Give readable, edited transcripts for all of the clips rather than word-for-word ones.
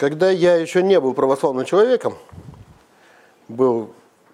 когда я еще не был православным человеком, был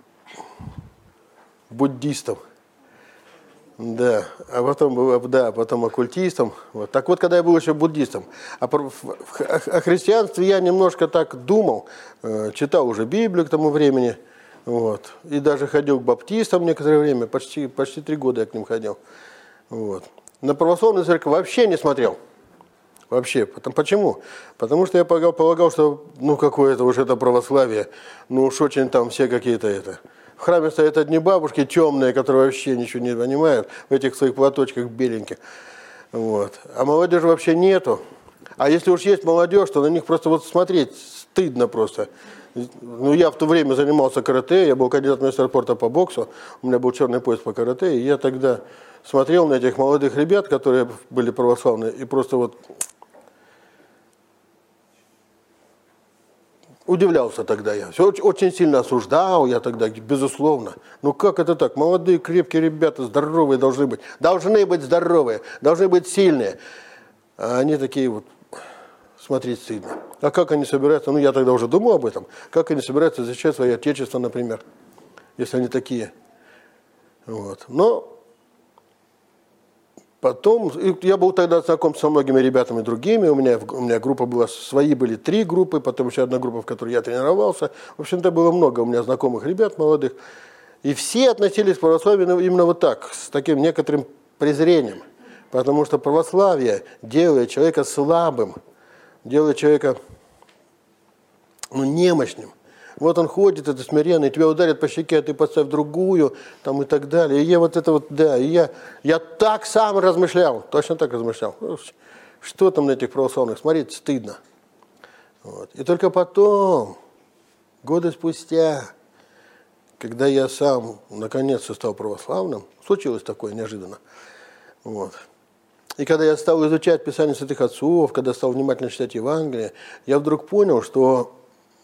буддистом, да, а потом был, да, потом оккультистом. Вот. Так вот, когда я был еще буддистом, о христианстве я немножко так думал, читал уже Библию к тому времени, вот, и даже ходил к баптистам некоторое время, почти 3 года я к ним ходил. Вот. На православную церковь вообще не смотрел. Вообще. Почему? Потому что я полагал, что какое-то уж это православие, уж очень там все какие-то это. В храме стоят одни бабушки темные, которые вообще ничего не понимают, в этих своих платочках беленьких. Вот. А молодежи вообще нету. А если уж есть молодежь, то на них просто вот смотреть стыдно просто. Я в то время занимался карате, я был кандидатом в мастера спорта по боксу, у меня был черный пояс по карате, и я тогда смотрел на этих молодых ребят, которые были православные, и просто вот удивлялся тогда я. Все очень сильно осуждал я тогда, безусловно. Как это так? Молодые, крепкие ребята, здоровые должны быть. Должны быть здоровые, должны быть сильные. А они такие вот, смотреть стыдно. А как они собираются, я тогда уже думал об этом, как они собираются защищать свое отечество, например, если они такие. Вот. Но потом, я был тогда знаком со многими ребятами другими, у меня группа была, свои были 3 группы, потом еще одна группа, в которой я тренировался. В общем-то, было много у меня знакомых ребят молодых. И все относились к православию именно вот так, с таким некоторым презрением. Потому что православие делает человека слабым, делает человека немощным. Вот он ходит, это смиренный, тебя ударят по щеке, а ты подставь другую, там и так далее. И я вот это вот, да, и я так сам размышлял, точно так размышлял. Что там на этих православных, смотреть стыдно. Вот. И только потом, годы спустя, когда я сам наконец-то стал православным, случилось такое неожиданно, вот. И когда я стал изучать Писание святых отцов, когда стал внимательно читать Евангелие, я вдруг понял, что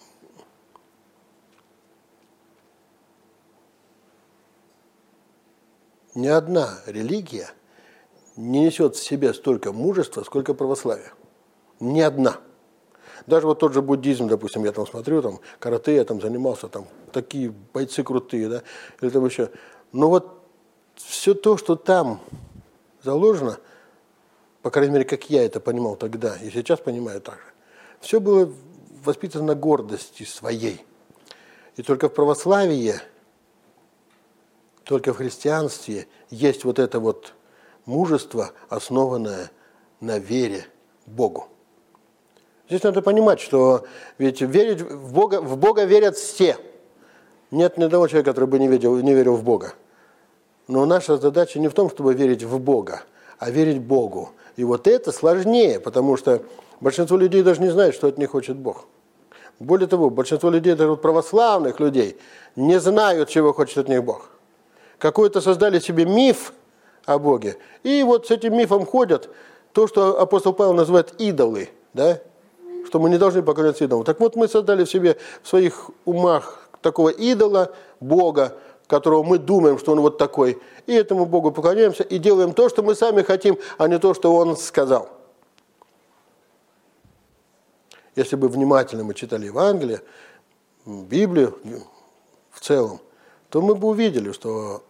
ни одна религия не несет в себе столько мужества, сколько православие. Ни одна. Даже вот тот же буддизм, допустим, я там смотрю, там карате я там занимался, там такие бойцы крутые, да, или там еще. Но вот все то, что там заложено, по крайней мере, как я это понимал тогда, и сейчас понимаю так же, все было воспитано на гордости своей. И только в православии, только в христианстве есть вот это вот мужество, основанное на вере Богу. Здесь надо понимать, что ведь верить в Бога верят все. Нет ни одного человека, который бы не верил в Бога. Но наша задача не в том, чтобы верить в Бога, а верить Богу. И вот это сложнее, потому что большинство людей даже не знает, что от них хочет Бог. Более того, большинство людей, даже православных людей, не знают, чего хочет от них Бог. Какой-то создали себе миф о Боге, и вот с этим мифом ходят то, что апостол Павел называет идолы, да? Что мы не должны поклоняться идолам. Так вот, мы создали в себе, в своих умах такого идола, Бога, которого мы думаем, что он вот такой, и этому Богу поклоняемся и делаем то, что мы сами хотим, а не то, что он сказал. Если бы внимательно мы читали Евангелие, Библию в целом, то мы бы увидели, что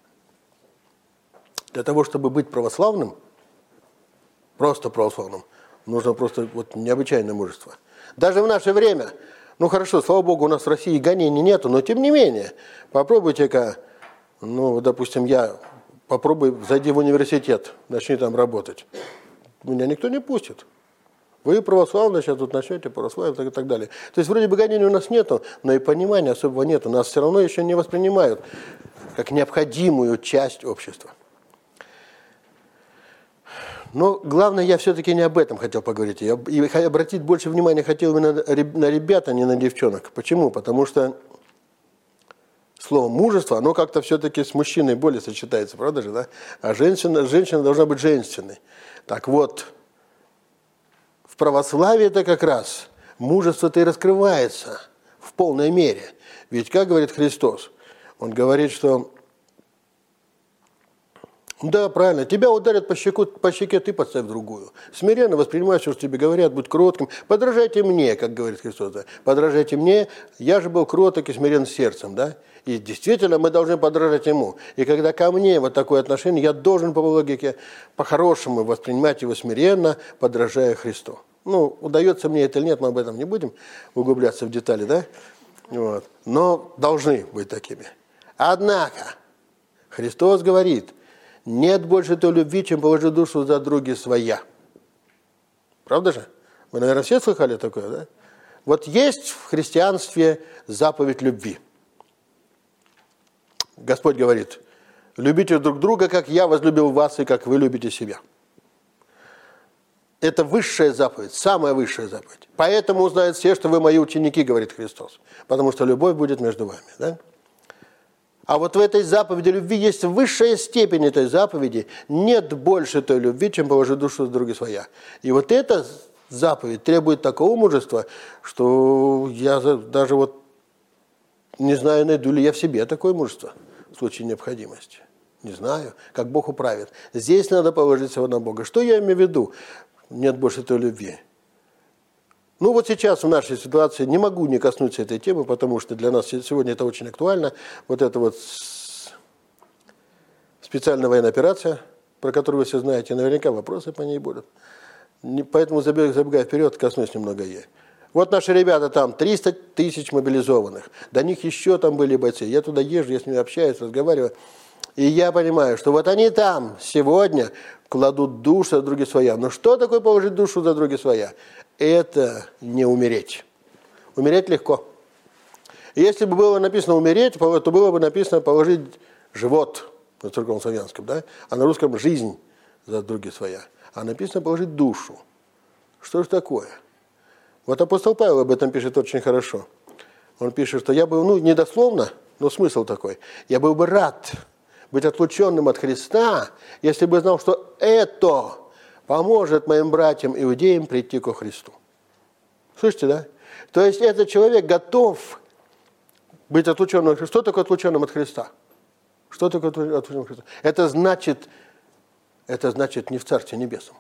для того, чтобы быть православным, просто православным, нужно просто вот необычайное мужество. Даже в наше время, хорошо, слава Богу, у нас в России гонений нету, но тем не менее, попробуйте-ка, допустим, зайди в университет, начни там работать. Меня никто не пустит. Вы православные, сейчас тут начнете православие и так далее. То есть вроде бы гонений у нас нету, но и понимания особого нету. Нас все равно еще не воспринимают как необходимую часть общества. Но главное, я все-таки не об этом хотел поговорить. Я обратить больше внимания хотел именно на ребят, а не на девчонок. Почему? Потому что слово «мужество», оно как-то все-таки с мужчиной более сочетается, правда же, да? А женщина должна быть женственной. Так вот, в православии-то как раз мужество-то и раскрывается в полной мере. Ведь, как говорит Христос, Он говорит, что Да, правильно. Тебя ударят по щеке, ты подставь другую. Смиренно воспринимай все, что тебе говорят, будь кротким. Подражайте мне, как говорит Христос. Да? Подражайте мне, я же был кроток и смирен сердцем. Да? И действительно мы должны подражать Ему. И когда ко мне вот такое отношение, я должен по логике, по-хорошему воспринимать его смиренно, подражая Христу. Ну, удается мне это или нет, мы об этом не будем углубляться в детали, да? Вот. Но должны быть такими. Однако, Христос говорит, нет больше той любви, чем положить душу за други своя. Правда же? Вы, наверное, все слыхали такое, да? Вот есть в христианстве заповедь любви. Господь говорит, любите друг друга, как я возлюбил вас, и как вы любите себя. Это высшая заповедь, самая высшая заповедь. Поэтому узнают все, что вы мои ученики, говорит Христос. Потому что любовь будет между вами, да? А вот в этой заповеди любви есть высшая степень этой заповеди. Нет больше той любви, чем положить душу за други своя. И вот эта заповедь требует такого мужества, что я даже вот не знаю, найду ли я в себе такое мужество в случае необходимости. Не знаю, как Бог управит. Здесь надо положить всего на Бога. Что я имею в виду? Нет больше той любви. Ну вот сейчас в нашей ситуации не могу не коснуться этой темы, потому что для нас сегодня это очень актуально. Вот эта вот специальная военная операция, про которую вы все знаете, наверняка вопросы по ней будут. Поэтому, забегая вперед, коснусь немного ей. Вот наши ребята там, 300 тысяч мобилизованных. До них еще там были бойцы. Я туда езжу, я с ними общаюсь, разговариваю. И я понимаю, что вот они там сегодня кладут душу за други своя. Но что такое положить душу за други своя? Это не умереть. Умереть легко. Если бы было написано умереть, то было бы написано положить живот на церковнославянском, да? А на русском жизнь за други своя. А написано положить душу. Что же такое? Вот апостол Павел об этом пишет очень хорошо. Он пишет, что я был, не дословно, но смысл такой. Я был бы рад быть отлученным от Христа, если бы знал, что это поможет моим братьям-иудеям прийти ко Христу. Слышите, да? То есть этот человек готов быть отлученным от Христа. Что такое отлученным от Христа? Что такое отлученным от Христа? Это значит не в Царстве Небесном.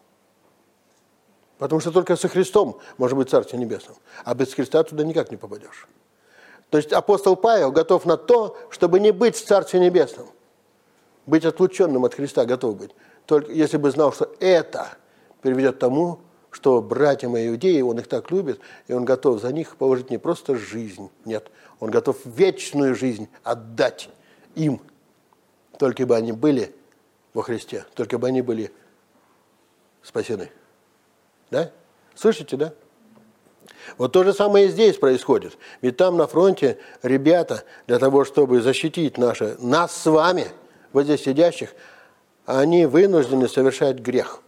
Потому что только со Христом может быть Царствие Небесном. А без Христа туда никак не попадешь. То есть апостол Павел готов на то, чтобы не быть в Царстве Небесном. Быть отлученным от Христа готов быть. Только если бы знал, что это приведет к тому, что братья мои иудеи, он их так любит, и он готов за них положить не просто жизнь, нет, он готов вечную жизнь отдать им, только бы они были во Христе, только бы они были спасены. Да? Слышите, да? Вот то же самое и здесь происходит. Ведь там на фронте ребята для того, чтобы защитить нас с вами, вот здесь сидящих, они вынуждены совершать грех.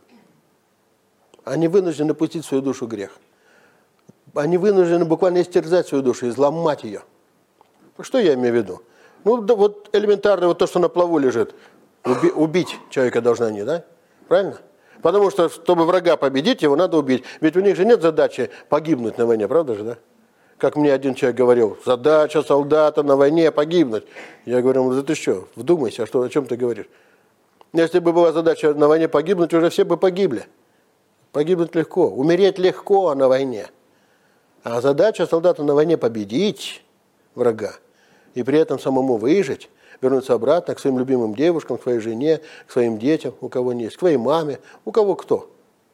Они вынуждены пустить в свою душу грех. Они вынуждены буквально истерзать свою душу, изломать ее. Что я имею в виду? Да вот элементарно, вот то, что на плаву лежит. Убить человека должны они, да? Правильно? Потому что, чтобы врага победить, его надо убить. Ведь у них же нет задачи погибнуть на войне, правда же, да? Как мне один человек говорил, задача солдата на войне погибнуть. Я говорю, да ты что, вдумайся, о чем ты говоришь? Если бы была задача на войне погибнуть, уже все бы погибли. Погибнуть легко, умереть легко на войне. А задача солдата на войне победить врага и при этом самому выжить, вернуться обратно к своим любимым девушкам, к своей жене, к своим детям, у кого не есть, к своей маме, у кого кто.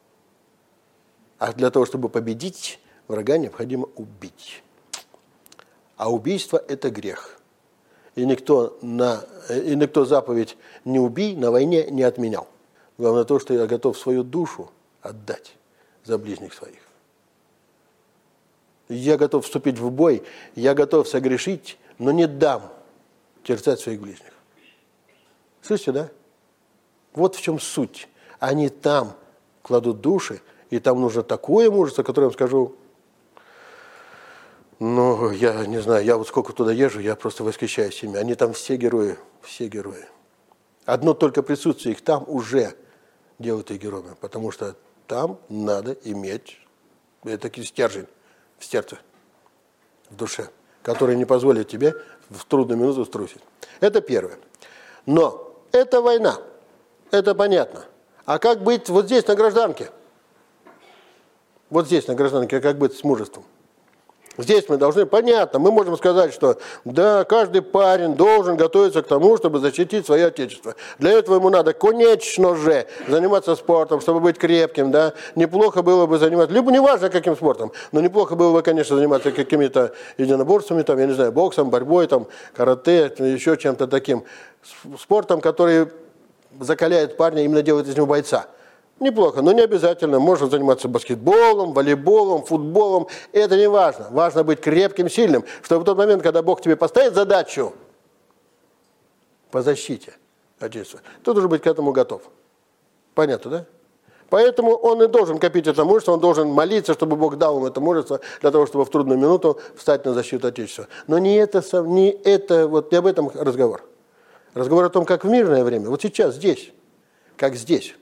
А для того, чтобы победить врага, необходимо убить. А убийство – это грех. И никто заповедь «не убий» на войне не отменял. Главное то, что я готов свою душу отдать за ближних своих. Я готов вступить в бой, я готов согрешить, но не дам терзать своих ближних. Слышите, да? Вот в чем суть. Они там кладут души, и там нужно такое мужество, которое я вам скажу, я не знаю, я вот сколько туда езжу, я просто восхищаюсь ими. Они там все герои, все герои. Одно только присутствие их там уже делает их героями, потому что там надо иметь такой стержень в сердце, в душе, который не позволит тебе в трудную минуту струсить. Это первое. Но это война. Это понятно. А как быть вот здесь, на гражданке? Вот здесь, на гражданке, как быть с мужеством? Здесь мы должны, понятно, мы можем сказать, что да, каждый парень должен готовиться к тому, чтобы защитить свое отечество. Для этого ему надо, конечно же, заниматься спортом, чтобы быть крепким, да. Неплохо было бы заниматься, либо неважно каким спортом, но неплохо было бы, конечно, заниматься какими-то единоборствами, там, я не знаю, боксом, борьбой, там, карате, еще чем-то таким. Спортом, который закаляет парня, именно делает из него бойца. Неплохо, но не обязательно. Можно заниматься баскетболом, волейболом, футболом. Это не важно. Важно быть крепким, сильным, чтобы в тот момент, когда Бог тебе поставит задачу по защите Отечества, ты должен быть к этому готов. Понятно, да? Поэтому он и должен копить это мужество, он должен молиться, чтобы Бог дал ему это мужество, для того, чтобы в трудную минуту встать на защиту Отечества. Но не об этом разговор. Разговор о том, как в мирное время, вот сейчас, здесь, как здесь.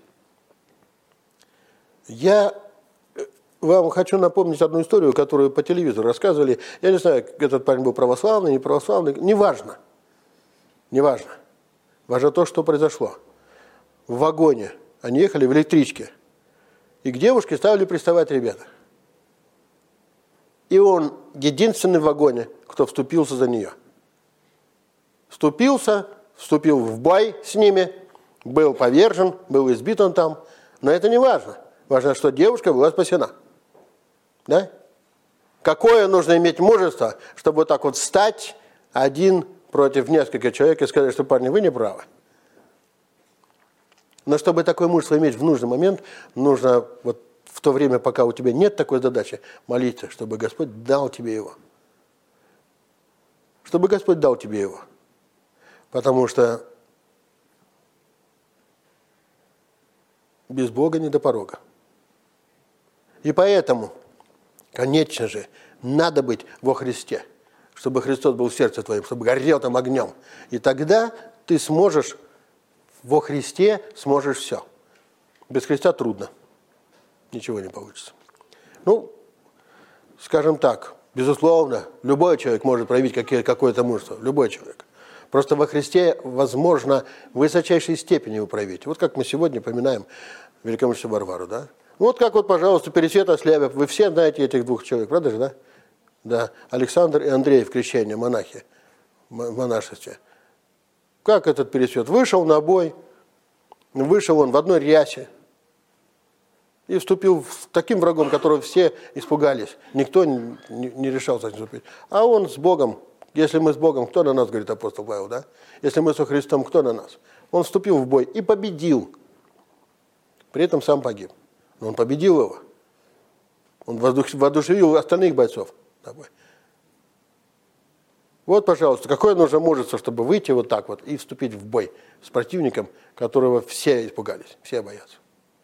Я вам хочу напомнить одну историю, которую по телевизору рассказывали. Я не знаю, этот парень был православный, не православный. Неважно. Неважно. Важно то, что произошло. В вагоне. Они ехали в электричке. И к девушке стали приставать ребята. И он единственный в вагоне, кто вступился за нее. Вступил в бой с ними, был повержен, был избит он там. Но это не важно. Важно, что девушка была спасена. Да? Какое нужно иметь мужество, чтобы вот так вот встать один против нескольких человек и сказать, что, парни, вы не правы. Но чтобы такое мужество иметь в нужный момент, нужно вот в то время, пока у тебя нет такой задачи, молиться, чтобы Господь дал тебе его. Чтобы Господь дал тебе его. Потому что без Бога не до порога. И поэтому, конечно же, надо быть во Христе, чтобы Христос был в сердце твоем, чтобы горел там огнем. И тогда ты сможешь, во Христе сможешь все. Без Христа трудно. Ничего не получится. Ну, скажем так, безусловно, любой человек может проявить какое-то мужество. Любой человек. Просто во Христе возможно в высочайшей степени его проявить. Вот как мы сегодня поминаем великомученицу Варвару, да? Вот как вот, пожалуйста, Пересвет Ослябев. Вы все знаете этих двух человек, правда же, да? Да. Александр и Андрей в крещении, монахи, в монашестве. Как этот Пересвет? Вышел на бой, вышел он в одной рясе и вступил с таким врагом, которого все испугались. Никто не решался вступить. А он с Богом. Если мы с Богом, кто на нас, говорит апостол Павел, да? Если мы со Христом, кто на нас? Он вступил в бой и победил. При этом сам погиб. Но он победил его. Он воодушевил остальных бойцов. Вот, пожалуйста, какое нужно мужество, чтобы выйти вот так вот и вступить в бой с противником, которого все испугались, все боятся.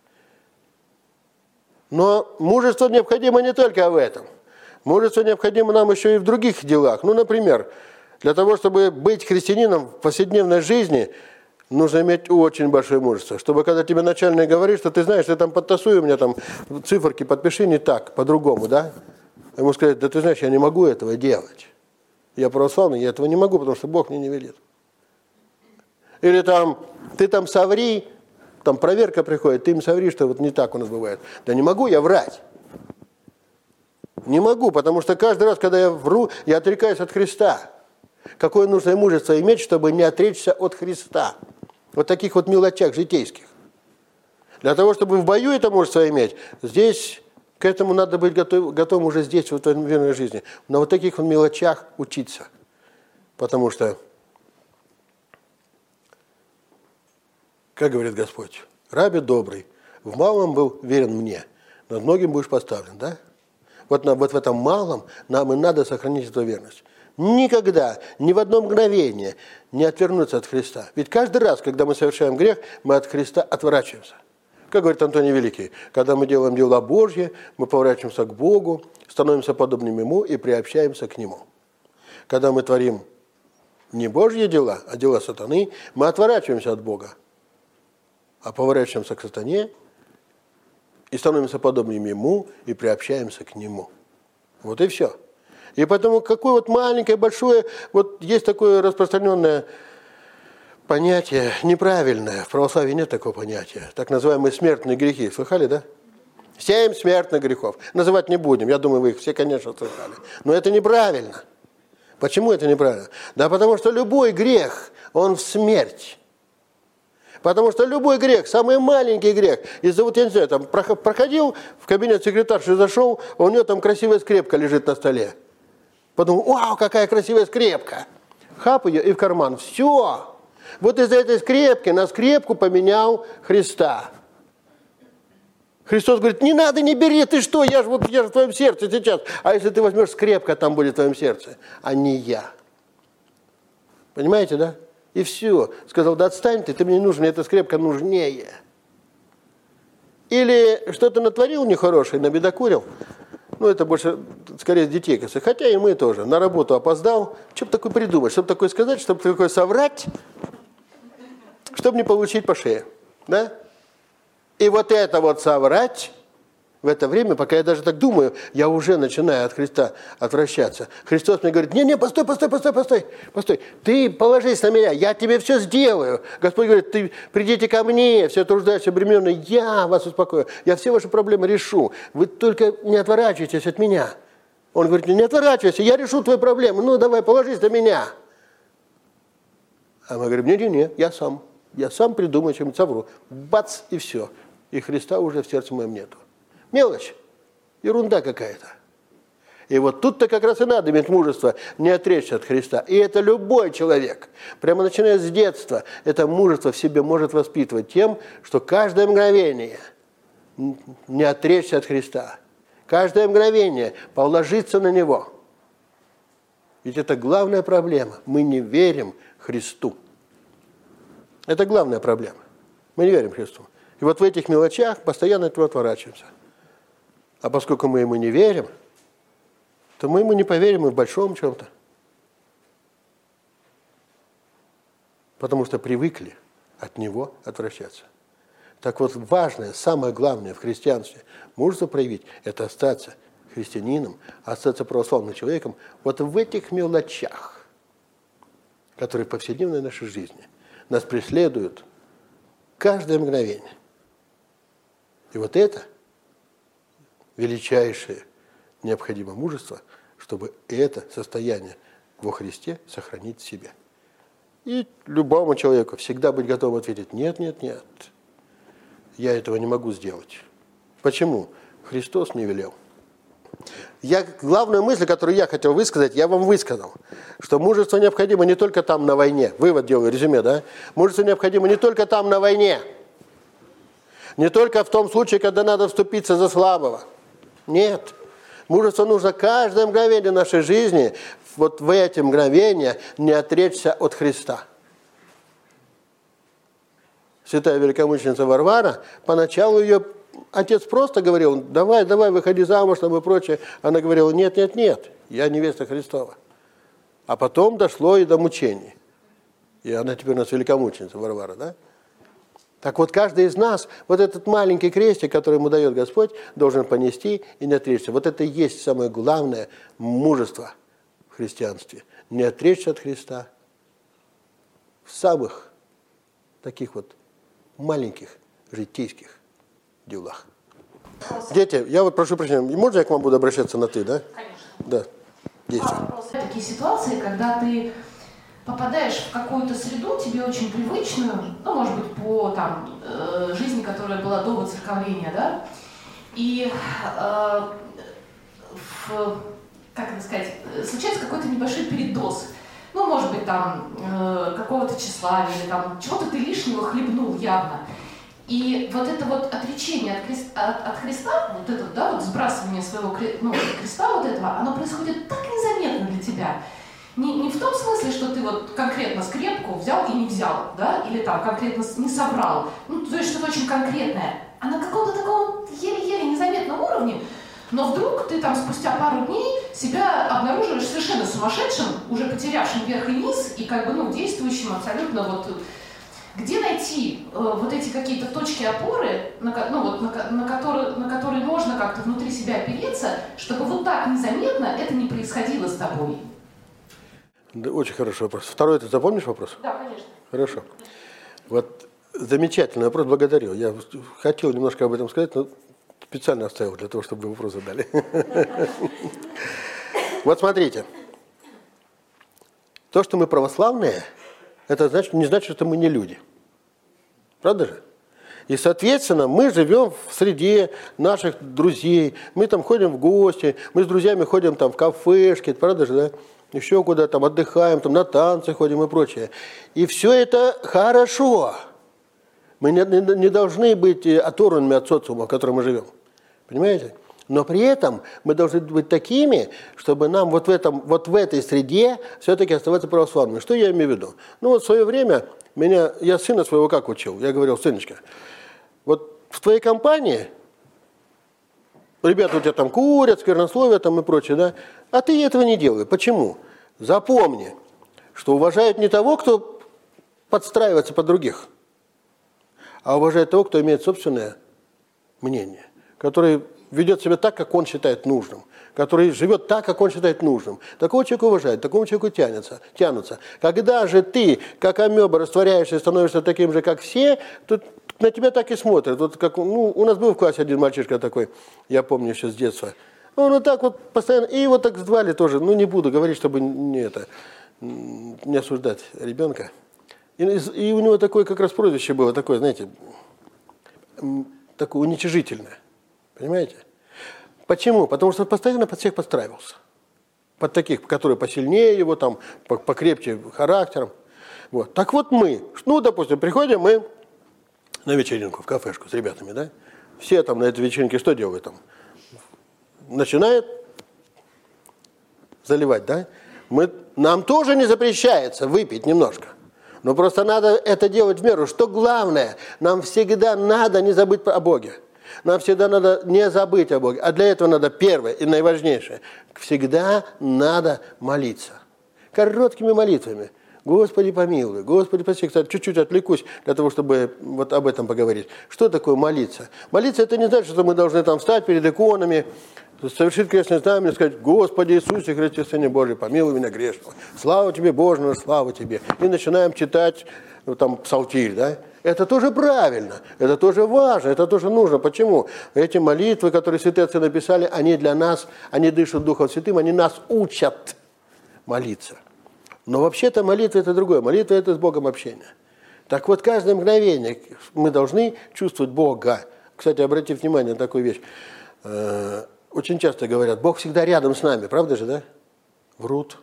Но мужество необходимо не только в этом. Мужество необходимо нам еще и в других делах. Ну, например, для того, чтобы быть христианином в повседневной жизни, нужно иметь очень большое мужество. Чтобы когда тебе начальник говорит, что ты знаешь, ты там подтасуй, у меня там циферки подпиши не так, по-другому, да? Ему сказать, да ты знаешь, я не могу этого делать. Я православный, я этого не могу, потому что Бог мне не велит. Или там, ты там соври, там проверка приходит, ты им соври, что вот не так у нас бывает. Да не могу я врать. Не могу, потому что каждый раз, когда я вру, я отрекаюсь от Христа. Какое нужно мужество иметь, чтобы не отречься от Христа? Вот таких вот мелочах житейских. Для того, чтобы в бою это мужество иметь, здесь к этому надо быть готовым уже здесь, в этой мирной жизни. На вот таких вот мелочах учиться. Потому что, как говорит Господь, рабе добрый, в малом был верен мне, над многим будешь поставлен, да? Вот в этом малом нам и надо сохранить эту верность. Никогда, ни в одно мгновение не отвернуться от Христа. Ведь каждый раз, когда мы совершаем грех, мы от Христа отворачиваемся. Как говорит Антоний Великий, когда мы делаем дела Божьи, мы поворачиваемся к Богу, становимся подобными Ему и приобщаемся к Нему. Когда мы творим не Божьи дела, а дела сатаны, мы отворачиваемся от Бога, а поворачиваемся к сатане и становимся подобными Ему и приобщаемся к Нему. Вот и все. И поэтому какое вот маленькое, большое, вот есть такое распространенное понятие неправильное. В православии нет такого понятия. Так называемые смертные грехи. Слыхали, да? 7 смертных грехов. Называть не будем. Я думаю, вы их все, конечно, слыхали. Но это неправильно. Почему это неправильно? Да потому что любой грех, он в смерть. Потому что любой грех, самый маленький грех, из-за вот, я не знаю, там проходил в кабинет секретарши, зашел, у нее там красивая скрепка лежит на столе. Подумал, вау, какая красивая скрепка. Хап ее и в карман. Все. Вот из-за этой скрепки на скрепку поменял Христа. Христос говорит, не надо, не бери, ты что, я же в твоем сердце сейчас. А если ты возьмешь скрепка, там будет в твоем сердце, а не я. Понимаете, да? И все. Сказал, да отстань ты мне не нужен, эта скрепка нужнее. Или что-то натворил нехорошее, набедокурил. Ну, это больше, скорее, детей касается. Хотя и мы тоже. На работу опоздал. Что бы такое придумать? Что бы такое сказать, чтобы такое соврать, чтобы не получить по шее. Да? И вот это вот соврать, в это время, пока я даже так думаю, я уже начинаю от Христа отвращаться. Христос мне говорит, не, постой. Ты положись на меня, я тебе все сделаю. Господь говорит, ты придите ко мне, все труждающие, обремененные, я вас успокою. Я все ваши проблемы решу. Вы только не отворачивайтесь от меня. Он говорит, не отворачивайся, я решу твои проблемы. Ну, давай, положись на меня. А мы говорим, не, я сам придумаю, чем-нибудь совру. Бац, и все. И Христа уже в сердце моем нету. Мелочь. Ерунда какая-то. И вот тут-то как раз и надо иметь мужество не отречься от Христа. И это любой человек, прямо начиная с детства, это мужество в себе может воспитывать тем, что каждое мгновение не отречься от Христа. Каждое мгновение положиться на Него. Ведь это главная проблема. Мы не верим Христу. Это главная проблема. Мы не верим Христу. И вот в этих мелочах постоянно от него отворачиваемся. А поскольку мы ему не верим, то мы ему не поверим и в большом чем-то. Потому что привыкли от него отвращаться. Так вот, важное, самое главное в христианстве, мужество проявить, это остаться христианином, остаться православным человеком вот в этих мелочах, которые в повседневной нашей жизни нас преследуют каждое мгновение. И вот это величайшее необходимое мужество, чтобы это состояние во Христе сохранить в себе. И любому человеку всегда быть готовым ответить, нет, я этого не могу сделать. Почему? Христос не велел. Главную мысль, которую я хотел высказать, я вам высказал, что мужество необходимо не только там на войне. Вывод делаю, резюме, да? Мужество необходимо не только там на войне. Не только в том случае, когда надо вступиться за слабого. Нет. Мужество нужно каждое мгновение нашей жизни, вот в эти мгновения не отречься от Христа. Святая великомученица Варвара, поначалу ее отец просто говорил, давай, выходи замуж, там и прочее. Она говорила, нет, я невеста Христова. А потом дошло и до мучений. И она теперь у нас великомученица Варвара, да? Так вот, каждый из нас, вот этот маленький крестик, который ему дает Господь, должен понести и не отречься. Вот это и есть самое главное мужество в христианстве. Не отречься от Христа в самых таких вот маленьких житейских делах. Дети, я вот прошу прощения, можно я к вам буду обращаться на «ты», да? Конечно. Да, действуй. Такие ситуации, когда ты попадаешь в какую-то среду, тебе очень привычную, ну, может быть, по жизни, которая была до воцерковления, да, и случается какой-то небольшой передоз. Ну, может быть, какого-то тщеславия, или чего-то ты лишнего хлебнул явно. И вот это вот отречение от Христа, вот это, да, вот сбрасывание своего креста вот этого, оно происходит так незаметно для тебя. Не в том смысле, что ты вот конкретно скрепку взял и не взял, да, или конкретно не соврал, ну, то есть что-то очень конкретное, а на каком-то таком еле-еле незаметном уровне, но вдруг ты спустя пару дней себя обнаруживаешь совершенно сумасшедшим, уже потерявшим верх и низ, и действующим абсолютно вот... Где найти вот эти какие-то точки опоры, на которые можно как-то внутри себя опереться, чтобы вот так незаметно это не происходило с тобой? Да, очень хороший вопрос. Второй ты запомнишь вопрос? Да, конечно. Хорошо. Вот замечательный вопрос, благодарю. Я хотел немножко об этом сказать, но специально оставил для того, чтобы вы вопрос задали. Вот смотрите. То, что мы православные, это не значит, что мы не люди. Правда же? И, соответственно, мы живем в среде наших друзей, мы там ходим в гости, мы с друзьями ходим там в кафешки, правда же, да? Еще куда-то там отдыхаем, там на танцы ходим и прочее. И все это хорошо. Мы не должны быть оторванными от социума, в котором мы живем. Понимаете? Но при этом мы должны быть такими, чтобы нам вот в этой среде все-таки оставаться православными. Что я имею в виду? Ну вот в свое время я сына своего как учил? Я говорил: сыночка, вот в твоей компании ребята у тебя там курят, сквернословят там и прочее, да? А ты этого не делай. Почему? Запомни, что уважают не того, кто подстраивается под других, а уважают того, кто имеет собственное мнение, который ведет себя так, как он считает нужным, который живет так, как он считает нужным. Такого человека уважают, такому человеку тянутся. Когда же ты, как амеба, растворяешься и становишься таким же, как все, то на тебя так и смотрят. Вот как, у нас был в классе один мальчишка такой, я помню еще с детства. Он вот так вот постоянно, и его так звали тоже, не буду говорить, чтобы не осуждать ребенка. И у него такое как раз прозвище было, такое, знаете, такое уничижительное. Понимаете? Почему? Потому что он постоянно под всех подстраивался. Под таких, которые посильнее его, там, покрепче характером. Вот. Так вот мы, допустим, приходим мы на вечеринку, в кафешку с ребятами, да? Все там на этой вечеринке что делают там? Начинают заливать, да? Нам тоже не запрещается выпить немножко. Но просто надо это делать в меру. Что главное? Нам всегда надо не забыть о Боге. Нам всегда надо не забыть о Боге. А для этого надо первое и наиважнейшее. Всегда надо молиться. Короткими молитвами. Господи, помилуй, Господи, прости. Кстати, чуть-чуть отвлекусь для того, чтобы вот об этом поговорить. Что такое молиться? Молиться – это не значит, что мы должны там встать перед иконами, совершить крестное знамение и сказать: Господи Иисусе Христе, Сыне Божий, помилуй меня грешного. Слава Тебе, Боже, слава Тебе. И начинаем читать там псалтирь, да? Это тоже правильно, это тоже важно, это тоже нужно. Почему? Эти молитвы, которые святые отцы написали, они для нас, они дышат Духом Святым, они нас учат молиться. Но вообще-то молитва – это другое. Молитва – это с Богом общение. Так вот, каждое мгновение мы должны чувствовать Бога. Кстати, обратите внимание на такую вещь. Очень часто говорят: Бог всегда рядом с нами. Правда же, да? Врут.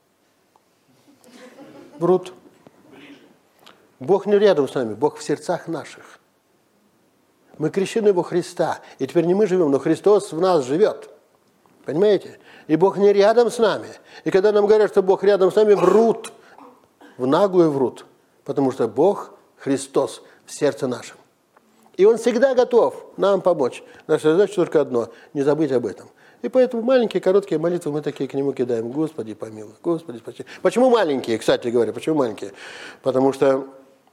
Врут. Бог не рядом с нами, Бог в сердцах наших. Мы крещены во Христа. И теперь не мы живем, но Христос в нас живет. Понимаете? И Бог не рядом с нами. И когда нам говорят, что Бог рядом с нами, врут. В наглую врут. Потому что Бог, Христос, в сердце нашем. И Он всегда готов нам помочь. Наша задача только одно – не забыть об этом. И поэтому маленькие, короткие молитвы мы такие к Нему кидаем. Господи, помилуй, Господи, спаси. Почему маленькие, кстати говоря, почему маленькие? Потому что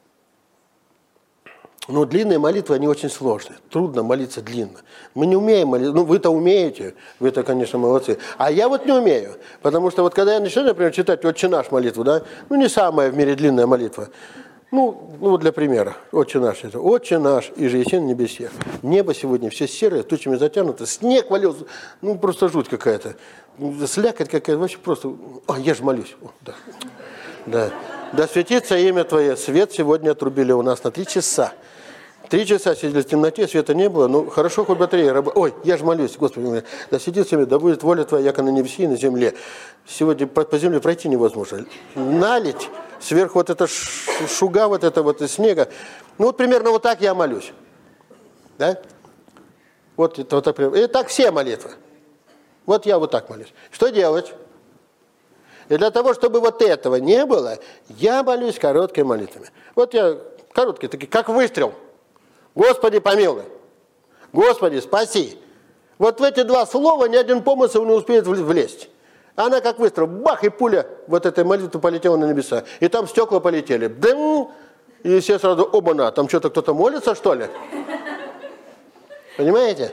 длинные молитвы, они очень сложные. Трудно молиться длинно. Мы не умеем молиться. Вы-то умеете, вы-то, конечно, молодцы. А я вот не умею. Потому что вот когда я начинаю, например, читать «Отче наш» молитву, да, не самая в мире длинная молитва. Для примера. «Отче наш» это «Отче наш, иже еси на небесе». Небо сегодня все серое, тучами затянуто, снег валился. Просто жуть какая-то. Слякоть какая-то, вообще просто. Я же молюсь. Да. Да светится имя Твое. Свет сегодня отрубили у нас на 3 часа. 3 часа сидели в темноте, света не было. Хорошо, хоть батарея работает. Я же молюсь, Господи. Да светится имя, да будет воля Твоя, яко на небеси и на земле. Сегодня по земле пройти невозможно. Налить. Сверху вот эта шуга, вот это вот из снега. Примерно вот так я молюсь. Да? Вот так. И так все молитвы. Вот я вот так молюсь. Что делать? И для того, чтобы вот этого не было, я молюсь короткими молитвами. Вот я короткие такие, как выстрел. Господи, помилуй. Господи, спаси. Вот в эти 2 слова ни один помысл не успеет влезть. Она как выстрел, бах, и пуля вот этой молитвы полетела на небеса. И там стекла полетели. Дым! И все сразу: оба-на, там что-то кто-то молится, что ли? Понимаете?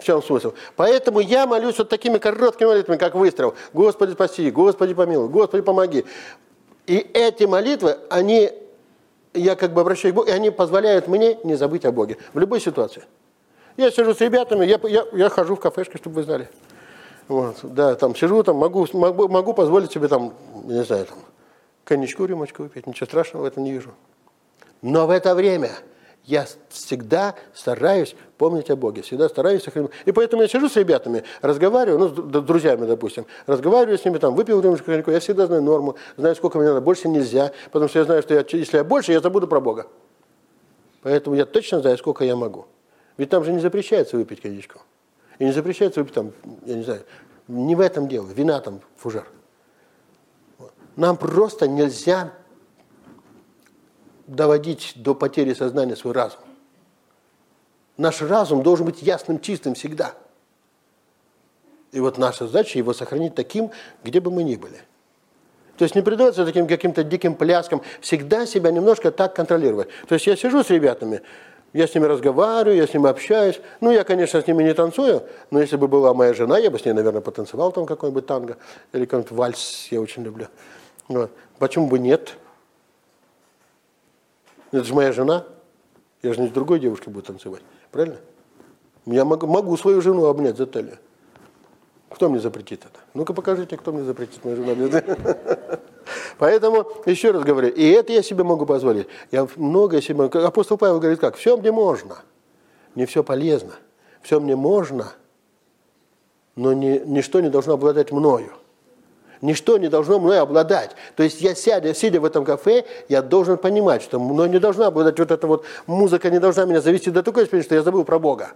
В чем смысл? Поэтому я молюсь вот такими короткими молитвами, как выстрел. Господи, спаси, Господи, помилуй, Господи, помоги. И эти молитвы, я как бы обращаюсь к Богу, и они позволяют мне не забыть о Боге в любой ситуации. Я сижу с ребятами, я хожу в кафешки, чтобы вы знали. Вот, да, там сижу, там могу позволить себе там, не знаю, там, коньячку, рюмочку выпить, ничего страшного в этом не вижу. Но в это время я всегда стараюсь помнить о Боге, всегда стараюсь сохранить. И поэтому я сижу с ребятами, разговариваю, с друзьями, допустим, разговариваю с ними, там, выпил рюмочку коньяку, я всегда знаю норму, знаю, сколько мне надо, больше нельзя, потому что я знаю, что если я больше, я забуду про Бога. Поэтому я точно знаю, сколько я могу. Ведь там же не запрещается выпить коньячку. И не запрещается выпить там, я не знаю, не в этом дело, вина там, фужер. Нам просто нельзя доводить до потери сознания свой разум. Наш разум должен быть ясным, чистым всегда. И вот наша задача его сохранить таким, где бы мы ни были. То есть не предаваться таким каким-то диким пляскам, всегда себя немножко так контролировать. То есть я сижу с ребятами, я с ними разговариваю, я с ними общаюсь. Ну, я, конечно, с ними не танцую, но если бы была моя жена, я бы с ней, наверное, потанцевал там какой-нибудь танго или какой-нибудь вальс, я очень люблю. Вот. Почему бы нет? Это же моя жена. Я же не с другой девушкой буду танцевать. Правильно? Я могу свою жену обнять за талию. Кто мне запретит это? Ну-ка покажите, кто мне запретит мою жену. Поэтому, еще раз говорю, и это я себе могу позволить. Я многое себе... Апостол Павел говорит как? Все мне можно. Не все полезно. Все мне можно, но ничто не должно обладать мною. Ничто не должно мной обладать. То есть я, сидя в этом кафе, я должен понимать, что мной не должна обладать вот эта вот музыка, не должна меня завести до такой степени, что я забыл про Бога.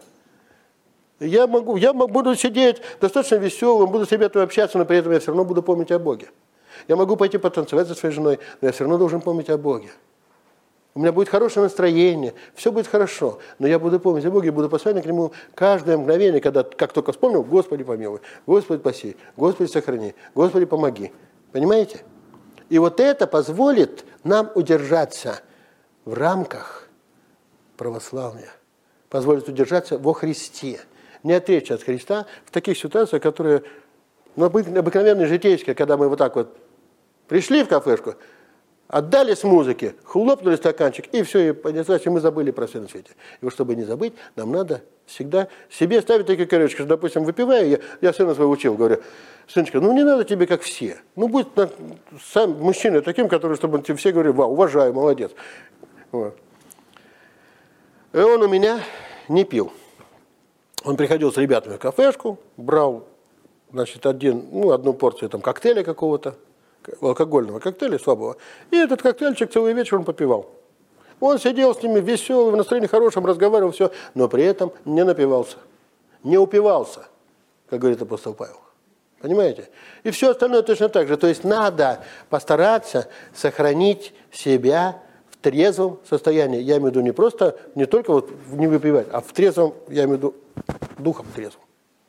Я буду сидеть достаточно веселым, буду с ребятами общаться, но при этом я все равно буду помнить о Боге. Я могу пойти потанцевать со своей женой, но я все равно должен помнить о Боге. У меня будет хорошее настроение, все будет хорошо, но я буду помнить о Боге, буду постоянно к Нему каждое мгновение, когда, как только вспомнил, Господи помилуй, Господи спаси, Господи сохрани, Господи помоги. Понимаете? И вот это позволит нам удержаться в рамках православия, позволит удержаться во Христе, не отречься от Христа в таких ситуациях, которые обыкновенные житейские, когда мы вот так вот пришли в кафешку, отдали с музыки, хлопнули стаканчик, и все, и понеслась, и мы забыли про все на свете. И вот чтобы не забыть, нам надо всегда себе ставить такие крючки, что, допустим, выпивая, я сына своего учил, говорю, сыночка, ну не надо тебе как все. Ну будь сам мужчина таким, который, чтобы тебе все говорили, вау, уважаю, молодец. Вот. И он у меня не пил. Он приходил с ребятами в кафешку, брал, значит, одну порцию там коктейля какого-то, алкогольного коктейля слабого. И этот коктейльчик целый вечер он попивал. Он сидел с ними веселый, в настроении хорошем, разговаривал, все, но при этом не напивался. Не упивался, как говорит апостол Павел. Понимаете? И все остальное точно так же. То есть надо постараться сохранить себя в трезвом состоянии. Я имею в виду не только вот не выпивать, а в трезвом, я имею в виду духом трезвым.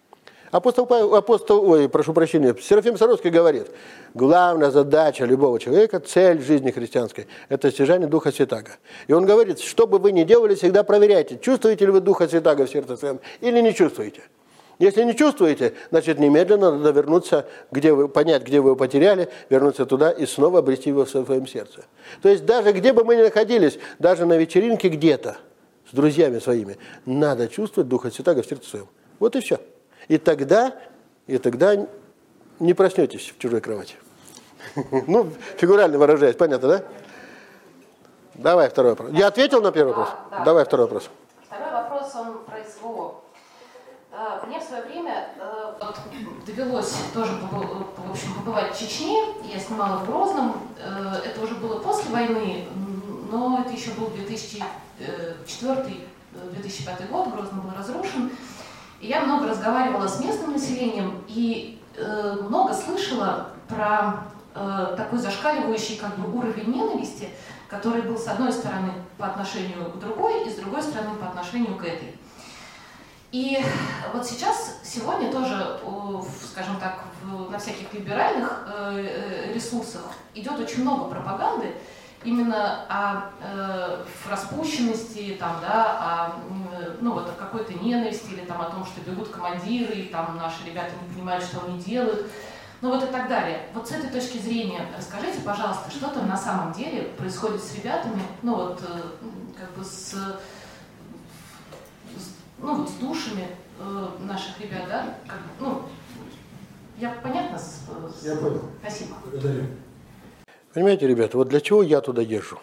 Серафим Саровский говорит, главная задача любого человека, цель жизни христианской, это стяжание Духа Святаго. И он говорит, что бы вы ни делали, всегда проверяйте, чувствуете ли вы Духа Святаго в сердце своем или не чувствуете. Если не чувствуете, значит немедленно надо вернуться, понять, где вы его потеряли, вернуться туда и снова обрести его в своем сердце. То есть даже где бы мы ни находились, даже на вечеринке где-то с друзьями своими, надо чувствовать Духа Святаго в сердце своем. Вот и все. И тогда не проснетесь в чужой кровати. Ну, фигурально выражаясь, понятно, да? Давай второй вопрос. Я ответил на первый вопрос? Да. Давай второй вопрос. Второй вопрос, он про СВО. Мне в свое время довелось тоже, в общем, побывать в Чечне. Я снимала в Грозном. Это уже было после войны, но это еще был 2004-2005 год. Грозный был разрушен. И я много разговаривала с местным населением и много слышала про такой зашкаливающий как бы уровень ненависти, который был с одной стороны по отношению к другой и с другой стороны по отношению к этой. И вот сегодня тоже, скажем так, на всяких либеральных ресурсах идет очень много пропаганды, именно о распущенности, там, да, ну, вот, о какой-то ненависти, или там, о том, что бегут командиры, и там наши ребята не понимают, что они делают, ну вот и так далее. Вот с этой точки зрения расскажите, пожалуйста, что там на самом деле происходит с ребятами, ну вот, как бы ну, вот с душами наших ребят, да? Ну, я понятно? Я понял. Спасибо. Благодарю. Понимаете, ребята, вот для чего я туда езжу?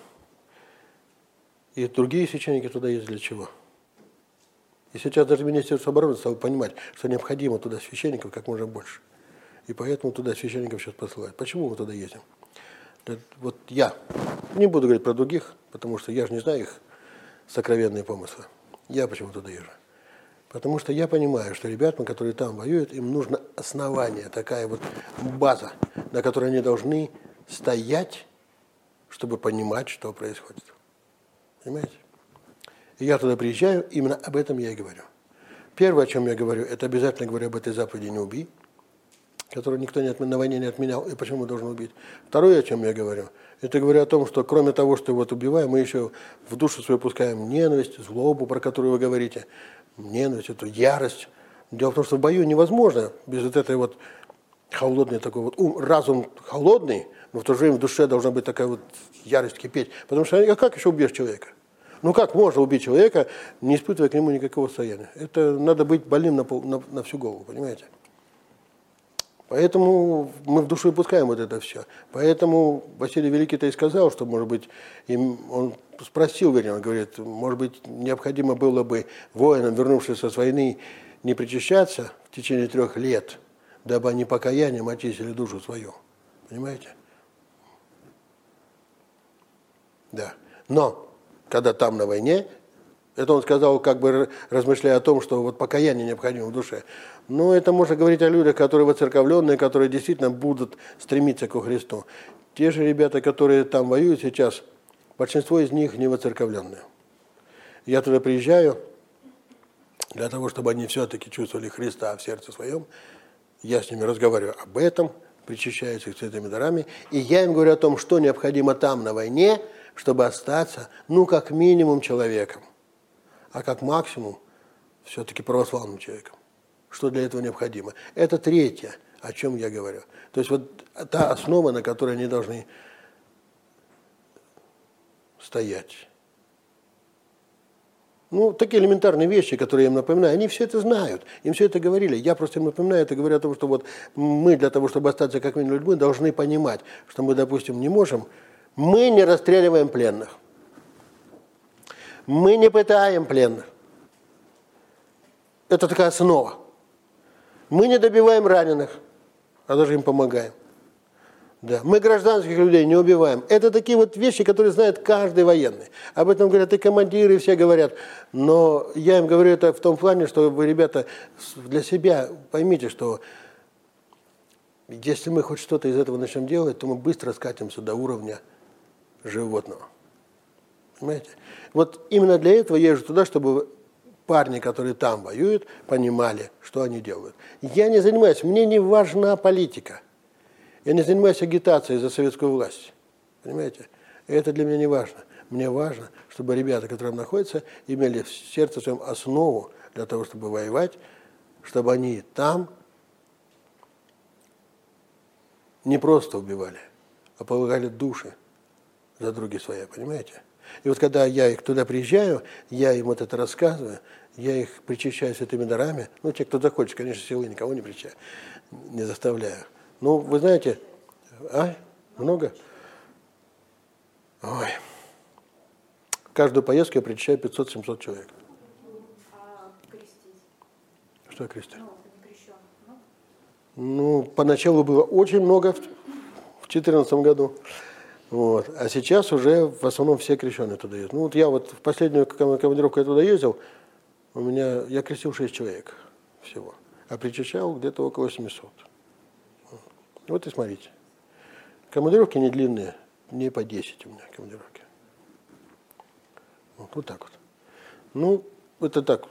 И другие священники туда ездят для чего? И сейчас даже Министерство обороны стало понимать, что необходимо туда священников как можно больше. И поэтому туда священников сейчас посылают. Почему мы туда ездим? Вот я не буду говорить про других, потому что я же не знаю их сокровенные помыслы. Я почему туда езжу? Потому что я понимаю, что ребятам, которые там воюют, им нужно основание, такая вот база, на которой они должны стоять, чтобы понимать, что происходит. Понимаете? И я туда приезжаю, именно об этом я и говорю. Первое, о чем я говорю, это обязательно говорю об этой заповеди «не убий», которую никто на войне не отменял, и почему должен убить. Второе, о чем я говорю, это говорю о том, что кроме того, что вот убиваем, мы еще в душу свою пускаем ненависть, злобу, про которую вы говорите, ненависть, эту ярость. Дело в том, что в бою невозможно без вот этой вот холодной такой вот разум холодный, но в то же время в душе должна быть такая вот ярость кипеть. Потому что а как еще убьешь человека? Ну как можно убить человека, не испытывая к нему никакого состояния? Это надо быть больным на всю голову, понимаете? Поэтому мы в душу и пускаем вот это все. Поэтому Василий Великий-то и сказал, что, может быть, он спросил, вернее, он говорит, может быть, необходимо было бы воинам, вернувшимся с войны, не причащаться в течение 3 лет, дабы они покаянием очистили душу свою. Понимаете? Да. Но, когда там на войне, это он сказал, как бы размышляя о том, что вот покаяние необходимо в душе. Но это можно говорить о людях, которые воцерковленные, которые действительно будут стремиться ко Христу. Те же ребята, которые там воюют сейчас, большинство из них не воцерковленные. Я туда приезжаю для того, чтобы они все-таки чувствовали Христа в сердце своем. Я с ними разговариваю об этом, причащаюсь их святыми дарами. И я им говорю о том, что необходимо там на войне, чтобы остаться, ну, как минимум человеком, а как максимум все-таки православным человеком. Что для этого необходимо. Это третье, о чем я говорю. То есть вот та основа, на которой они должны стоять. Ну, такие элементарные вещи, которые я им напоминаю, они все это знают, им все это говорили. Я просто им напоминаю это, говорю о том, что вот мы для того, чтобы остаться как минимум людьми, должны понимать, что мы, допустим, не можем, мы не расстреливаем пленных, мы не пытаем пленных. Это такая основа. Мы не добиваем раненых, а даже им помогаем. Да. Мы гражданских людей не убиваем. Это такие вот вещи, которые знает каждый военный. Об этом говорят и командиры, все говорят. Но я им говорю это в том плане, что вы, ребята, для себя поймите, что если мы хоть что-то из этого начнем делать, то мы быстро скатимся до уровня животного. Понимаете? Вот именно для этого я езжу туда, чтобы парни, которые там воюют, понимали, что они делают. Я не занимаюсь, мне не важна политика. Я не занимаюсь агитацией за советскую власть. Понимаете? Это для меня не важно. Мне важно, чтобы ребята, которые там находятся, имели в сердце своем основу для того, чтобы воевать, чтобы они там не просто убивали, а полагали души за други свои. Понимаете? И вот когда я их туда приезжаю, я им вот это рассказываю, я их причащаю святыми дарами. Ну, те, кто захочет, конечно, силы никого не причащаю, не заставляю. Ну, вы знаете, много? Ой. Каждую поездку я причащаю 500-700 человек. А крестить? Что крестить? Некрещенных? Ну, поначалу было очень много в 2014 году. Вот. А сейчас уже в основном все крещеные туда ездят. Ну вот я вот в последнюю командировку я туда ездил, я крестил 6 человек всего, а причащал где-то около 700. Вот и смотрите. Командировки не длинные, не по 10 у меня командировки. Вот так вот. Ну, это так.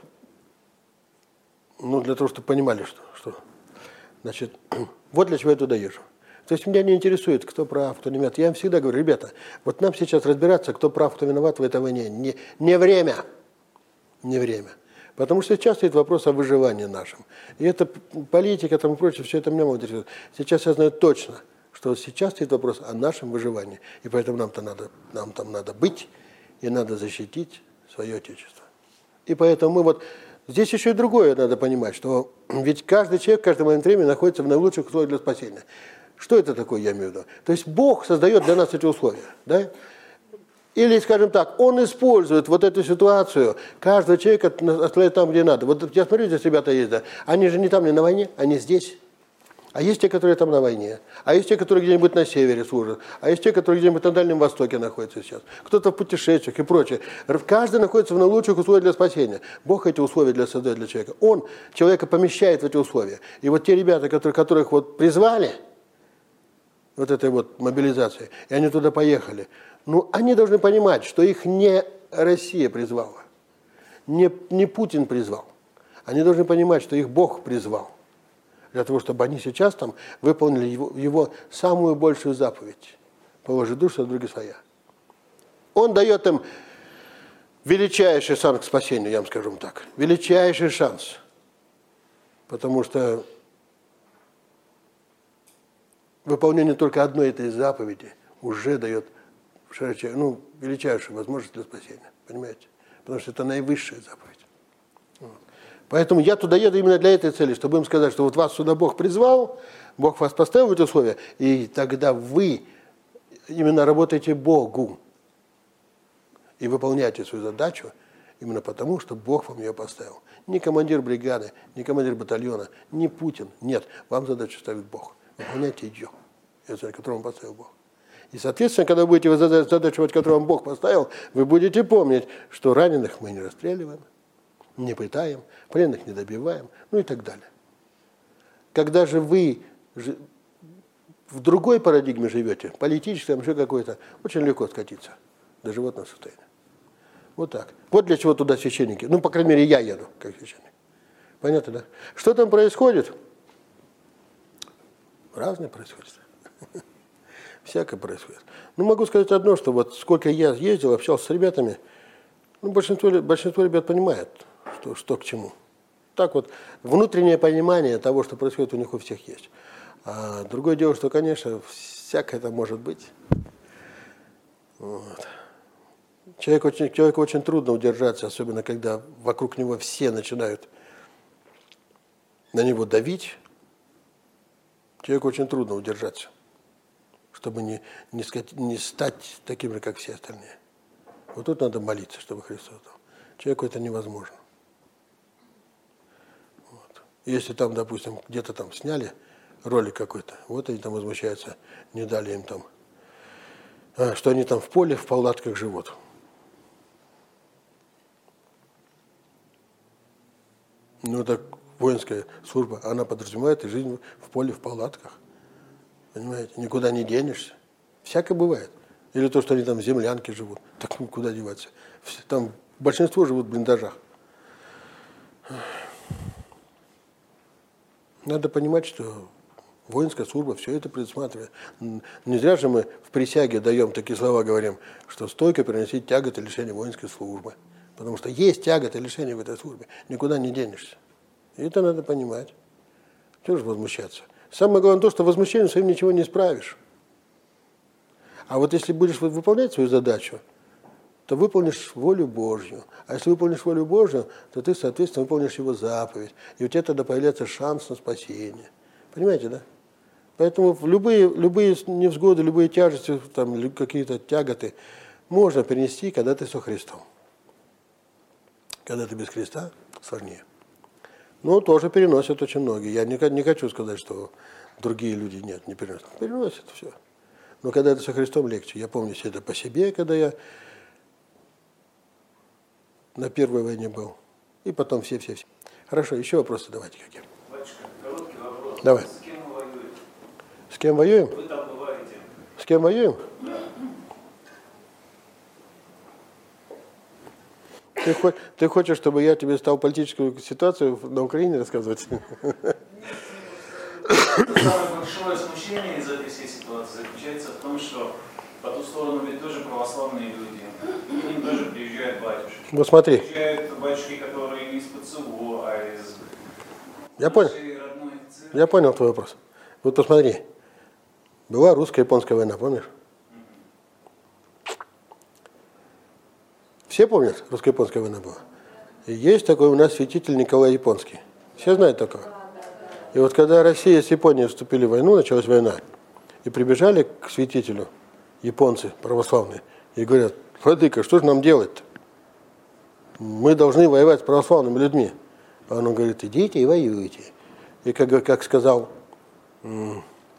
Ну, для того, чтобы понимали, что. Значит, вот для чего я туда езжу. То есть меня не интересует, кто прав, кто не виноват. Я им всегда говорю, ребята, вот нам сейчас разбираться, кто прав, кто виноват в этой войне. Не время. Не время. Потому что сейчас стоит вопрос о выживании нашем. И это политика, там и прочее, все это меня интересует. Сейчас я знаю точно, что сейчас стоит вопрос о нашем выживании. И поэтому нам там надо быть и надо защитить свое Отечество. И поэтому мы вот... Здесь еще и другое надо понимать, что ведь каждый человек в каждое момент времени находится в наилучших условиях для спасения. Что это такое, я имею в виду? То есть Бог создает для нас эти условия. Да? Или, скажем так, Он использует вот эту ситуацию, каждого человека оставляет там, где надо. Вот я смотрю, здесь ребята есть, да, они же не там, не на войне, они здесь. А есть те, которые там на войне. А есть те, которые где-нибудь на севере служат. А есть те, которые где-нибудь на Дальнем Востоке находятся сейчас. Кто-то в путешествиях и прочее. Каждый находится в наилучших условиях для спасения. Бог эти условия создает для человека. Он человека помещает в эти условия. И вот те ребята, которых вот призвали, вот этой вот мобилизации, и они туда поехали, ну, они должны понимать, что их не Россия призвала, не Путин призвал. Они должны понимать, что их Бог призвал. Для того, чтобы они сейчас там выполнили его самую большую заповедь. Положи душу за други своя. Он дает им величайший шанс к спасению, я вам скажу так. Величайший шанс. Потому что выполнение только одной этой заповеди уже дает величайшую возможность для спасения. Понимаете? Потому что это наивысшая заповедь. Поэтому я туда еду именно для этой цели, чтобы им сказать, что вот вас сюда Бог призвал, Бог вас поставил в эти условия, и тогда вы именно работаете Богу и выполняете свою задачу именно потому, что Бог вам ее поставил. Ни командир бригады, ни командир батальона, ни Путин. Нет, вам задачу ставит Бог. Выполняйте ее, которую вам поставил Бог. И, соответственно, когда вы будете выполнять задачу, которую вам Бог поставил, вы будете помнить, что раненых мы не расстреливаем, не пытаем, пленных не добиваем, ну и так далее. Когда же вы в другой парадигме живете, политической, еще какой-то, очень легко скатиться до животного состояния. Вот так. Вот для чего туда священники. Ну, по крайней мере, я еду, как священник. Понятно, да? Что там происходит? Разное происходит. Всякое происходит. Ну, могу сказать одно, что вот сколько я ездил, общался с ребятами, ну, большинство ребят понимает, что к чему. Так вот, внутреннее понимание того, что происходит у них у всех есть. А другое дело, что, конечно, всякое это может быть. Вот. Человеку очень трудно удержаться, особенно когда вокруг него все начинают на него давить. Человеку очень трудно удержаться, чтобы не стать таким же, как все остальные. Вот тут надо молиться, чтобы Христос дал. Человеку это невозможно. Вот. Если там, допустим, где-то там сняли ролик какой-то, вот они там возмущаются, не дали им там, что они там в поле, в палатках живут. Ну так воинская служба, она подразумевает и жизнь в поле, в палатках. Понимаете, никуда не денешься. Всякое бывает. Или то, что они там в землянке живут. Так куда деваться? Там большинство живут в блиндажах. Надо понимать, что воинская служба все это предусматривает. Не зря же мы в присяге даем такие слова, говорим, что стойко переносить тяготы и лишения воинской службы. Потому что есть тяготы и лишения в этой службе. Никуда не денешься. И это надо понимать. Чего же возмущаться? Самое главное то, что возмущением своим ничего не исправишь. А вот если будешь выполнять свою задачу, то выполнишь волю Божью. А если выполнишь волю Божью, то ты, соответственно, выполнишь его заповедь. И у тебя тогда появляется шанс на спасение. Понимаете, да? Поэтому любые невзгоды, любые тяжести, там, какие-то тяготы можно перенести, когда ты со Христом. Когда ты без Христа, сложнее. Но тоже переносят очень многие. Я не хочу сказать, что другие люди не переносят. Переносят все. Но когда это со Христом, легче. Я помню это по себе, когда я на первой войне был. И потом все. Хорошо, еще вопросы давайте какие. Батюшка, короткий вопрос. Давай. С кем мы воюем? С кем воюем? Вы там бываете. С кем воюем? Да. Ты хочешь, чтобы я тебе стал политическую ситуацию на Украине рассказывать? самое большое смущение из этой всей ситуации заключается в том, что по ту сторону ведь тоже православные люди. К ним тоже приезжают батюшки. Вот смотри. Приезжают батюшки, которые не из ПЦУ, а из Я понял. нашей родной церкви. Я понял твой вопрос. Вот посмотри. Была русско-японская война, помнишь? Все помнят, русско-японская война была? И есть такой у нас святитель Николай Японский. Все знают такого? И вот когда Россия с Японией вступили в войну, началась война, и прибежали к святителю японцы православные, и говорят: владыка, что же нам делать-то? Мы должны воевать с православными людьми. А он говорит: идите и воюйте. И как сказал в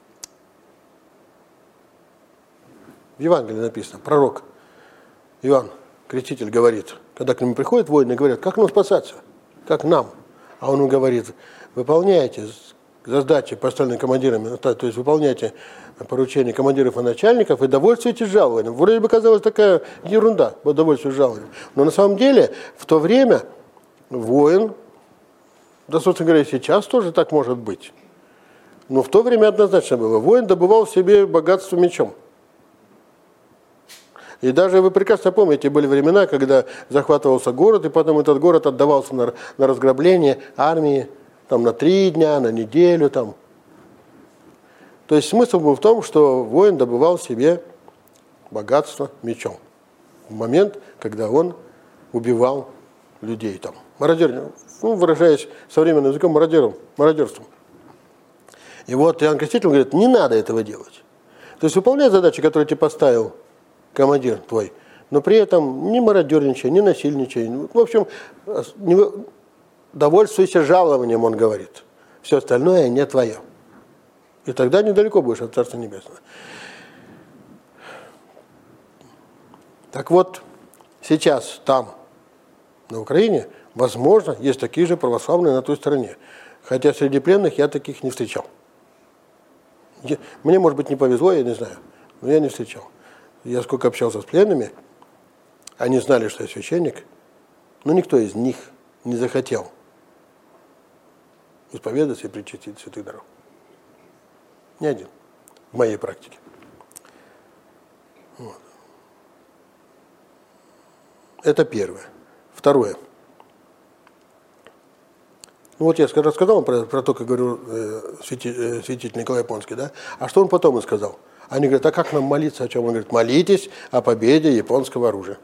Евангелии написано, пророк Иоанн Креститель говорит, когда к нему приходят воины и говорят: как нам спасаться? Как нам? А он им говорит: выполняйте задачи, поставленные командирами, то есть выполняйте поручения командиров и начальников и довольствуйтесь жалованием. Вроде бы казалось такая ерунда, довольствуйтесь жалованием. Но на самом деле в то время воин, да, собственно говоря, сейчас тоже так может быть, но в то время однозначно было, воин добывал себе богатство мечом. И даже вы прекрасно помните, были времена, когда захватывался город, и потом этот город отдавался на разграбление армии там, на 3 дня, на неделю. Там. То есть смысл был в том, что воин добывал себе богатство мечом. В момент, когда он убивал людей. Там. Мародер, выражаясь современным языком, мародерством. И вот Иоанн Креститель говорит: не надо этого делать. То есть выполняй задачи, которые тебе поставил командир твой, но при этом не мародерничай, не насильничай. В общем, довольствуйся жалованием, он говорит. Все остальное не твое. И тогда недалеко будешь от Царства Небесного. Так вот, сейчас там, на Украине, возможно, есть такие же православные на той стороне. Хотя среди пленных я таких не встречал. Мне, может быть, не повезло, я не знаю, но я не встречал. Я сколько общался с пленными, они знали, что я священник, но никто из них не захотел исповедаться и причастить святых даров. Ни один в моей практике. Вот. Это первое. Второе. Ну вот я рассказал вам про то, как говорил святитель Николай Японский, да? А что он потом и сказал? Они говорят: а как нам молиться, о чем? Он говорит: молитесь о победе японского оружия.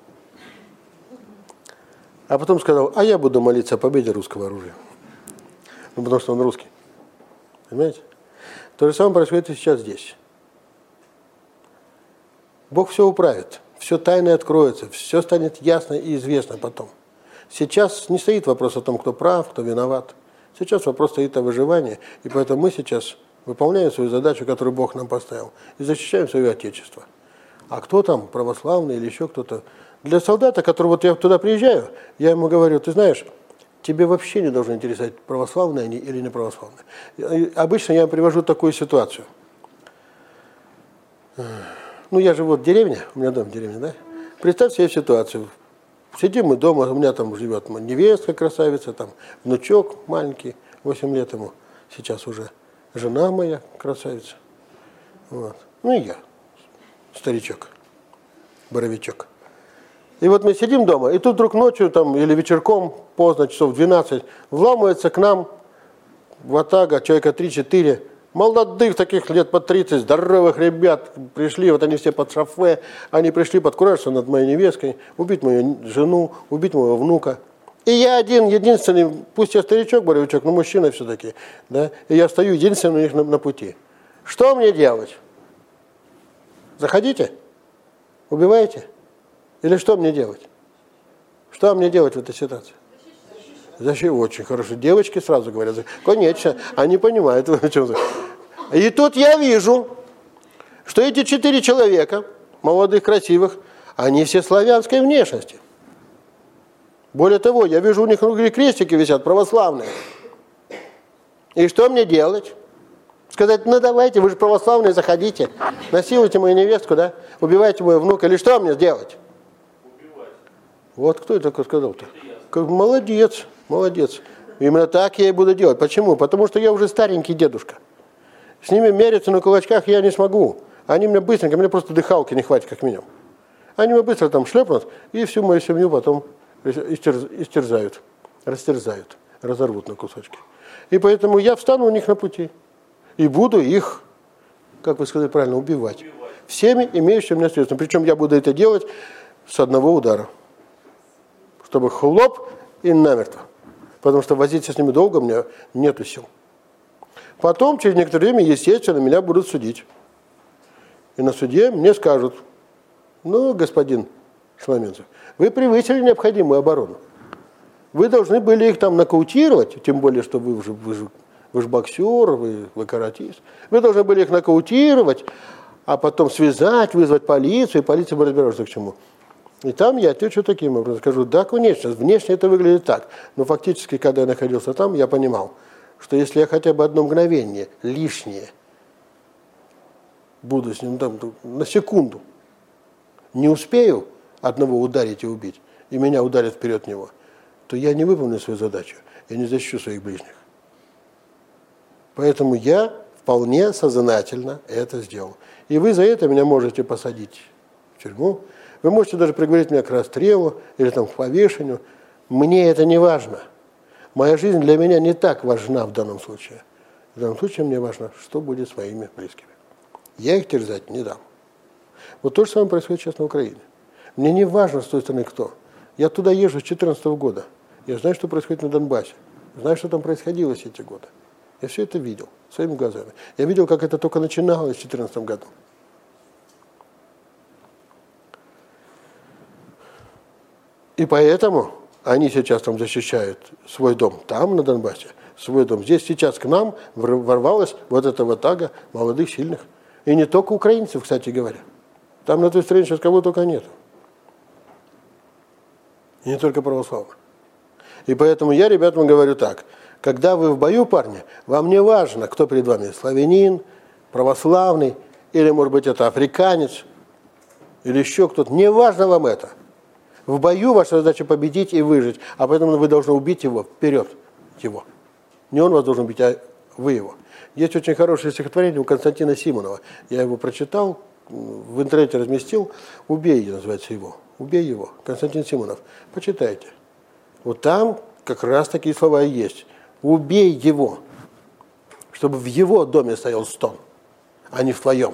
А потом сказал: а я буду молиться о победе русского оружия. Ну, потому что он русский. Понимаете? То же самое происходит и сейчас здесь. Бог все управит, все тайное откроется, все станет ясно и известно потом. Сейчас не стоит вопрос о том, кто прав, кто виноват. Сейчас вопрос стоит о выживании, и поэтому мы сейчас выполняем свою задачу, которую Бог нам поставил, и защищаем свое Отечество. А кто там, православный или еще кто-то? Для солдата, который вот я туда приезжаю, я ему говорю: ты знаешь, тебе вообще не должно интересовать, православные они или не православные. И обычно я привожу такую ситуацию. Ну, я живу в деревне, у меня дом в деревне, да? Представь себе ситуацию. Сидим мы дома, у меня там живет невестка красавица, там внучок маленький, 8 лет ему сейчас уже. Жена моя красавица. Вот. Ну и я, старичок, боровичок. И вот мы сидим дома, и тут вдруг ночью там, или вечерком, поздно, часов 12, вламывается к нам ватага, человека 3-4, молодых таких лет под 30, здоровых ребят пришли, вот они все под шофе, они пришли подкуражиться над моей невесткой, убить мою жену, убить моего внука. И я один, единственный, пусть я старичок, боровичок, но мужчина все-таки, да, и я стою единственный у них на пути. Что мне делать? Заходите? Убиваете? Или что мне делать? Что мне делать в этой ситуации? Зачем? Очень хорошо. Девочки сразу говорят: конечно, они понимают, о чем. И тут я вижу, что эти 4 человека, молодых, красивых, они все славянской внешности. Более того, я вижу, у них внутри крестики висят, православные. И что мне делать? Сказать: ну давайте, вы же православные, заходите, насилуйте мою невестку, да? Убивайте моего внука, или что мне сделать? Убивать. Вот кто это такой сказал-то? Молодец, молодец. Именно так я и буду делать. Почему? Потому что я уже старенький дедушка. С ними мериться на кулачках я не смогу. Они меня быстренько, мне просто дыхалки не хватит, как минимум. Они меня быстро там шлепнут и всю мою семью потом истерзают, растерзают, разорвут на кусочки. И поэтому я встану у них на пути и буду их, как вы сказали правильно, убивать. Всеми имеющими у меня средствами. Причем я буду это делать с одного удара. Чтобы хлоп и намертво. Потому что возиться с ними долго у меня нету сил. Потом, через некоторое время, естественно, меня будут судить. И на суде мне скажут: ну, господин Шломенцев, вы превысили необходимую оборону. Вы должны были их там нокаутировать, тем более, что вы же боксер, вы каратист. Вы должны были их нокаутировать, а потом связать, вызвать полицию, и полиция бы разбиралась, к чему. И там я отвечу таким образом, скажу: да, конечно, внешне это выглядит так. Но фактически, когда я находился там, я понимал, что если я хотя бы одно мгновение лишнее буду с ним там на секунду, не успею одного ударить и убить, и меня ударят вперед него, то я не выполню свою задачу, я не защищу своих ближних. Поэтому я вполне сознательно это сделал. И вы за это меня можете посадить в тюрьму, вы можете даже приговорить меня к расстрелу или там, к повешению. Мне это не важно. Моя жизнь для меня не так важна в данном случае. В данном случае мне важно, что будет с моими близкими. Я их терзать не дам. Вот то же самое происходит сейчас на Украине. Мне не важно, с той стороны кто. Я туда езжу с 2014 года. Я знаю, что происходит на Донбассе. Знаю, что там происходило все эти годы. Я все это видел своими глазами. Я видел, как это только начиналось в 2014 году. И поэтому они сейчас там защищают свой дом там, на Донбассе, свой дом. Здесь сейчас к нам ворвалась вот эта ватага молодых, сильных. И не только украинцев, кстати говоря. Там на той стороне сейчас кого только нет. И не только православных. И поэтому я ребятам говорю так: когда вы в бою, парни, вам не важно, кто перед вами, славянин, православный, или, может быть, это африканец, или еще кто-то. Не важно вам это. В бою ваша задача победить и выжить, а поэтому вы должны убить его вперед, его. Не он вас должен убить, а вы его. Есть очень хорошее стихотворение у Константина Симонова. Я его прочитал, в интернете разместил. «Убей» называется его. «Убей его». Константин Симонов. Почитайте. Вот там как раз такие слова и есть. «Убей его», чтобы в его доме стоял стон, а не в твоем.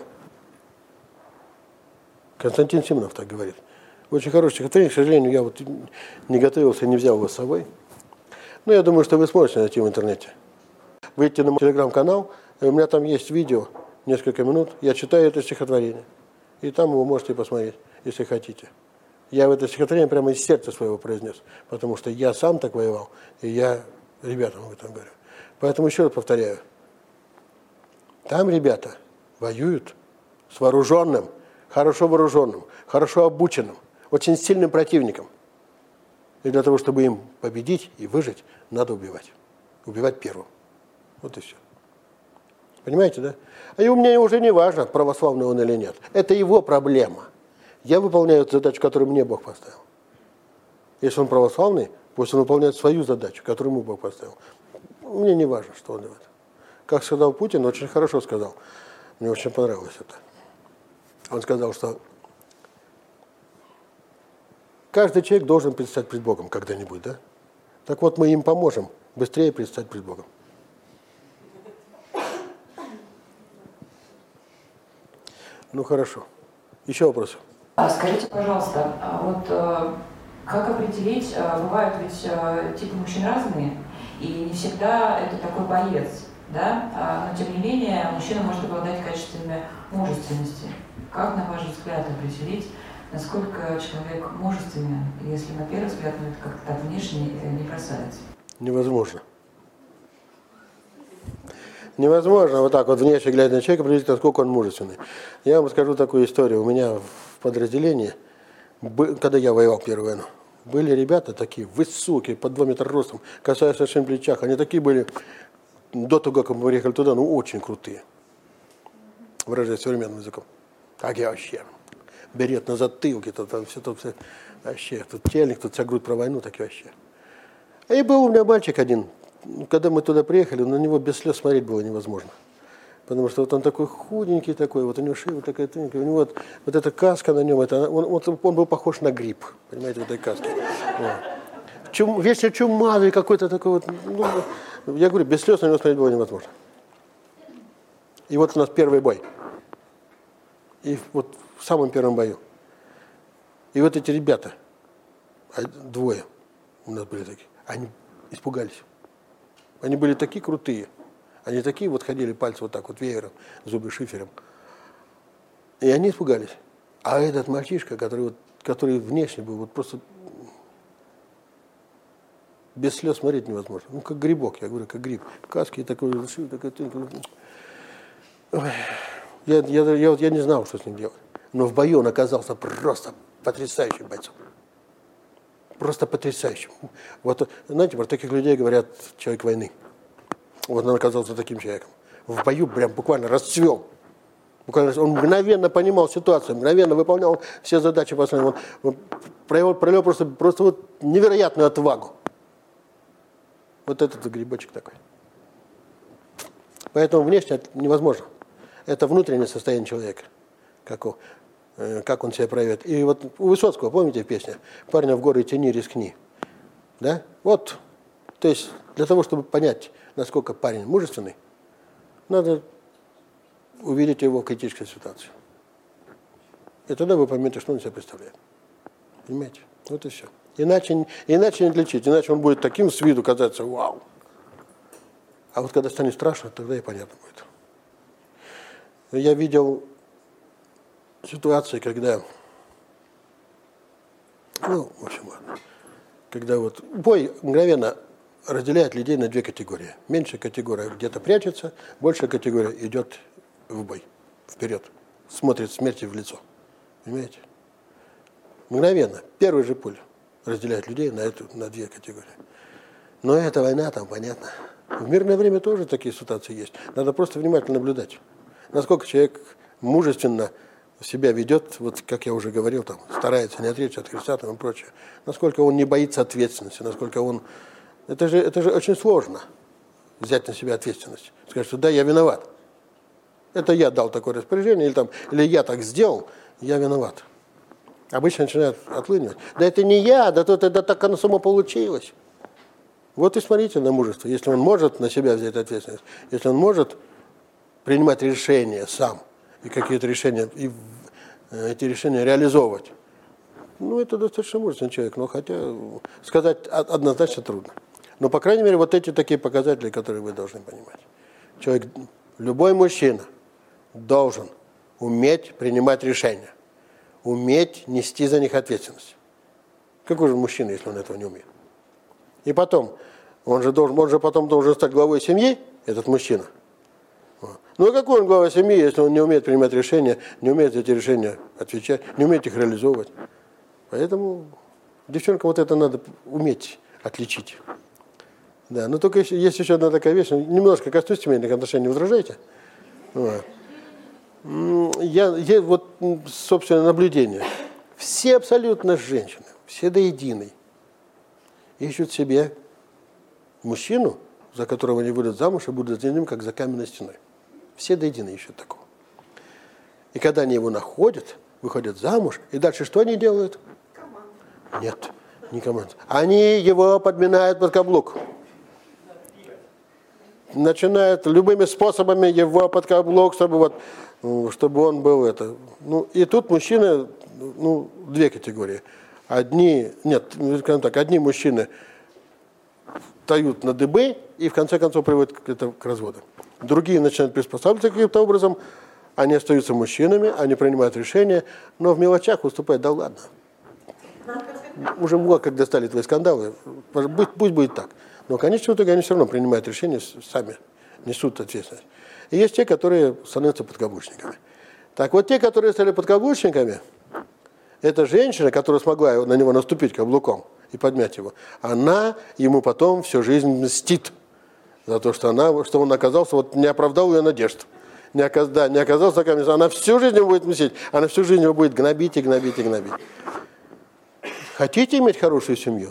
Константин Симонов так говорит. Очень хорошее стихотворение. К сожалению, я вот не готовился, не взял его с собой. Но я думаю, что вы сможете найти в интернете. Выйдите на мой телеграм-канал, и у меня там есть видео, несколько минут. Я читаю это стихотворение. И там вы можете посмотреть, если хотите. Я в это стихотворение прямо из сердца своего произнес, потому что я сам так воевал, и я ребятам об этом говорю. Поэтому еще раз повторяю. Там ребята воюют с вооруженным, хорошо обученным, очень сильным противником. И для того, чтобы им победить и выжить, надо убивать. Убивать первым. Вот и все. Понимаете, да? А и мне уже не важно, православный он или нет. Это его проблема. Я выполняю эту задачу, которую мне Бог поставил. Если он православный, пусть он выполняет свою задачу, которую ему Бог поставил. Мне не важно, что он делает. Как сказал Путин, очень хорошо сказал. Мне очень понравилось это. Он сказал, что каждый человек должен предстать пред Богом когда-нибудь, да? Так вот, мы им поможем быстрее предстать пред Богом. Ну, хорошо. Еще вопросы? Скажите, пожалуйста, как определить, бывают ведь типы мужчин разные, и не всегда это такой боец, да? Но тем не менее, мужчина может обладать качествами мужественности. Как, на ваш взгляд, определить, насколько человек мужественен, если на первый взгляд, это как-то так внешне не бросается? Невозможно. Невозможно вот так вот внешне глядя на человека определить, насколько он мужественный. Я вам расскажу такую историю. У меня в подразделении, когда я воевал первую войну, были ребята такие высокие, под 2 метра ростом, касаясь на плечах. Они такие были, до того, как мы приехали туда, ну очень крутые. Выражаясь современным языком. Как я вообще. Берет на затылке, тут все вообще. Тут тельник, тут вся грудь про войну, так и вообще. И был у меня мальчик один. Когда мы туда приехали, на него без слез смотреть было невозможно. Потому что вот он такой худенький такой, вот у него шея вот такая тоненькая, у него вот эта каска на нем, он был похож на гриб, понимаете, в этой каске. Вот. Вечно чумазый какой-то такой вот. Ну, я говорю, без слез на него смотреть было невозможно. И вот у нас первый бой. И вот в самом первом бою. И вот эти ребята, двое у нас были такие, они испугались. Они были такие крутые. Они такие вот ходили, пальцы вот так вот веером, зубы шифером. И они испугались. А этот мальчишка, который внешне был, вот просто без слез смотреть невозможно. Ну, как грибок, я говорю, как гриб. Каски такой, такой. Я не знал, что с ним делать. Но в бою он оказался просто потрясающим бойцом. Просто потрясающим. Вот, знаете, про таких людей говорят человек войны. Вот он оказался таким человеком. В бою прям буквально расцвел. Буквально, он мгновенно понимал ситуацию, мгновенно выполнял все задачи по своему. Он проявил просто вот невероятную отвагу. Вот этот грибочек такой. Поэтому внешне это невозможно. Это внутреннее состояние человека. Как он себя проявит. И вот у Высоцкого, помните песня «Парня в горы тяни, рискни». Да? Вот. То есть для того, чтобы понять, насколько парень мужественный, надо увидеть его в критической ситуации. И тогда вы поймете, что он себя представляет. Понимаете? Вот и все. Иначе не отличить. Иначе он будет таким с виду казаться, вау. А вот когда станет страшно, тогда и понятно будет. Я видел ситуации, когда, в общем, ладно, когда вот бой мгновенно разделяет людей на две категории. Меньшая категория где-то прячется, большая категория идет в бой, вперед, смотрит смерти в лицо. Понимаете? Мгновенно, первый же пуль разделяет людей на две категории. Но эта война там, понятно. В мирное время тоже такие ситуации есть. Надо просто внимательно наблюдать. Насколько человек мужественно себя ведет, вот как я уже говорил, там, старается не отречься от Христа там, и прочее. Насколько он не боится ответственности, насколько он... Это же очень сложно взять на себя ответственность. Сказать, что да, я виноват. Это я дал такое распоряжение, или я так сделал, я виноват. Обычно начинают отлынивать. Да это не я, да так оно само получилось. Вот и смотрите на мужество. Если он может на себя взять ответственность, если он может принимать решения сам, и какие-то решения, и эти решения реализовывать, это достаточно мужественный человек. Но хотя сказать однозначно трудно. Но, по крайней мере, вот эти такие показатели, которые вы должны понимать. Человек, любой мужчина должен уметь принимать решения, уметь нести за них ответственность. Какой же мужчина, если он этого не умеет? И потом, он же потом должен стать главой семьи, этот мужчина. Ну а какой он глава семьи, если он не умеет принимать решения, не умеет эти решения отвечать, не умеет их реализовывать? Поэтому девчонкам вот это надо уметь отличить. Да, но только есть еще одна такая вещь, немножко коснусь семейных отношений, не возражаете? Вот. Я вот, собственно, наблюдение. Все абсолютно женщины, все до единой, ищут себе мужчину, за которого они выйдут замуж и будут за ним, как за каменной стеной. Все до единой ищут такого. И когда они его находят, выходят замуж, и дальше что они делают? Команда. Нет, не команда. Они его подминают под каблук. Начинают любыми способами его под каблук, чтобы он был это. И тут мужчины, две категории. Одни мужчины встают на дыбы и в конце концов приводят к разводу. Другие начинают приспосабливаться каким-то образом, они остаются мужчинами, они принимают решения, но в мелочах уступают, да ладно. Уже много, как достали твои скандалы, пусть будет так. Но в конечном итоге они все равно принимают решения, сами несут ответственность. И есть те, которые становятся подкаблучниками. Так вот, те, которые стали подкаблучниками, это женщина, которая смогла на него наступить каблуком и подмять его, она ему потом всю жизнь мстит за то, что он оказался, не оправдал ее надежд. Не оказался такая, она всю жизнь его будет мстить, она всю жизнь его будет гнобить и гнобить и гнобить. Хотите иметь хорошую семью?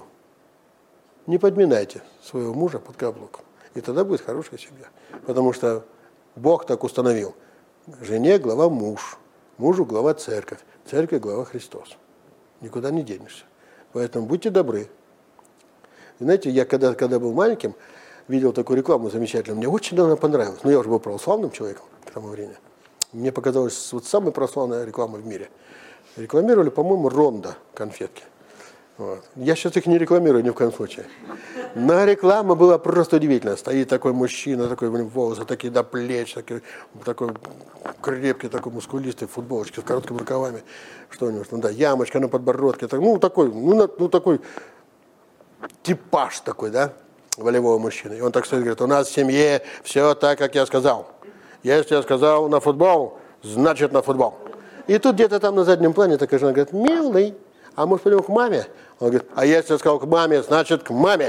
Не подминайте своего мужа под каблук. И тогда будет хорошая семья. Потому что Бог так установил. Жене глава муж, мужу глава церковь, церкви глава Христос. Никуда не денешься. Поэтому будьте добры. Знаете, я когда был маленьким, видел такую рекламу замечательную, мне очень она понравилась. Но я уже был православным человеком к тому времени. Мне показалось, вот самая православная реклама в мире. Рекламировали, по-моему, Рондо конфетки. Вот. Я сейчас их не рекламирую ни в коем случае. Но реклама была просто удивительная. Стоит такой мужчина, такой волосы, такие до плеч, такой крепкий, такой мускулистый, в футболочке с короткими рукавами. Что у него? Ну да, ямочка на подбородке. Такой типаж такой, да, волевого мужчины. И он так стоит и говорит: у нас в семье все так, как я сказал. Если я сказал на футбол, значит на футбол. И тут где-то там на заднем плане такая жена говорит: милый, а может пойдем к маме? Он говорит: а если я сказал к маме, значит к маме.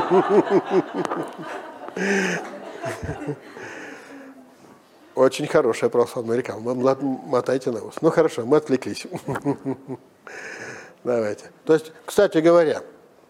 Очень хорошая православная реклама. Мотайте на ус. Ну хорошо, мы отвлеклись. Давайте. То есть, кстати говоря,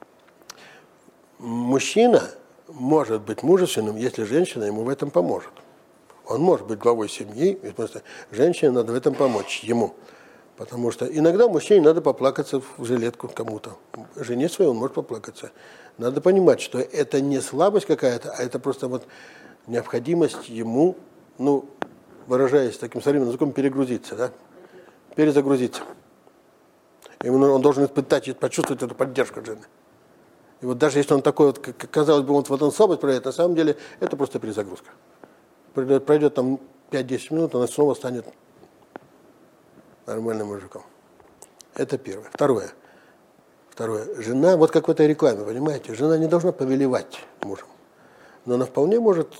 мужчина может быть мужественным, если женщина ему в этом поможет. Он может быть главой семьи, и просто женщине надо в этом помочь ему. Потому что иногда мужчине надо поплакаться в жилетку кому-то. Жене своей он может поплакаться. Надо понимать, что это не слабость какая-то, а это просто вот необходимость ему, ну, выражаясь таким современным языком, перегрузиться, да? Перезагрузиться. Он должен испытать, почувствовать эту поддержку жены. И вот даже если он такой, вот, казалось бы, он в этом слабость проявляет, на самом деле это просто перезагрузка. Пройдет там 5-10 минут, она снова станет нормальным мужиком. Это первое. Второе. Жена, вот как в этой рекламе, понимаете, жена не должна повелевать мужем. Но она вполне может...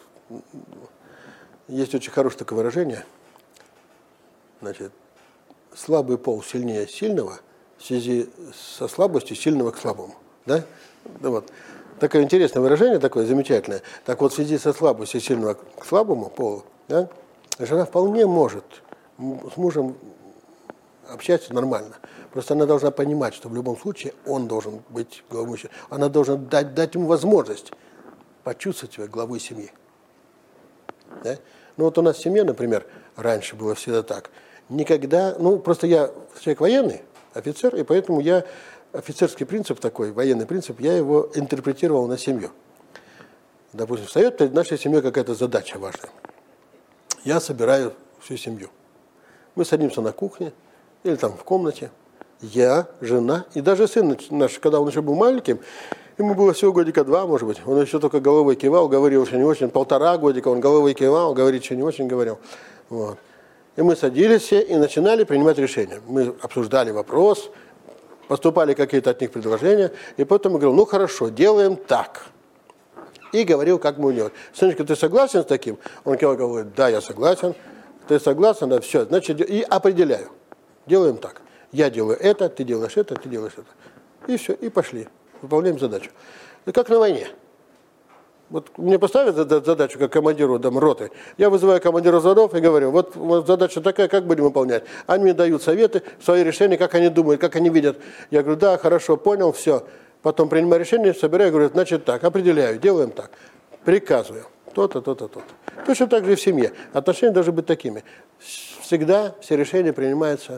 Есть очень хорошее такое выражение. Значит, слабый пол сильнее сильного в связи со слабостью сильного к слабому. Да? Вот. Такое интересное выражение, такое замечательное. Так вот, в связи со слабостью сильного к слабому полу, да, жена вполне может с мужем общаться нормально. Просто она должна понимать, что в любом случае он должен быть главой мужчины. Она должна дать ему возможность почувствовать себя главой семьи. Да? Ну вот у нас в семье, например, раньше было всегда так. Никогда, ну просто я человек военный, офицер, и поэтому я офицерский принцип такой, военный принцип, я его интерпретировал на семью. Допустим, встает перед нашей семьей какая-то задача важная. Я собираю всю семью. Мы садимся на кухне или там в комнате. Я, жена и даже сын наш, когда он еще был маленьким, ему было всего годика 2, может быть, он еще только головой кивал, говорил еще не очень, 1,5 годика, он головой кивал, говорить еще не очень говорил. Вот. И мы садились все и начинали принимать решения. Мы обсуждали вопрос, поступали какие-то от них предложения, и потом я говорил: ну хорошо, делаем так. И говорил, как мы делаем. Сыночка, ты согласен с таким? Он кивал, говорит: да, я согласен. Ты согласен? Да, все. Значит, и определяю. Делаем так. Я делаю это, ты делаешь это, ты делаешь это. И все, и пошли. Выполняем задачу. Это как на войне. Вот мне поставят задачу как командиру роты. Я вызываю командира взводов и говорю: вот задача такая, как будем выполнять? Они мне дают советы, свои решения, как они думают, как они видят. Я говорю: да, хорошо, понял, все. Потом принимаю решение, собираю, говорю: значит так, определяю, делаем так. Приказываю. То-то, то-то, то-то. Точно так же и в семье. Отношения должны быть такими. Всегда все решения принимаются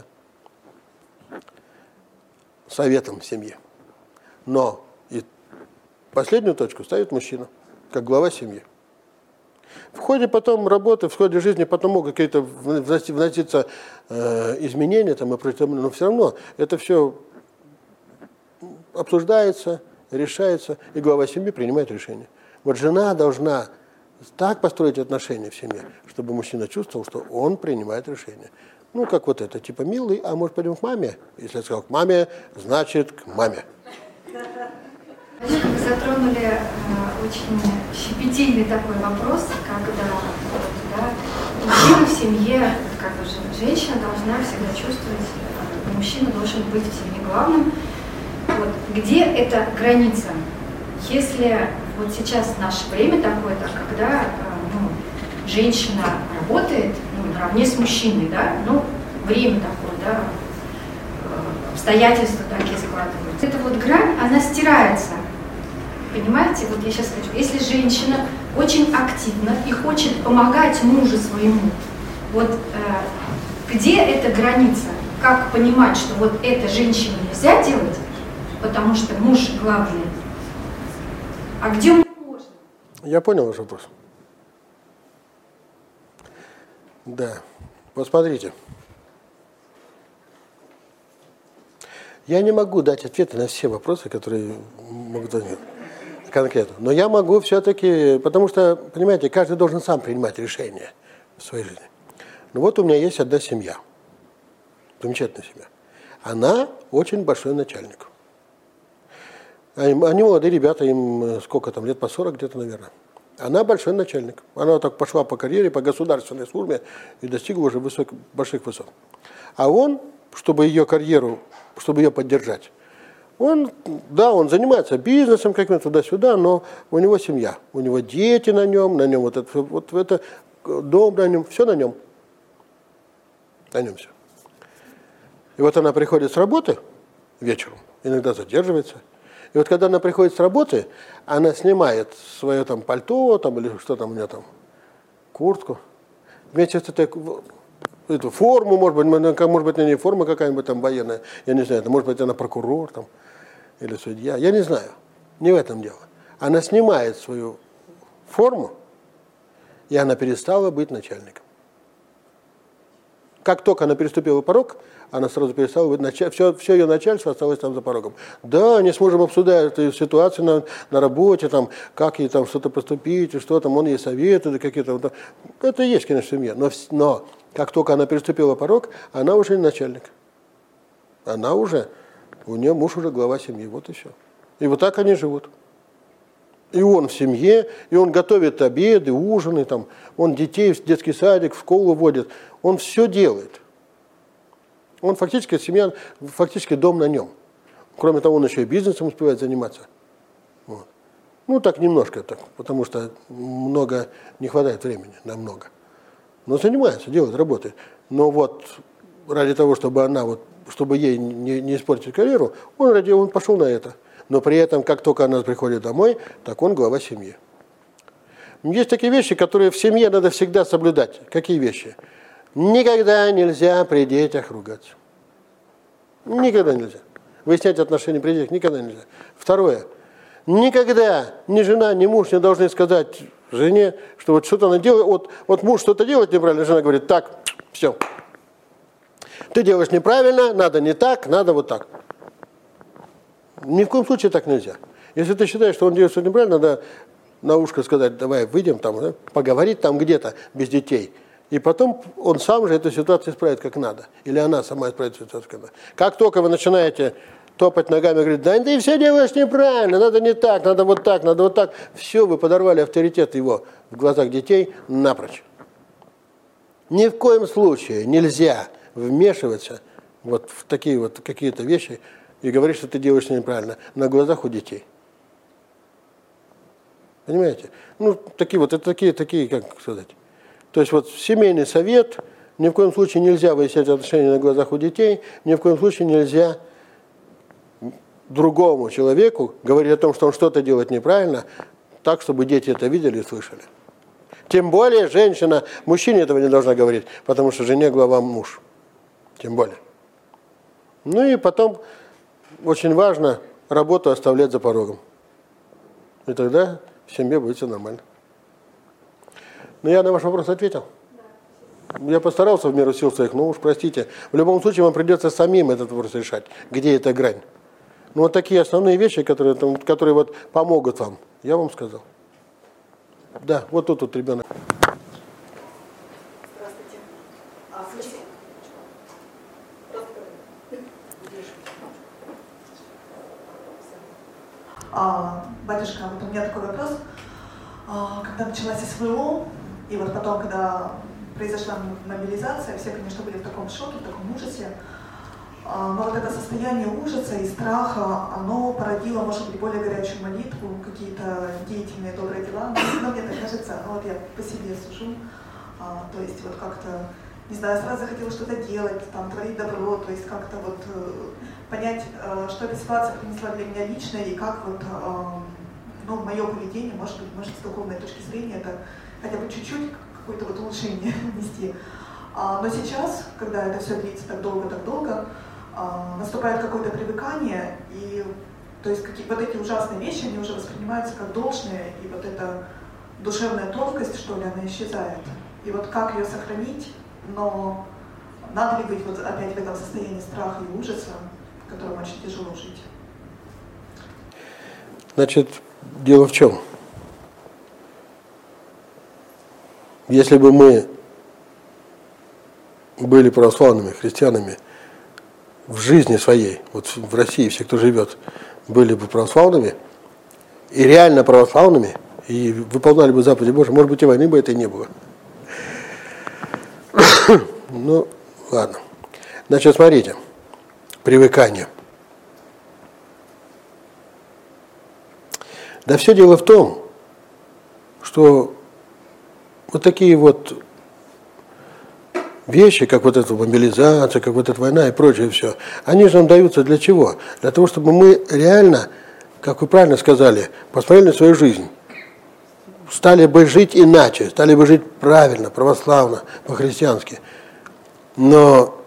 советом в семье. Но и последнюю точку ставит мужчина, как глава семьи. В ходе потом работы, в ходе жизни потом могут какие-то вноситься изменения, там, и прочее, но все равно это все обсуждается, решается, и глава семьи принимает решение. Вот жена должна так построить отношения в семье, чтобы мужчина чувствовал, что он принимает решение. Ну, как вот это, типа: милый, а может пойдем к маме? Если я сказал к маме, значит к маме. Вы затронули очень щепетильный такой вопрос, когда мужчина в семье, как бы женщина должна всегда чувствовать, мужчина должен быть в семье главным. Вот, где эта граница? Если вот сейчас наше время такое-то, когда женщина работает наравне с мужчиной, да, время такое, да, обстоятельства такие складываются. Эта вот грань, она стирается. Понимаете, вот я сейчас скажу, если женщина очень активно и хочет помогать мужу своему. Вот где эта граница? Как понимать, что вот это женщине нельзя делать, потому что муж главный, а где можно? Я понял ваш вопрос. Да, вот смотрите. Я не могу дать ответы на все вопросы, которые могут возникнуть конкретно. Но я могу все-таки, потому что, понимаете, каждый должен сам принимать решения в своей жизни. Ну вот у меня есть одна семья. Замечательная семья. Она очень большой начальник. Они молодые ребята, им сколько там, лет по 40 где-то, наверное. Она большой начальник. Она так пошла по карьере, по государственной службе и достигла уже больших высот. А он, чтобы ее карьеру, чтобы ее поддержать, он занимается бизнесом каким-то туда-сюда, но у него семья, у него дети на нем вот это дом на нем, все на нем. На нем все. И вот она приходит с работы вечером, иногда задерживается. И вот когда она приходит с работы, она снимает свое там пальто, там, или что там у нее там, куртку, вместе с эту форму, может быть, не форма какая-нибудь там военная, я не знаю, может быть, она прокурор там, или судья, я не знаю, не в этом дело. Она снимает свою форму, и она перестала быть начальником. Как только она переступила порог, она сразу перестала быть начальником, все ее начальство осталось там за порогом. Да, они с мужем обсуждают эту ситуацию на работе, там, как ей там что-то поступить, и что там, он ей советует, какие-то. Это и есть, конечно, в семье. Но как только она переступила порог, она уже не начальник. Она уже, у нее муж уже глава семьи, вот и все. И вот так они живут. И он в семье, и он готовит обеды, ужины, там, он детей в детский садик, в школу водит. Он все делает. Он фактически, семья, фактически дом на нем. Кроме того, он еще и бизнесом успевает заниматься. Вот. Ну, так немножко, так, потому что много не хватает времени на много. Но занимается, делает, работает. Но вот ради того, чтобы она, чтобы ей не испортить карьеру, он пошел на это. Но при этом, как только она приходит домой, так он глава семьи. Есть такие вещи, которые в семье надо всегда соблюдать. Какие вещи? Никогда нельзя при детях ругаться. Никогда нельзя. Выяснять отношения при детях никогда нельзя. Второе. Никогда ни жена, ни муж не должны сказать жене, что вот что-то она делает, вот муж что-то делает неправильно, жена говорит, так, все. Ты делаешь неправильно, надо не так, надо вот так. Ни в коем случае так нельзя. Если ты считаешь, что он делает что-то неправильно, надо на ушко сказать, давай выйдем там, да, поговорить там где-то без детей. И потом он сам же эту ситуацию исправит как надо. Или она сама исправит ситуацию как надо. Как только вы начинаете топать ногами и говорить, да ты все делаешь неправильно, надо не так, надо вот так, надо вот так. Все, вы подорвали авторитет его в глазах детей напрочь. Ни в коем случае нельзя вмешиваться вот в такие вот какие-то вещи и говорить, что ты делаешь неправильно на глазах у детей. Понимаете? Ну, такие, как сказать. То есть вот семейный совет, ни в коем случае нельзя выяснять отношения на глазах у детей, ни в коем случае нельзя другому человеку говорить о том, что он что-то делает неправильно, так, чтобы дети это видели и слышали. Тем более женщина, мужчине этого не должна говорить, потому что жене глава муж. Тем более. Ну и потом очень важно работу оставлять за порогом. И тогда в семье будет все нормально. Ну, я на ваш вопрос ответил. Я постарался в меру сил своих, но уж простите. В любом случае вам придется самим этот вопрос решать, где эта грань. Ну, вот такие основные вещи, которые вот помогут вам, я вам сказал. Да, вот тут ребенок. Здравствуйте. Батюшка, вот у меня такой вопрос. Когда началась СВО, и вот потом, когда произошла мобилизация, все, конечно, были в таком шоке, в таком ужасе. Но вот это состояние ужаса и страха, оно породило, может быть, более горячую молитву, какие-то деятельные добрые дела. Но мне так кажется, вот я по себе сужу, то есть вот как-то, не знаю, сразу захотела что-то делать, там, творить добро, то есть как-то вот понять, что эта ситуация принесла для меня лично, и как вот ну, мое поведение, может быть, с духовной точки зрения, это хотя бы чуть-чуть какое-то вот улучшение внести. Но сейчас, когда это все длится так долго, наступает какое-то привыкание, и то есть вот эти ужасные вещи, они уже воспринимаются как должные, и вот эта душевная тонкость, что ли, она исчезает. И вот как ее сохранить, но надо ли быть вот опять в этом состоянии страха и ужаса, в котором очень тяжело жить? Значит, дело в чем? Если бы мы были православными христианами в жизни своей, вот в России все, кто живет, были бы православными, и реально православными, и выполняли бы заповеди Божьи, может быть, и войны бы этой не было. Ну, ладно. Значит, смотрите, привыкание. Да все дело в том, что вот такие вот вещи, как вот эта мобилизация, как вот эта война и прочее все, они же нам даются для чего? Для того, чтобы мы реально, как вы правильно сказали, посмотрели на свою жизнь, стали бы жить иначе, стали бы жить правильно, православно, по-христиански. Но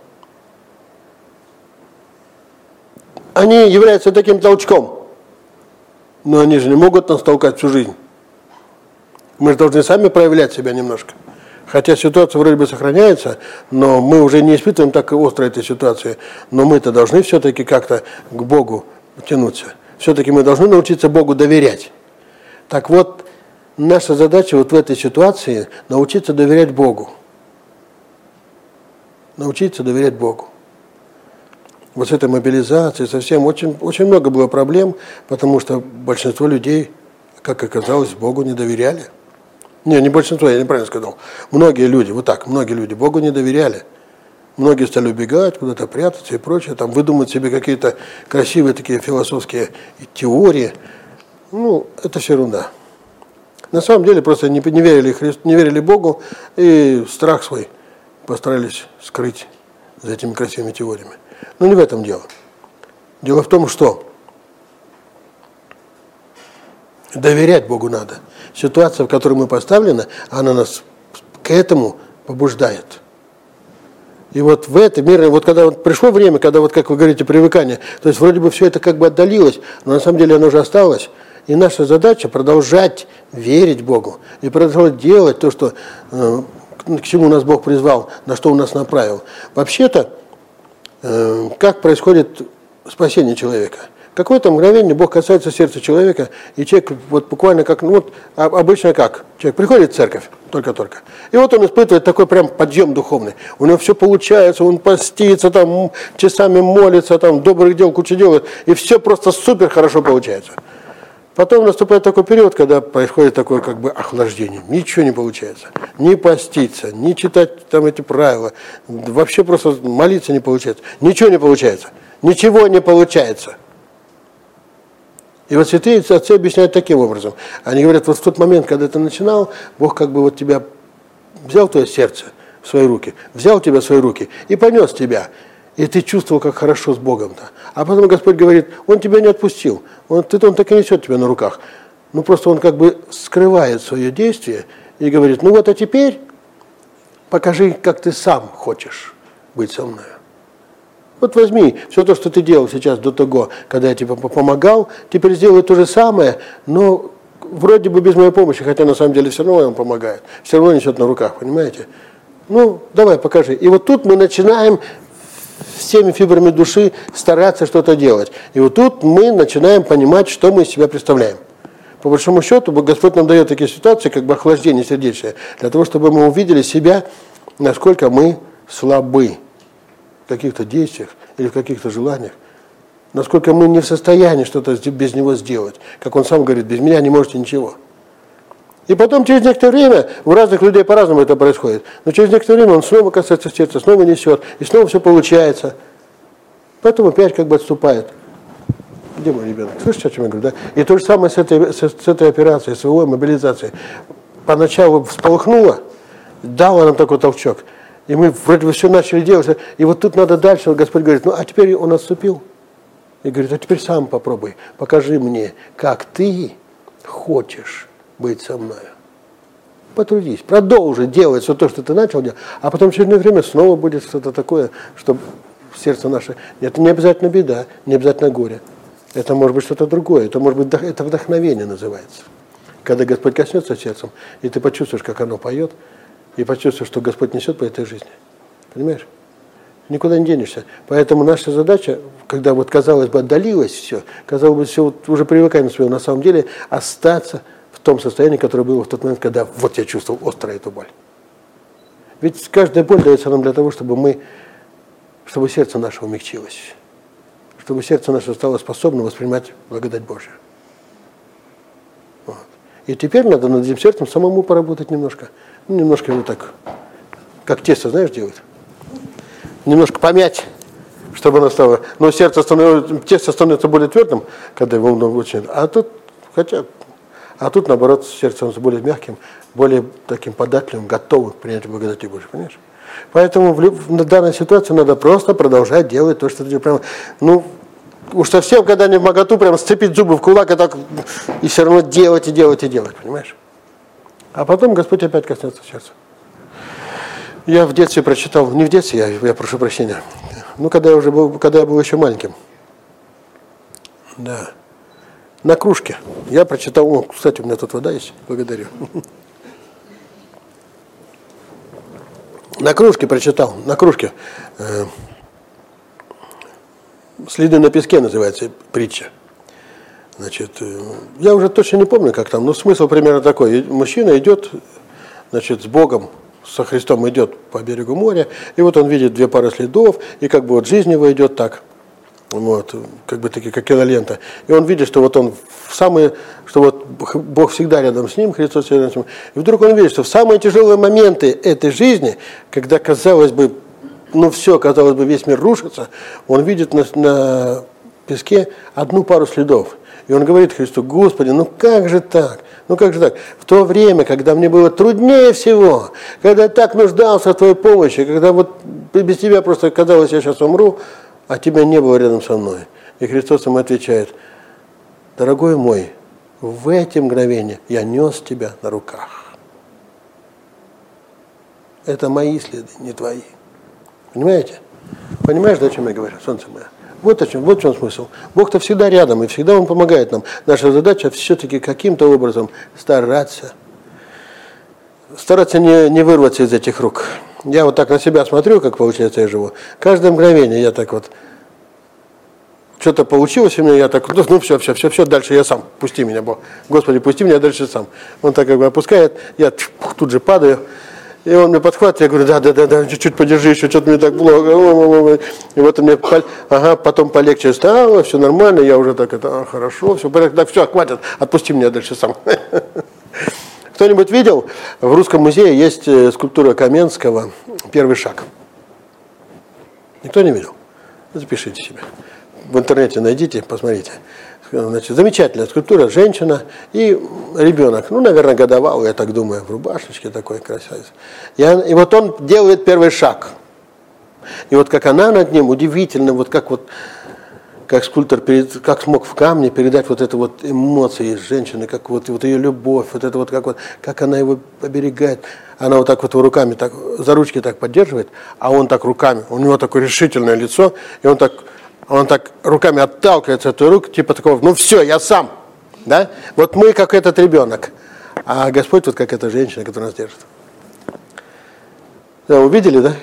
они являются таким толчком, но они же не могут нас толкать всю жизнь. Мы же должны сами проявлять себя немножко. Хотя ситуация вроде бы сохраняется, но мы уже не испытываем так остро этой ситуации. Но мы-то должны все-таки как-то к Богу тянуться. Все-таки мы должны научиться Богу доверять. Так вот, наша задача вот в этой ситуации научиться доверять Богу. Научиться доверять Богу. Вот с этой мобилизацией, совсем очень много было проблем, потому что большинство людей, как оказалось, Богу не доверяли. Не большинство, я неправильно сказал. Многие люди, вот так, многие люди Богу не доверяли. Многие стали убегать, куда-то прятаться и прочее, там выдумать себе какие-то красивые такие философские теории. Ну, это все ерунда. На самом деле просто не верили Богу и страх свой постарались скрыть за этими красивыми теориями. Но не в этом дело. Дело в том, что доверять Богу надо. Ситуация, в которой мы поставлены, она нас к этому побуждает. И вот в этом мире, вот когда вот пришло время, когда вот, как вы говорите, привыкание, то есть вроде бы все это как бы отдалилось, но на самом деле оно уже осталось. И наша задача продолжать верить Богу и продолжать делать то, что, к чему нас Бог призвал, на что Он нас направил. Вообще-то, как происходит спасение человека? Какое-то мгновение Бог касается сердца человека, и человек вот буквально как, ну вот обычно как, человек приходит в церковь только-только, и вот он испытывает такой прям подъем духовный, у него все получается, он постится, там часами молится, там добрых дел куча делает, и все просто супер хорошо получается. Потом наступает такой период, когда происходит такое как бы охлаждение, ничего не получается, ни поститься, ни читать там эти правила, вообще просто молиться не получается, ничего не получается, ничего не получается. И вот святые отцы объясняют таким образом. Они говорят, вот в тот момент, когда ты начинал, Бог как бы вот тебя взял твое сердце в свои руки, взял тебя в свои руки и понес тебя. И ты чувствовал, как хорошо с Богом-то. А потом Господь говорит, Он тебя не отпустил, Он так и несет тебя на руках. Ну просто Он как бы скрывает свое действие и говорит, ну вот а теперь покажи, как ты сам хочешь быть со мной. Вот возьми все то, что ты делал сейчас до того, когда я тебе помогал, теперь сделай то же самое, но вроде бы без моей помощи, хотя на самом деле все равно он помогает, все равно несет на руках, понимаете? Ну, давай, покажи. И вот тут мы начинаем всеми фибрами души стараться что-то делать. И вот тут мы начинаем понимать, что мы из себя представляем. По большому счету, Господь нам дает такие ситуации, как бы охлаждение сердечное, для того, чтобы мы увидели себя, насколько мы слабы в каких-то действиях или в каких-то желаниях, насколько мы не в состоянии что-то без Него сделать. Как Он сам говорит, без меня не можете ничего. И потом через некоторое время, у разных людей по-разному это происходит, но через некоторое время Он снова касается сердца, снова несет, и снова все получается. Потом опять как бы отступает. Где мой ребенок? Слышите, о чем я говорю, да? И то же самое с этой операцией, с его мобилизацией. Поначалу всполыхнуло, дало нам такой толчок. И мы вроде бы все начали делать. И вот тут надо дальше. Господь говорит, ну а теперь Он отступил. И говорит, а теперь сам попробуй. Покажи мне, как ты хочешь быть со мной? Потрудись, продолжи делать все то, что ты начал делать, а потом через некоторое время снова будет что-то такое, чтобы сердце наше... Это не обязательно беда, не обязательно горе. Это может быть что-то другое, это может быть это вдохновение называется. Когда Господь коснется сердцем, и ты почувствуешь, как оно поет, и почувствуешь, что Господь несет по этой жизни. Понимаешь? Никуда не денешься. Поэтому наша задача, когда вот, казалось бы, отдалилось все, казалось бы, все вот, уже привыкаем к своему, на самом деле остаться в том состоянии, которое было в тот момент, когда вот я чувствовал остро эту боль. Ведь каждая боль дается нам для того, чтобы сердце наше умягчилось, чтобы сердце наше стало способно воспринимать благодать Божию. Вот. И теперь надо над этим сердцем самому поработать немножко. Ну, немножко его так, как тесто, знаешь, делают. Немножко помять, чтобы оно стало. Но тесто становится более твердым, когда его много очень. А тут наоборот, сердце становится более мягким, более таким податливым, готовым к принятию благодати Божьей, понимаешь? Поэтому в данной ситуации надо просто продолжать делать то, что ты прямо, уж совсем, когда не в моготу, прям сцепить зубы в кулак и все равно делать, понимаешь? А потом Господь опять коснется сердца. Я в детстве прочитал, не в детстве, я прошу прощения, когда я был еще маленьким. Да. На кружке. Я прочитал, кстати, у меня тут вода есть, благодарю. На кружке прочитал, «Следы на песке» называется притча. Значит, я уже точно не помню, как там, но смысл примерно такой. Мужчина идет, значит, с Богом, со Христом идет по берегу моря, и вот он видит 2 пары следов, и как бы вот жизнь его идет так, вот, как бы таки, как кинолента. И он видит, что вот он что вот Бог всегда рядом с ним, Христос всегда с ним. И вдруг он видит, что в самые тяжелые моменты этой жизни, когда, казалось бы, весь мир рушится, он видит на песке 1 пару следов. И он говорит Христу: Господи, как же так? В то время, когда мне было труднее всего, когда я так нуждался в Твоей помощи, когда вот без Тебя просто казалось, я сейчас умру, а Тебя не было рядом со мной. И Христос ему отвечает: дорогой мой, в эти мгновения я нес Тебя на руках. Это мои следы, не твои. Понимаете? Понимаешь, о чем я говорю, солнце мое? Вот в чем смысл. Бог-то всегда рядом, и всегда Он помогает нам. Наша задача все-таки каким-то образом стараться не вырваться из этих рук. Я вот так на себя смотрю, как получается я живу. Каждое мгновение я так вот, что-то получилось у меня, я так, все, дальше я сам, пусти меня, Бог. Господи, пусти меня дальше сам. Он так как бы опускает, я тут же падаю. И он мне подхватывает, я говорю, да, чуть-чуть подержи, еще что-то мне так плохо. И вот он мне, потом полегче стало, все нормально, я уже так, хорошо, все, так, все, хватит, отпусти меня дальше сам. Кто-нибудь видел? В Русском музее есть скульптура Каменского «Первый шаг». Никто не видел? Запишите себе. В интернете найдите, посмотрите. Значит, замечательная скульптура, женщина и ребенок, наверное, годовалый, я так думаю, в рубашечке такой красавец. И вот он делает первый шаг. И вот как она над ним, удивительно, как скульптор, как смог в камне передать вот это вот эмоции женщины, как вот ее любовь, как она его оберегает. Она вот так вот руками так, за ручки так поддерживает, а он так руками, у него такое решительное лицо, и он так руками отталкивается от той руки, типа такого, все, я сам. Да? Вот мы как этот ребенок, а Господь вот как эта женщина, которая нас держит. Да, увидели, да?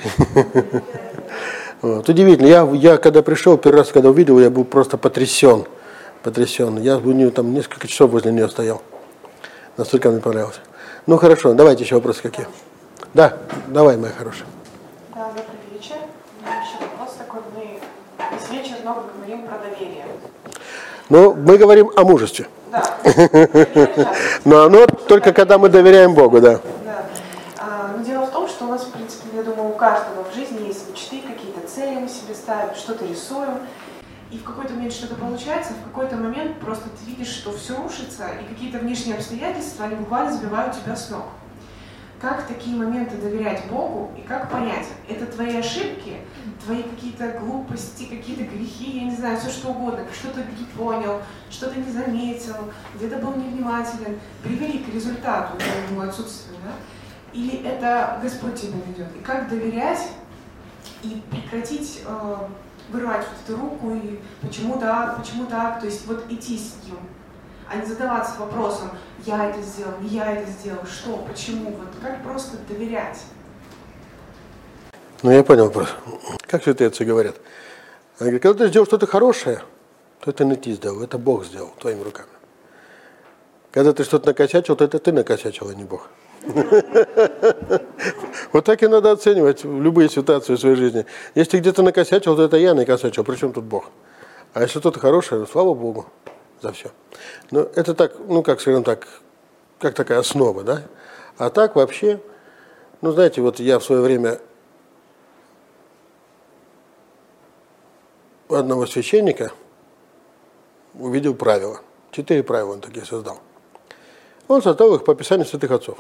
Вот, удивительно. Я когда пришел, первый раз, когда увидел, я был просто потрясен. Я у нее там несколько часов возле нее стоял. Настолько мне понравилось. Хорошо, давайте еще вопросы какие. Да, давай, моя хорошая. Да, добрый вечер. У меня еще вопрос такой. Мы весь вечер много говорим про доверие. Мы говорим о мужестве. Да. Но оно только когда мы доверяем Богу, да. Но дело в том, что у нас, в принципе, я думаю, у каждого в жизни есть мечты, какие-то цели мы себе ставим, что-то рисуем. И в какой-то момент что-то получается, в какой-то момент просто ты видишь, что все рушится, и какие-то внешние обстоятельства, они буквально сбивают тебя с ног. как в такие моменты доверять Богу и как понять, это твои ошибки, твои какие-то глупости, какие-то грехи, я не знаю, все что угодно, что-то не понял, что-то не заметил, где-то был невнимателен, привели к результату твоему отсутствию, да? Или это Господь тебя ведет? И как доверять и прекратить вырывать вот эту руку и почему так, то есть вот идти с ним, а не задаваться вопросом, я это сделал, не я это сделал, что, почему, вот как просто доверять. Ну, я понял вопрос. Как святые отцы говорят? Они говорят, когда ты сделал что-то хорошее, то это не ты сделал, это Бог сделал твоими руками. Когда ты что-то накосячил, то это ты накосячил, а не Бог. Вот так и надо оценивать любые ситуации в своей жизни. Если ты где-то накосячил, то это я накосячил, причем тут Бог. А если что-то хорошее, слава Богу за все. Но это так, ну как скажем так, как такая основа, да? А так вообще, ну знаете, вот я в свое время у одного священника увидел правила. 4 правила он такие создал. Он создал их по Писанию святых отцов.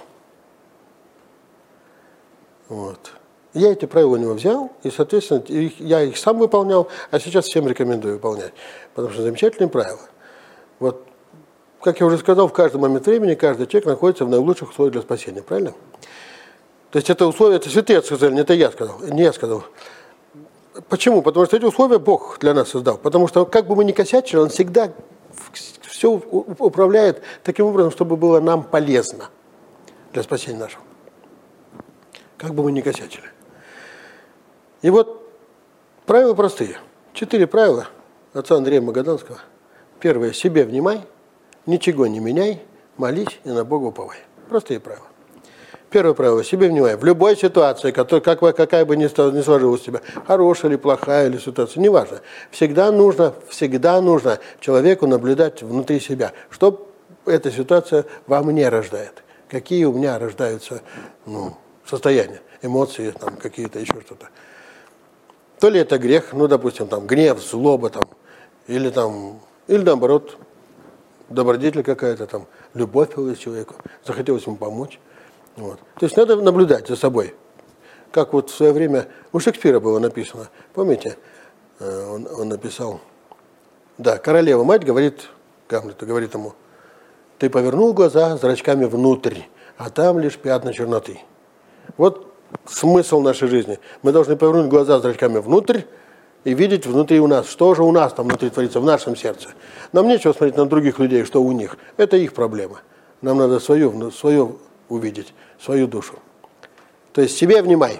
Вот. Я эти правила у него взял, и, соответственно, я их сам выполнял, а сейчас всем рекомендую выполнять. Потому что замечательные правила. Вот, как я уже сказал, в каждый момент времени каждый человек находится в наилучших условиях для спасения, правильно? То есть это условия, это святые сказали, не это я сказал, не я сказал. Почему? Потому что эти условия Бог для нас создал. Потому что как бы мы ни косячили, Он всегда все управляет таким образом, чтобы было нам полезно для спасения нашего. Как бы мы ни косячили. И вот правила простые. 4 правила отца Андрея Магаданского. Первое. Себе внимай, ничего не меняй, молись и на Бога уповай. Простые правила. Первое правило. Себе внимай. В любой ситуации, какая бы ни сложилась у тебя, хорошая или плохая или ситуация, неважно. Всегда нужно человеку наблюдать внутри себя, что эта ситуация во мне рождает. Какие у меня рождаются состояния, эмоции, там, какие-то еще что-то. То ли это грех, допустим, там, гнев, злоба, там, или наоборот, добродетель какая-то, там, любовь появилась человеку, захотелось ему помочь. Вот. То есть надо наблюдать за собой. Как вот в свое время у Шекспира было написано, помните, он написал, да, королева-мать говорит Гамлету, говорит ему, ты повернул глаза зрачками внутрь, а там лишь пятна черноты. Вот смысл нашей жизни. Мы должны повернуть глаза зрачками внутрь и видеть внутри у нас, что же у нас там внутри творится, в нашем сердце. Нам нечего смотреть на других людей, что у них. Это их проблема. Нам надо свою увидеть, свою душу. То есть себе внимай.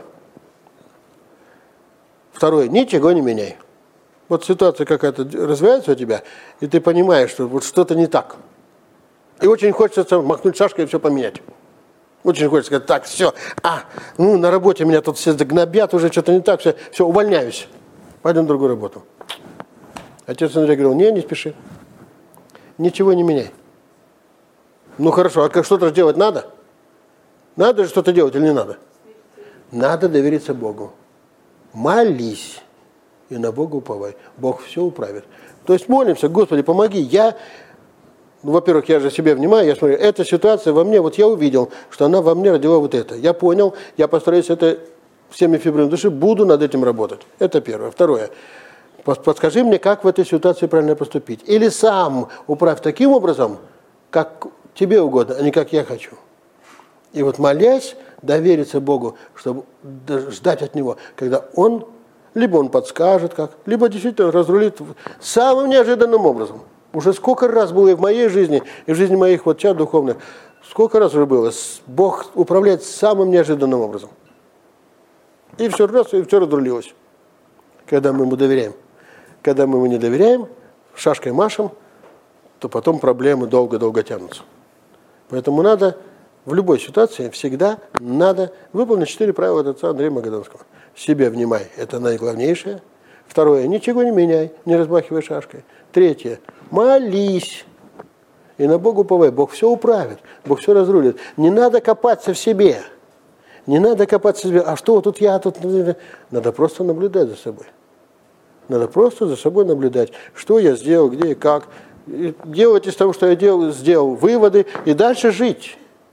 Второе, ничего не меняй. Вот ситуация какая-то развивается у тебя, и ты понимаешь, что вот что-то не так. И очень хочется махнуть шашкой и все поменять. Очень хочется сказать, так, все, на работе меня тут все гнобят, уже что-то не так, все, увольняюсь. Пойдем в другую работу. Отец Андрей говорил, не спеши. Ничего не меняй. Ну хорошо, а что-то делать надо? Надо же что-то делать или не надо? Надо довериться Богу. Молись и на Бога уповай. Бог все управит. То есть молимся, Господи, помоги. Во-первых, я же себе внимаю, я смотрю, эта ситуация во мне, вот я увидел, что она во мне родила вот это. Я понял, я постараюсь это всеми фибрами души, буду над этим работать. Это первое. Второе. Подскажи мне, как в этой ситуации правильно поступить. Или сам управь таким образом, как тебе угодно, а не как я хочу. И вот молясь, довериться Богу, чтобы ждать от Него, когда Он, либо Он подскажет как, либо действительно разрулит самым неожиданным образом. Уже сколько раз было и в моей жизни, и в жизни моих чад духовных, сколько раз уже было, Бог управляет самым неожиданным образом. И все раз, и все разрулилось, когда мы Ему доверяем. Когда мы Ему не доверяем, шашкой машем, то потом проблемы долго-долго тянутся. Поэтому надо в любой ситуации всегда надо выполнить 4 правила от отца Андрея Магаданского. Себе внимай, это наиглавнейшее. Второе, ничего не меняй, не размахивай шашкой. Третье, молись. И на Бога уповай, Бог все управит, Бог все разрулит. Не надо копаться в себе. Не надо копаться в себе. А что тут я, тут... Надо просто наблюдать за собой. Надо просто за собой наблюдать, что я сделал, где и как. И делать из того, что я сделал, выводы, и дальше жить.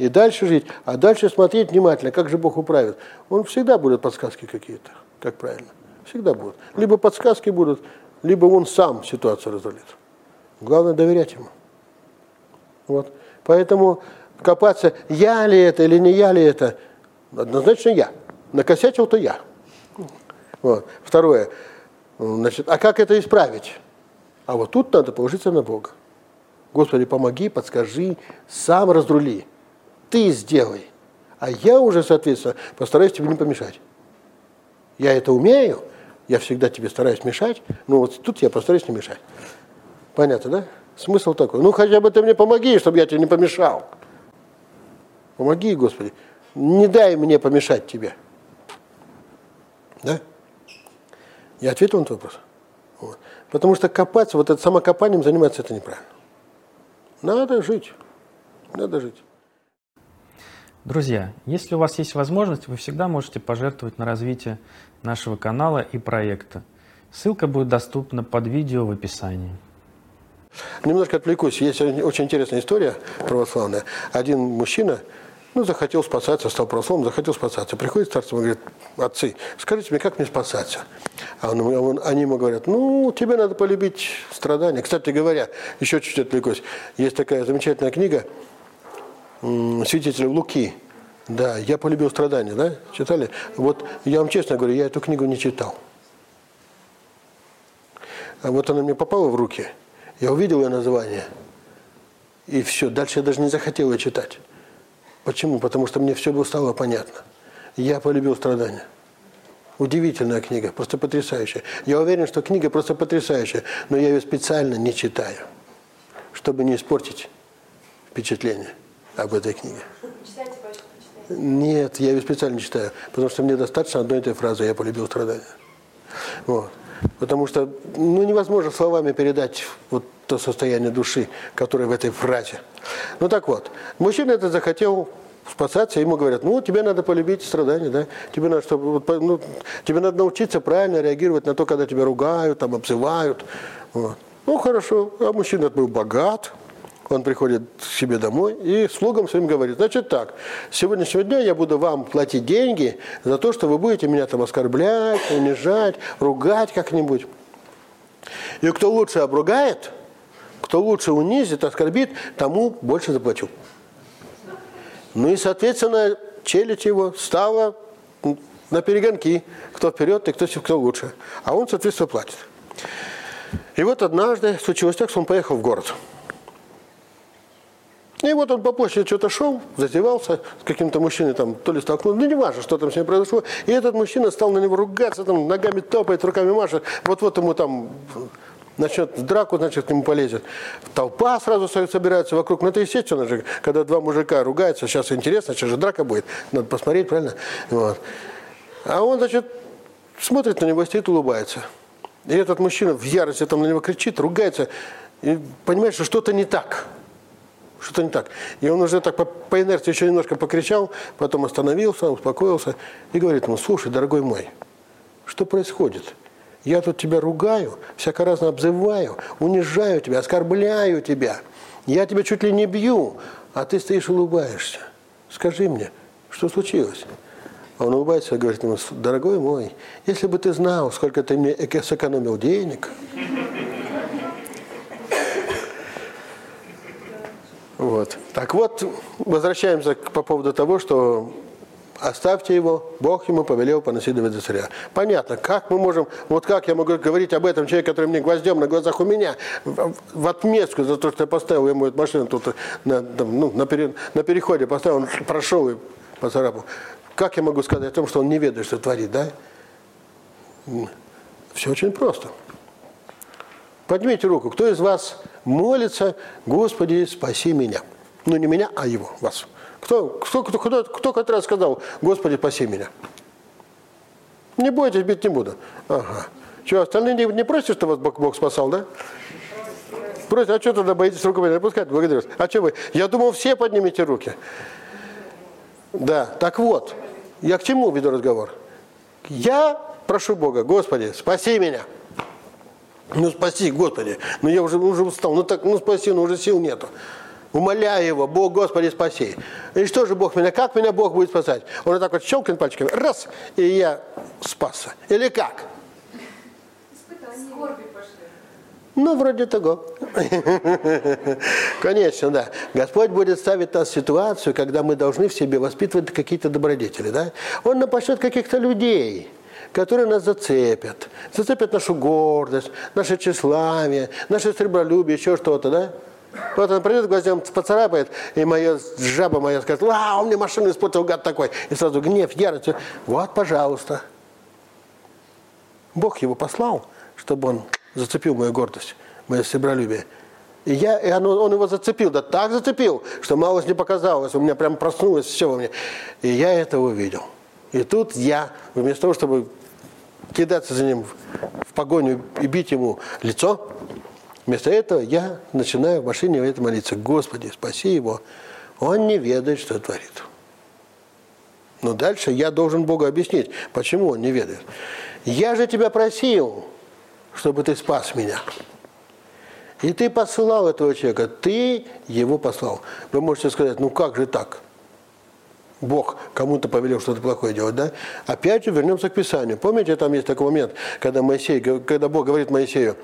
и дальше жить, а дальше смотреть внимательно, как же Бог управит. Он всегда будут подсказки какие-то, как правильно. Всегда будут. Либо подсказки будут, либо он сам ситуацию разрулит. Главное доверять ему. Вот. Поэтому копаться, я ли это или не я ли это, однозначно я. Накосячил-то я. Вот. Второе. Значит, а как это исправить? А вот тут надо положиться на Бога. Господи, помоги, подскажи, сам разрули. Ты сделай. А я уже, соответственно, постараюсь тебе не помешать. Я это умею, я всегда тебе стараюсь мешать, но вот тут я постараюсь не мешать. Понятно, да? Смысл такой. Ну, хотя бы ты мне помоги, чтобы я тебе не помешал. Помоги, Господи. Не дай мне помешать тебе. Да? Я ответил на этот вопрос. Вот. Потому что копаться, вот это самокопанием заниматься, это неправильно. Надо жить. Надо жить. Друзья, если у вас есть возможность, вы всегда можете пожертвовать на развитие нашего канала и проекта. Ссылка будет доступна под видео в описании. Немножко отвлекусь. Есть очень интересная история православная. Один мужчина, захотел спасаться, стал православным, захотел спасаться. Приходит старцам и говорит: отцы, скажите мне, как мне спасаться? Они ему говорят: тебе надо полюбить страдания. Кстати говоря, еще чуть-чуть отвлекусь. Есть такая замечательная книга святителя Луки. Да, «Я полюбил страдания», да? Читали? Вот я вам честно говорю, я эту книгу не читал. А вот она мне попала в руки. Я увидел ее название. И все, дальше я даже не захотел ее читать. Почему? Потому что мне все стало понятно. «Я полюбил страдания». Удивительная книга, просто потрясающая. Я уверен, что книга просто потрясающая, но я ее специально не читаю, чтобы не испортить впечатление об этой книге. Читайте, батюшка, читайте. Нет, я ее специально не читаю, потому что мне достаточно одной этой фразы «я полюбил страдания». Вот. Потому что невозможно словами передать вот то состояние души, которое в этой фразе. Так вот, мужчина это захотел спасаться, ему говорят: тебе надо полюбить страдания, да? Тебе надо научиться правильно реагировать на то, когда тебя ругают, обзывают. Вот. Хорошо, а мужчина был богат. Он приходит к себе домой и слугам своим говорит: значит так, с сегодняшнего дня я буду вам платить деньги за то, что вы будете меня там оскорблять, унижать, ругать как-нибудь. И кто лучше обругает, кто лучше унизит, оскорбит, тому больше заплачу. И, соответственно, челядь его стала на перегонки. Кто вперед и кто лучше. А он, соответственно, платит. И вот однажды случилось так, что он поехал в город. И вот он по площади что-то шел, зазевался с каким-то мужчиной, там, то ли столкнулся, неважно, что там с ним произошло. И этот мужчина стал на него ругаться, там, ногами топает, руками машет. Вот ему там начнет драку, значит, к нему полезет. Толпа сразу собирается вокруг. Это естественно же, когда два мужика ругаются, сейчас интересно, сейчас же драка будет. Надо посмотреть, правильно? Вот. А он, значит, смотрит на него, стоит, улыбается. И этот мужчина в ярости там на него кричит, ругается, и понимает, что что-то не так. Что-то не так. И он уже так по инерции еще немножко покричал, потом остановился, успокоился и говорит ему: слушай, дорогой мой, что происходит? Я тут тебя ругаю, всяко разно обзываю, унижаю тебя, оскорбляю тебя. Я тебя чуть ли не бью, а ты стоишь и улыбаешься. Скажи мне, что случилось? А он улыбается и говорит ему: дорогой мой, если бы ты знал, сколько ты мне сэкономил денег... Вот. Так вот, возвращаемся по поводу того, что оставьте его, Бог ему повелел понаследовать за царя. Понятно, как мы можем, вот как я могу говорить об этом человеке, который мне гвоздем на глазах у меня, в отместку за то, что я поставил ему эту машину тут на переходе, поставил, он прошел и поцарапал. Как я могу сказать о том, что он не ведает, что творит, да? Все очень просто. Поднимите руку, кто из вас молится: Господи, спаси меня? Не меня, а его, вас. Кто хоть раз сказал: Господи, спаси меня? Не бойтесь, бить не буду. Ага. Что, остальные не просят, что вас Бог спасал, да? Просят, а что тогда боитесь руку поднять? Пускай, благодарю вас. А что вы? Я думал, все поднимете руки. Да, так вот, я к чему веду разговор? Я прошу Бога: Господи, спаси меня. Спаси, Господи. Я уже устал. Спаси, уже сил нету. умоляю его, Бог, Господи, спаси. И что же Бог меня, как меня Бог будет спасать? Он вот так вот щелкнет пальчиками, раз, и я спасся. Или как? Скорби пошли. Ну, вроде того. Конечно, да. Господь будет ставить нас в ситуацию, когда мы должны в себе воспитывать какие-то добродетели. Да? Он нам пошлет каких-то людей, которые нас зацепят. Зацепят нашу гордость, наше тщеславие, наше сребролюбие, еще что-то, да? Вот он придет, гвоздем поцарапает, и моя жаба моя скажет: он мне машину испортил, гад такой. И сразу гнев, ярость. Вот, пожалуйста. Бог его послал, чтобы он зацепил мою гордость, мое сребролюбие. Он его зацепил, да так зацепил, что малость не показалось. У меня прям проснулось все во мне. И я это увидел. И тут я, вместо того, чтобы кидаться за ним в погоню и бить ему лицо, вместо этого я начинаю в машине молиться: Господи, спаси его, он не ведает, что творит. Но дальше я должен Богу объяснить, почему он не ведает. Я же тебя просил, чтобы ты спас меня. И ты посылал этого человека, ты его послал. Вы можете сказать: ну как же так? Бог кому-то повелел что-то плохое делать, да? Опять же вернемся к Писанию. Помните, там есть такой момент, когда Бог говорит Моисею: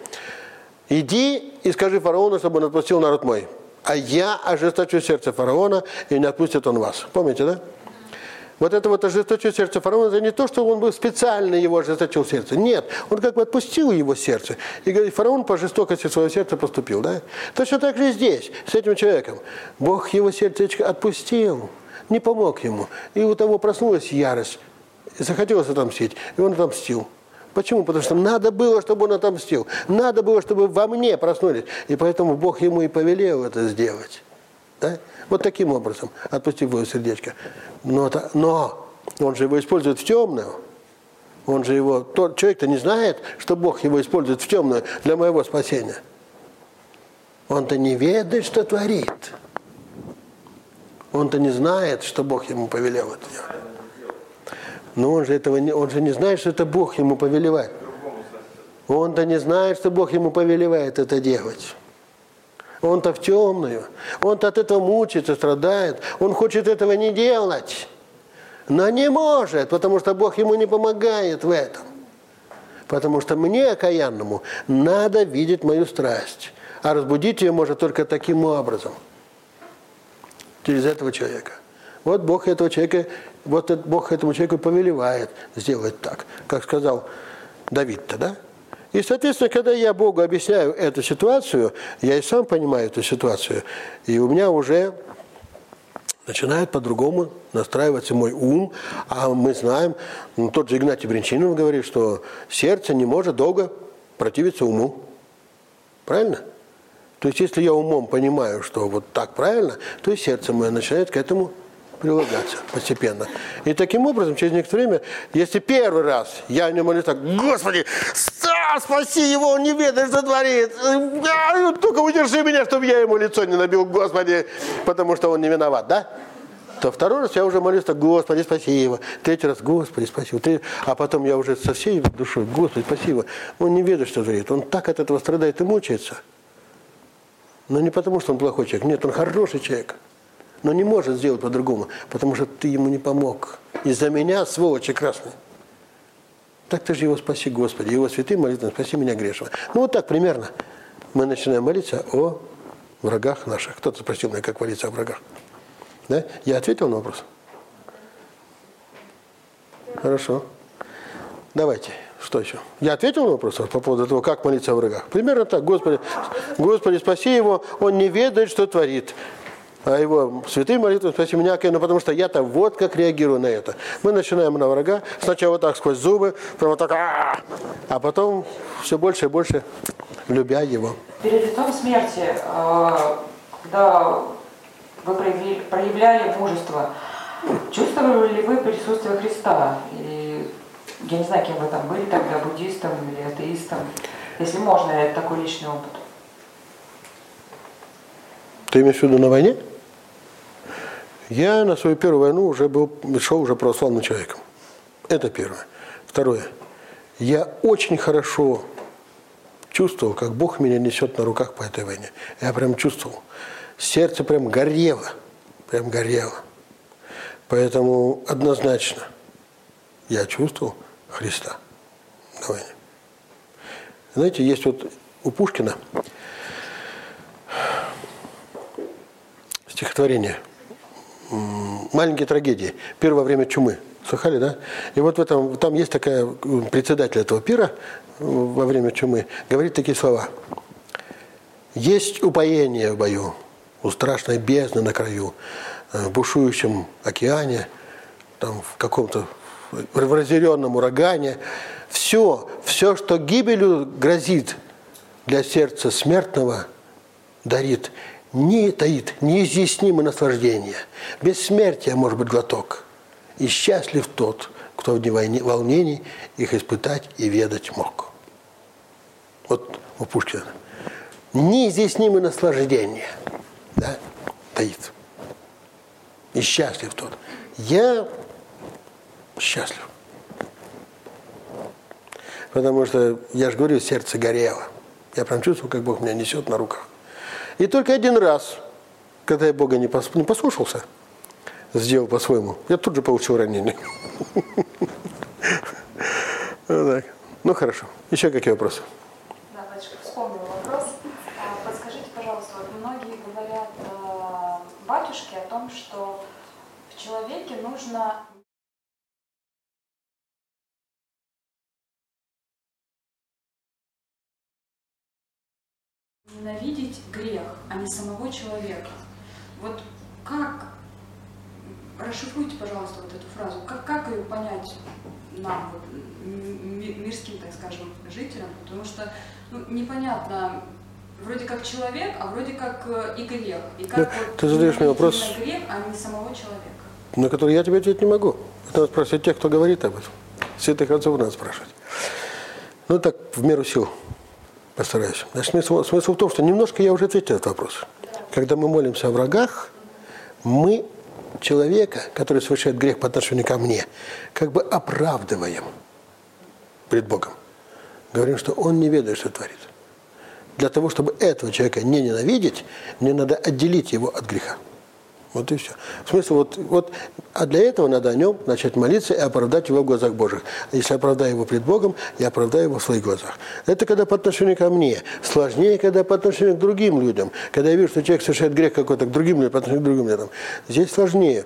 иди и скажи фараону, чтобы он отпустил народ мой. А я ожесточу сердце фараона, и не отпустит он вас. Помните, да? Вот это вот ожесточил сердце фараона, это не то, что он был специально его ожесточил сердце. Нет, он как бы отпустил его сердце. И говорит, фараон по жестокости своего сердца поступил, да? Точно так же и здесь, с этим человеком. Бог его сердечко отпустил, не помог ему. И у того проснулась ярость, захотелось отомстить, и он отомстил. Почему? Потому что надо было, чтобы он отомстил. Надо было, чтобы во мне проснулись. И поэтому Бог ему и повелел это сделать. Да? Вот таким образом, отпустив его сердечко. Но он же его использует в темную. Он же его, тот человек-то не знает, что Бог его использует в темную для моего спасения. Он-то не ведает, что творит. Он-то не знает, что Бог ему повелел это делать. Но он же не знает, что это Бог ему повелевает. Он-то не знает, что Бог ему повелевает это делать. Он-то в темную. Он-то от этого мучается, страдает. Он хочет этого не делать. Но не может, потому что Бог ему не помогает в этом. Потому что мне, окаянному, надо видеть мою страсть. А разбудить ее может только таким образом. Через этого человека. Вот Бог этому человеку повелевает сделать так, как сказал Давид-то, да? И, соответственно, когда я Богу объясняю эту ситуацию, я и сам понимаю эту ситуацию, и у меня уже начинает по-другому настраиваться мой ум, а мы знаем, тот же Игнатий Бринчанинов говорит, что сердце не может долго противиться уму. Правильно? То есть, если я умом понимаю, что вот так правильно, то и сердце мое начинает к этому прилагаться постепенно. И таким образом, через некоторое время, если первый раз я о нем молюсь так: Господи, спаси его, он не ведает, что творит. Только удержи меня, чтобы я ему лицо не набил, Господи, потому что он не виноват, да? То второй раз я уже молюсь так: Господи, спаси его. Третий раз: Господи, спаси его. А потом я уже со всей душой: Господи, спаси его. Он не ведает, что творит. Он так от этого страдает и мучается. Но не потому, что он плохой человек. Нет, он хороший человек. Но не может сделать по-другому, потому что ты ему не помог. Из-за меня, сволочи красный. Так ты же его спаси, Господи. Его святым молитвам спаси меня грешного. Ну вот так примерно мы начинаем молиться о врагах наших. Кто-то спросил меня, как молиться о врагах. Да? Я ответил на вопрос? Хорошо. Давайте. Что еще? Я ответил на вопрос по поводу того, как молиться о врагах. Примерно так. Господи, спаси его, он не ведает, что творит. А его святые молитвы спаси меня, потому что я-то вот как реагирую на это. Мы начинаем на врага, сначала вот так сквозь зубы, потом вот так, а потом все больше и больше любя его. Перед лицом смерти, когда вы проявляли мужество, чувствовали ли вы присутствие Христа? Или, я не знаю, кем вы там были тогда, буддистом или атеистом, если можно, это такой личный опыт. Ты имеешь в виду на войне? Я на свою первую войну шел уже православным человеком. Это первое. Второе. Я очень хорошо чувствовал, как Бог меня несет на руках по этой войне. Я прям чувствовал. сердце прям горело. Прям горело. Поэтому однозначно я чувствовал Христа на войне. Знаете, есть вот у Пушкина стихотворение «Маленькие трагедии. Пир во время чумы». Слыхали, да? И вот в этом, там есть такая, председатель этого пира во время чумы, говорит такие слова. «Есть упоение в бою, у страшной бездны на краю, в бушующем океане, там, в каком-то в разъяренном урагане. Все, что гибелью грозит, для сердца смертного таит неизъяснимое наслаждение. Бессмертие может быть глоток. И счастлив тот, кто в дни волнений их испытать и ведать мог». Вот у Пушкина. Неизъяснимое наслаждение, да, таит. И счастлив тот. Я счастлив. Потому что, я же говорю, сердце горело. Я прям чувствую, как Бог меня несет на руках. И только один раз, когда я Бога не послушался, сделал по-своему, я тут же получил ранение. Ну хорошо. Еще какие вопросы? Да, батюшка, вспомнила вопрос. Подскажите, пожалуйста, вот многие говорят батюшке о том, что в человеке нужно ненавидеть грех, а не самого человека. Вот как, расшифруйте, пожалуйста, вот эту фразу, как ее понять нам, вот, мирским, так скажем, жителям, потому что непонятно, вроде как человек, а вроде как и грех. И как вот ты задаешь мне вопрос, грех, а не самого человека. На который я тебе ответить не могу. Это надо спросить тех, кто говорит об этом. Святых отцов надо спрашивать. Ну так, в меру сил постараюсь. Значит, смысл в том, что немножко я уже ответил на этот вопрос. Когда мы молимся о врагах, мы человека, который совершает грех по отношению ко мне, как бы оправдываем пред Богом. Говорим, что он не ведает, что творит. Для того, чтобы этого человека не ненавидеть, мне надо отделить его от греха. Вот и все. В смысле, а для этого надо о нем начать молиться и оправдать его в глазах Божьих. А если оправдаю его пред Богом, я оправдаю его в своих глазах. Это когда по отношению ко мне. Сложнее, когда по отношению к другим людям. Когда я вижу, что человек совершает грех какой-то к другим людям, по отношению к другим людям. Здесь сложнее.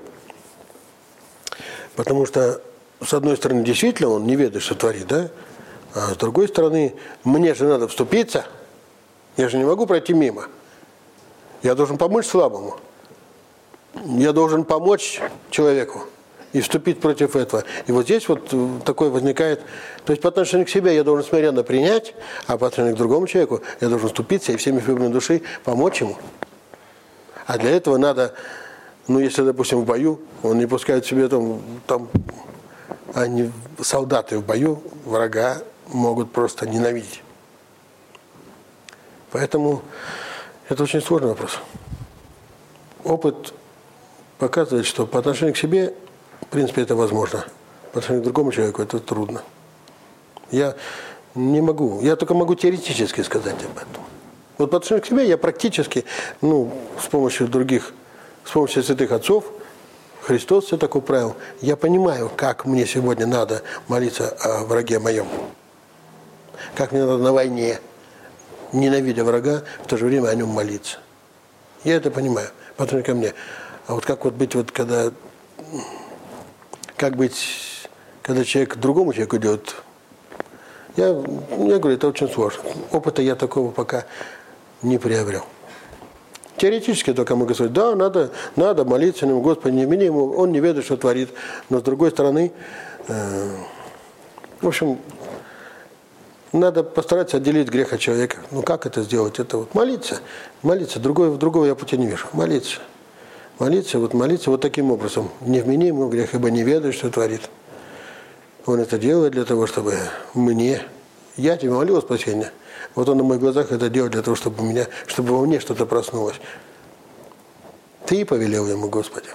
Потому что, с одной стороны, действительно он не ведает, что творит, да? А с другой стороны, мне же надо вступиться. Я же не могу пройти мимо. Я должен помочь слабому. Я должен помочь человеку и вступить против этого. И вот здесь вот такое возникает. То есть по отношению к себе я должен смиренно принять, а по отношению к другому человеку я должен вступиться и всеми фибрами души помочь ему. А для этого надо, если, допустим, в бою, он не пускает себе там они, солдаты в бою врага могут просто ненавидеть. Поэтому это очень сложный вопрос. Опыт показывает, что по отношению к себе, в принципе, это возможно. По отношению к другому человеку это трудно. Я не могу, я только могу теоретически сказать об этом. Вот по отношению к себе я практически, с помощью святых отцов, Христос все такое правил, я понимаю, как мне сегодня надо молиться о враге моем. Как мне надо на войне, ненавидя врага, в то же время о нем молиться. Я это понимаю, по отношению ко мне. А вот как быть, когда человек к другому человеку идет, я говорю, это очень сложно. Опыта я такого пока не приобрел. Теоретически только могу сказать, да, надо молиться ему, Господи, не мени ему, он не ведает, что творит. Но с другой стороны, в общем, надо постараться отделить грех от человека. Как это сделать? Это вот молиться. Другого я пути не вижу. Молиться вот таким образом. Не вмени ему грех, ибо не ведает, что творит. Он это делает для того, чтобы я тебя молил о спасении. Вот он на моих глазах это делает для того, чтобы во мне что-то проснулось. Ты повелел ему, Господи.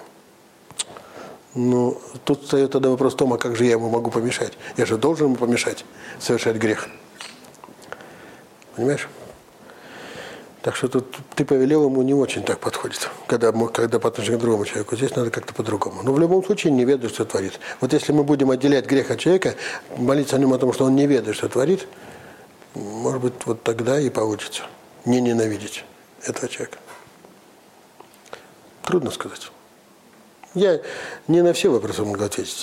Тут встает тогда вопрос в том, а как же я ему могу помешать? Я же должен ему помешать совершать грех. Понимаешь? Так что тут ты повелел ему не очень так подходит, когда по отношению к другому человеку. Здесь надо как-то по-другому. Но в любом случае не ведает, что творит. Вот если мы будем отделять грех от человека, молиться о нем о том, что он не ведает, что творит, может быть, вот тогда и получится. Не ненавидеть этого человека. Трудно сказать. Я не на все вопросы могу ответить.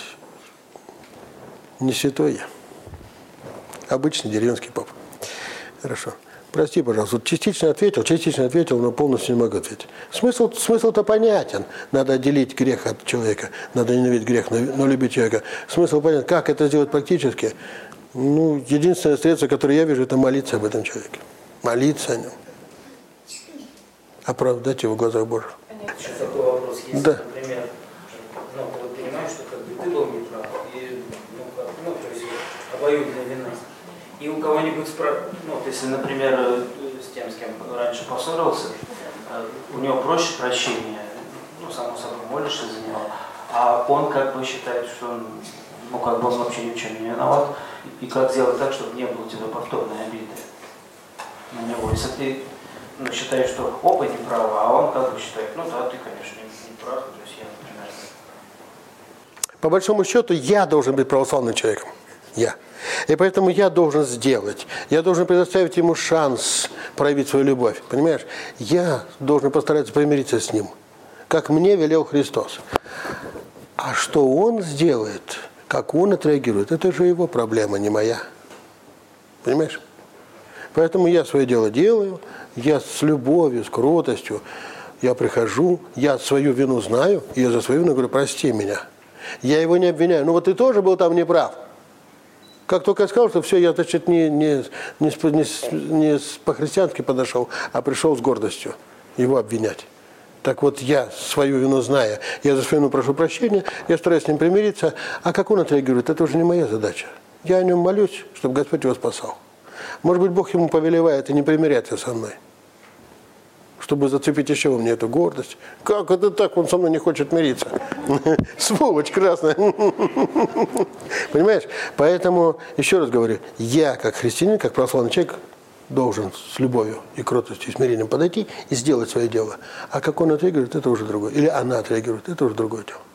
Не святой я. Обычный деревенский папа. Хорошо. Прости, пожалуйста. Частично ответил, но полностью не могу ответить. Смысл-то понятен. Надо отделить грех от человека. Надо ненавидеть грех, но любить человека. Смысл понятен. Как это сделать практически? Ну, единственное средство, которое я вижу, это молиться об этом человеке. Молиться о нем. Оправдать его в глазах Божьих. Еще такой вопрос. Если, да. Например, ты понимаешь, что как бы ты был неправ, и, то есть обоюдная вина. И у кого-нибудь, если, например, с тем, с кем раньше поссорился, у него проще прощение, само собой, молишься за него, а он как бы считает, что он, он вообще ни в чем не виноват, и как сделать так, чтобы не было у тебя повторной обиды на него. Если ты считаешь, что оба не правы, а он как бы считает, да, ты, конечно, не прав, то есть я, например. По большому счету, я должен быть православным человеком. Я. И поэтому я должен сделать. Я должен предоставить ему шанс проявить свою любовь. Понимаешь? Я должен постараться примириться с ним. Как мне велел Христос. А что он сделает, как он отреагирует, это же его проблема, не моя. Понимаешь? Поэтому я свое дело делаю. Я с любовью, с кротостью. Я прихожу. Я свою вину знаю. И я за свою вину говорю, прости меня. Я его не обвиняю. Ну вот ты тоже был там неправ. Как только я сказал, что все, я, значит, не по-христиански подошел, а пришел с гордостью его обвинять. Так вот, я свою вину зная, я за свою вину прошу прощения, я стараюсь с ним примириться, а как он отреагирует, это уже не моя задача. Я о нем молюсь, чтобы Господь его спасал. Может быть, Бог ему повелевает и не примиряться со мной, чтобы зацепить еще во мне эту гордость. Как это так? Он со мной не хочет мириться. Сволочь красная. Понимаешь? Поэтому, еще раз говорю, я, как христианин, как православный человек, должен с любовью и кротостью, и смирением подойти и сделать свое дело. А как он отреагирует, это уже другое. Или она отреагирует, это уже другое дело.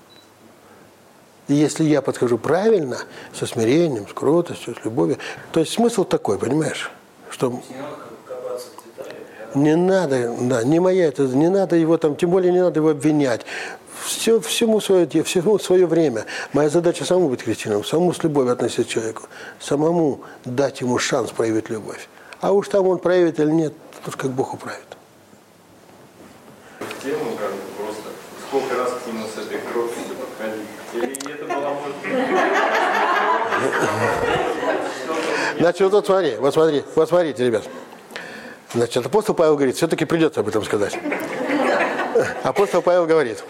И если я подхожу правильно, со смирением, с кротостью, с любовью, то есть смысл такой, понимаешь? Что... Не надо, да, не моя это, не надо его там, тем более не надо его обвинять. Всему свое время. Моя задача самому быть христианином, самому с любовью относиться к человеку, самому дать ему шанс проявить любовь. А уж там он проявит или нет, тут как Бог управит. Тему как бы просто сколько раз к нему с этой кротостью подходить. Или это было может... Значит, вот смотрите, ребят. Значит, апостол Павел говорит, все-таки придется об этом сказать. Апостол Павел говорит,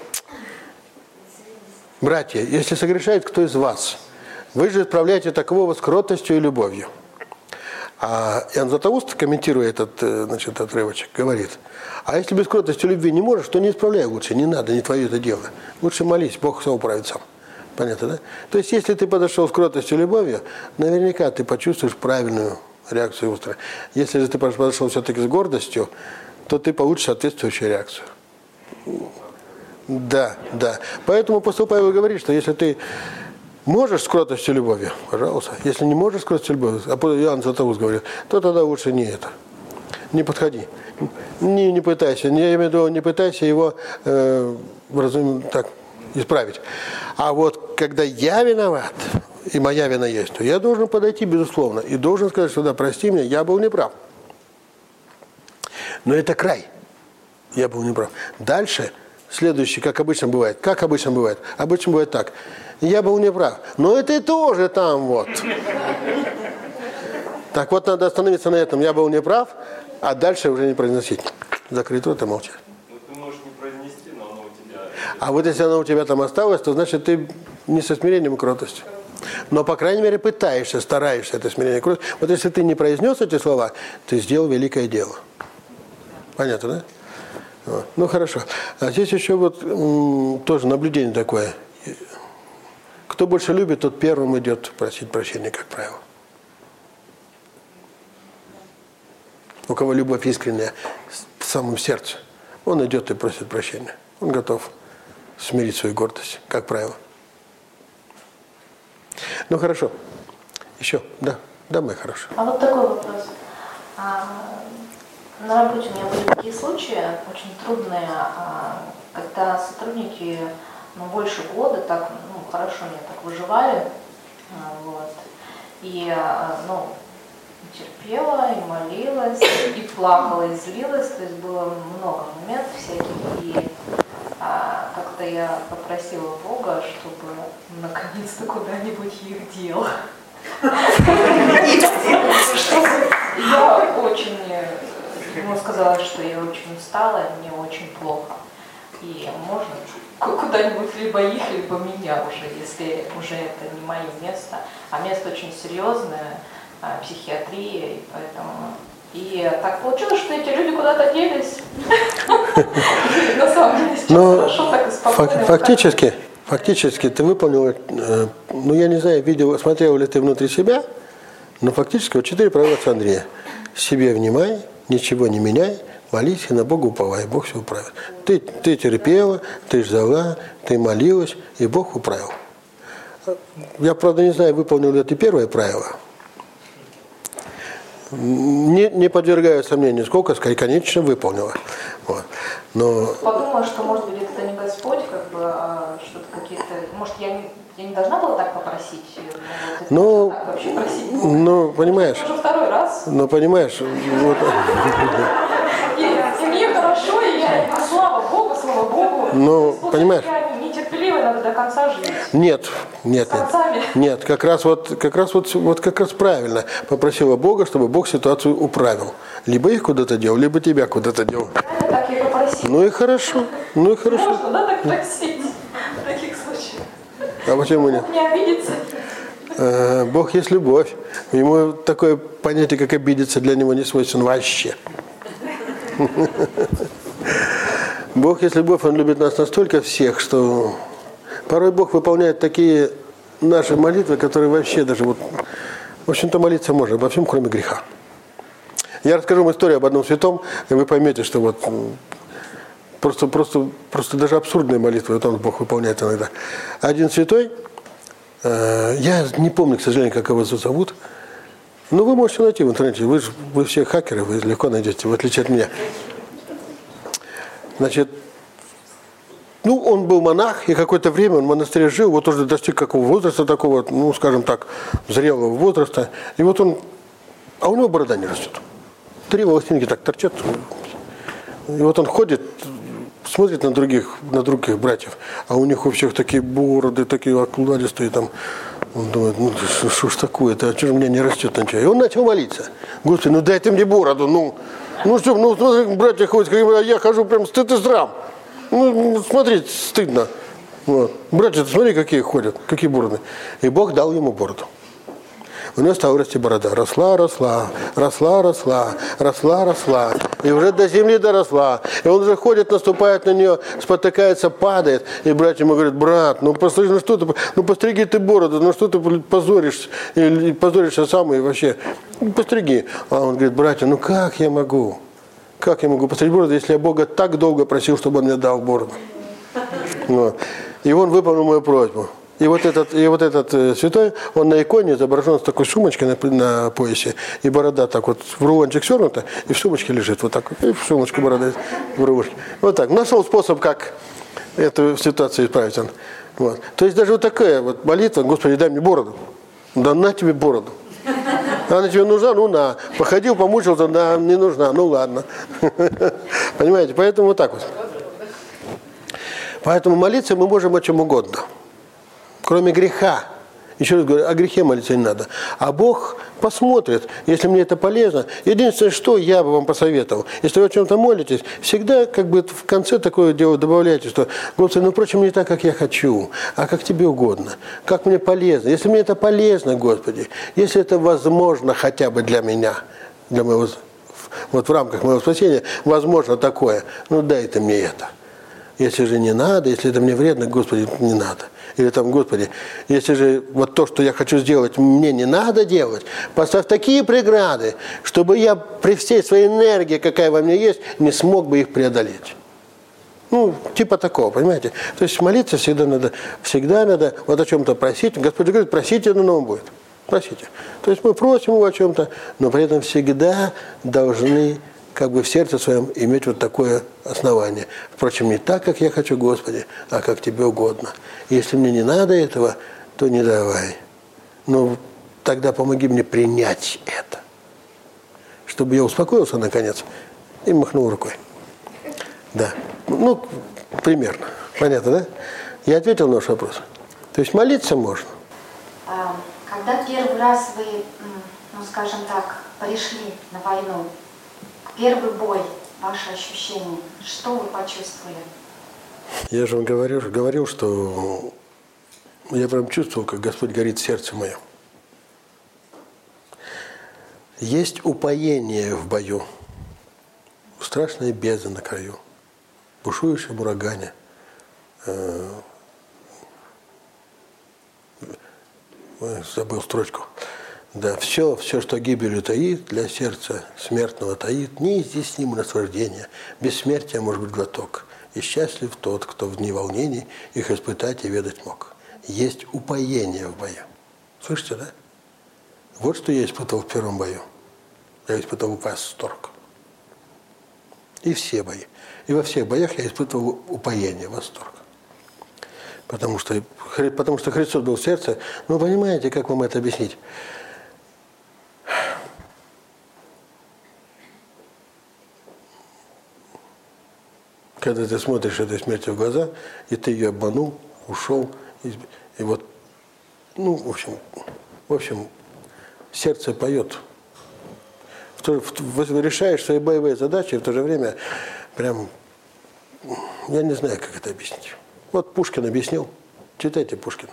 братья, если согрешает кто из вас, вы же исправляете такового с кротостью и любовью. А Иоанн Златоуст, комментируя этот отрывочек, говорит, а если без кротости и любви не можешь, то не исправляй лучше, не надо, не твое это дело. Лучше молись, Бог все управит сам. Понятно, да? То есть, если ты подошел с кротостью и любовью, наверняка ты почувствуешь правильную реакцию острая. Если же ты подошел все-таки с гордостью, то ты получишь соответствующую реакцию. Да. Поэтому апостол Павел говорит, что если ты можешь с кротостью и любовью, пожалуйста. Если не можешь с кротостью и любовью, а Иоанн Златоуст говорит, то тогда лучше не подходи. Не пытайся, я имею в виду, не пытайся его исправить. А вот когда я виноват, и моя вина есть, то я должен подойти, безусловно, и должен сказать, что да, прости меня, я был неправ. Но это край. Я был неправ. Дальше, следующий, как обычно бывает. Обычно бывает так. Я был неправ. Но это и тоже там вот. Так вот, надо остановиться на этом. Я был неправ, а дальше уже не произносить. Закрыть рот и молчать. Ты можешь не произнести, но оно у тебя... А вот если оно у тебя там осталось, то значит ты не со смирением и кротостью. Но, по крайней мере, пытаешься, стараешься это смирение и кротость. Вот если ты не произнес эти слова, ты сделал великое дело. Понятно, да? Вот. Ну, хорошо. А здесь еще вот тоже наблюдение такое. Кто больше любит, тот первым идет просить прощения, как правило. У кого любовь искренняя, самом сердце, он идет и просит прощения. Он готов смирить свою гордость, как правило. Ну хорошо. Еще, да, моя хорошая. А вот такой вопрос. На работе у меня были такие случаи, очень трудные, когда сотрудники больше года так, хорошо мне так выживали, вот, и, терпела, и молилась, и плакала, и злилась, то есть было много моментов всяких, и как-то я попросила Бога, чтобы наконец-то куда-нибудь их дел. Я очень, ему сказала, что я очень устала, мне очень плохо. И можно куда-нибудь либо их, либо меня уже, если уже это не мое место. А место очень серьезное, психиатрия, и поэтому... И так получилось, что эти люди куда-то делись. На самом деле сейчас хорошо, так и спокойно. Фактически ты выполнил, я не знаю, смотрел ли ты внутри себя, но фактически 4 правила отца Андрея. Себе внимай, ничего не меняй, молись и на Бога уповай, Бог все управит. Ты терпела, ты ждала, ты молилась, и Бог управил. Я, правда, не знаю, выполнил ли ты первое правило. Не подвергаю сомнению, сколько, скорее, конечно, выполнила. Вот. Но... Подумала, что, может быть, это не Господь, что-то какие-то... Может, я не должна была так попросить? Вообще просить Бога? Понимаешь... Уже второй раз. Понимаешь... И мне хорошо, и я... Слава Богу. Понимаешь... Нетерпеливой, надо до конца жить. Нет. Как раз правильно попросила Бога, чтобы Бог ситуацию управил. Либо их куда-то дел, либо тебя куда-то дел. Так я попросила. Ну и хорошо. Можно, да, так просить в таких случаях? А почему нет? Бог не обидится. Бог есть любовь. Ему такое понятие, как обидеться, для него не свойственно вообще. Бог есть любовь, Он любит нас настолько всех, что порой Бог выполняет такие наши молитвы, которые вообще даже в общем-то, молиться можно обо всем, кроме греха. Я расскажу вам историю об одном святом, и вы поймете, что просто даже абсурдные молитвы он Бог выполняет иногда. Один святой, я не помню, к сожалению, как его зовут, но вы можете найти в интернете, вы все хакеры, вы легко найдете, в отличие от меня. Значит, он был монах, и какое-то время он в монастыре жил, уже достиг какого возраста такого, скажем так, зрелого возраста, и у него борода не растет. 3 волосинки так торчат, и он ходит, смотрит на других братьев, а у них у всех такие бороды, такие окладистые, там, он думает, что ж такое-то, а что же у меня не растет ничего? И он начал молиться. Господи, дай ты мне бороду, смотри, братья ходят, а я хожу прям стыд и срам. Смотреть стыдно. Вот. Братья, смотри, какие ходят, какие бороды. И Бог дал ему бороду. У него стала расти борода. Росла. И уже до земли доросла. И он уже ходит, наступает на нее, спотыкается, падает. И братья ему говорят, брат, посмотри, постриги ты бороду, что ты позоришься, или позоришься сам и вообще, постриги. А он говорит, братья, как я могу постричь бороду, если я Бога так долго просил, чтобы он мне дал бороду. Вот. И он выполнил мою просьбу. И вот этот святой, он на иконе изображен с такой сумочкой на поясе, и борода так в рулончик свернута, и в сумочке лежит, и в сумочке борода, в рулончике. Вот так. Нашел способ, как эту ситуацию исправить он. Вот. То есть даже такая молитва, Господи, дай мне бороду. Да на тебе бороду. Она тебе нужна? На. Походил, помучился, да, не нужна, ладно. Понимаете, поэтому вот так вот. Поэтому молиться мы можем о чем угодно. Кроме греха. Еще раз говорю, о грехе молиться не надо. А Бог посмотрит, если мне это полезно. Единственное, что я бы вам посоветовал, если вы о чем-то молитесь, всегда в конце такое дело добавляйте, что, Господи, впрочем, не так, как я хочу, а как тебе угодно, как мне полезно. Если мне это полезно, Господи, если это возможно хотя бы для меня, для моего, в рамках моего спасения, возможно такое, дай ты мне это. если же не надо, если это мне вредно, Господи, не надо. Или там, Господи, если же вот то, что я хочу сделать, мне не надо делать, поставь такие преграды, чтобы я при всей своей энергии, какая во мне есть, не смог бы их преодолеть. Ну, типа такого, понимаете? То есть молиться всегда надо вот о чем-то просить. Господь говорит, просите, но он будет. Просите. То есть мы просим его о чем-то, но при этом всегда должны как бы в сердце своем иметь вот такое основание. Впрочем, не так, как я хочу, Господи, а как тебе угодно. Если мне не надо этого, то не давай. Но тогда помоги мне принять это. Чтобы я успокоился, наконец, и махнул рукой. Да. Ну, примерно. Понятно, да? Я ответил на ваш вопрос. То есть молиться можно. Когда первый раз вы, ну, скажем так, пришли на войну, первый бой, ваши ощущения, что вы почувствовали? Я же вам говорил, что я прям чувствовал, как Господь горит в сердце моем. Есть упоение в бою, страшная бездна на краю, в бушующем урагане. Забыл строчку. Да, все, что гибелью таит, для сердца смертного таит, неизъяснимо наслаждение, бессмертие может быть глоток, и счастлив тот, кто в дни волнений их испытать и ведать мог. Есть упоение в бою. Слышите, да? Вот что я испытывал в первом бою. Я испытывал восторг. И все бои. И во всех боях я испытывал упоение, восторг. Потому что Христос был в сердце. Ну, понимаете, как вам это объяснить? Когда ты смотришь этой смерти в глаза, и ты ее обманул, ушел, и вот, ну, в общем, сердце поет. Решаешь свои боевые задачи, и в то же время прям, я не знаю, как это объяснить. Вот Пушкин объяснил. Читайте Пушкина.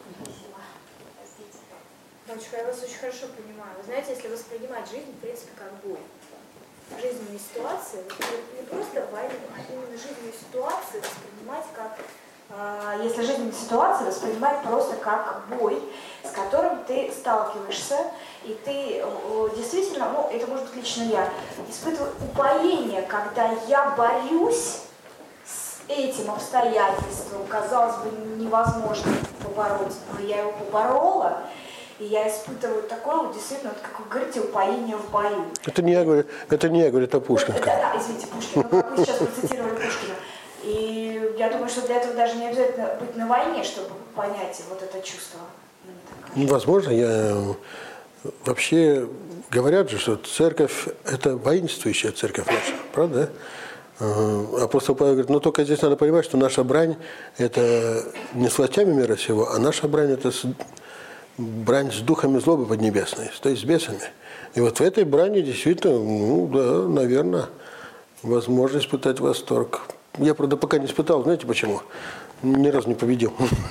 Батюшка, я вас очень хорошо понимаю. Вы знаете, если воспринимать жизнь, в принципе, как бой, жизненные ситуации, не просто войну, а именно жизненные ситуации воспринимать как... Если жизненные ситуации воспринимать просто как бой, с которым ты сталкиваешься, и ты действительно, ну, это может быть лично я, испытываю упоение, когда я борюсь с этим обстоятельством, казалось бы, невозможно побороть, но я его поборола, и я испытываю такое вот действительно, вот, как вы говорите, упоение в бою. Это не я говорю, это Пушкин. Да, извините, Пушкин, ну, как вы сейчас процитировали Пушкина. И я думаю, что для этого даже не обязательно быть на войне, чтобы понять вот это чувство. Ну, возможно, вообще говорят же, что церковь – это воинствующая церковь наша, правда? Апостол Павел говорит, но только здесь надо понимать, что наша брань – это не с властями мира сего, а наша брань – это брань с духами злобы поднебесной, то есть с бесами. И вот в этой брани действительно, ну да, наверное, возможно испытать восторг. Я, правда, пока не испытал, знаете почему? Ни разу не победил.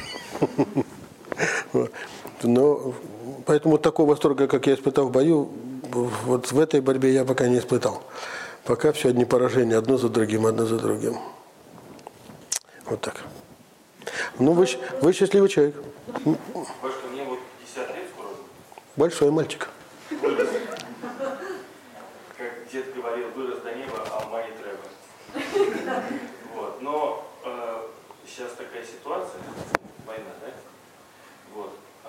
Но поэтому такого восторга, как я испытал в бою, вот в этой борьбе я пока не испытал. Пока все одни поражения, одно за другим, одно за другим. Вот так. Ну, вы счастливый человек. Башка, мне вот 50 лет скоро. Большой мальчик. Как дед говорил, вырос до неба, а ума не треба. Вот. Но сейчас такая ситуация, война, да? Вот.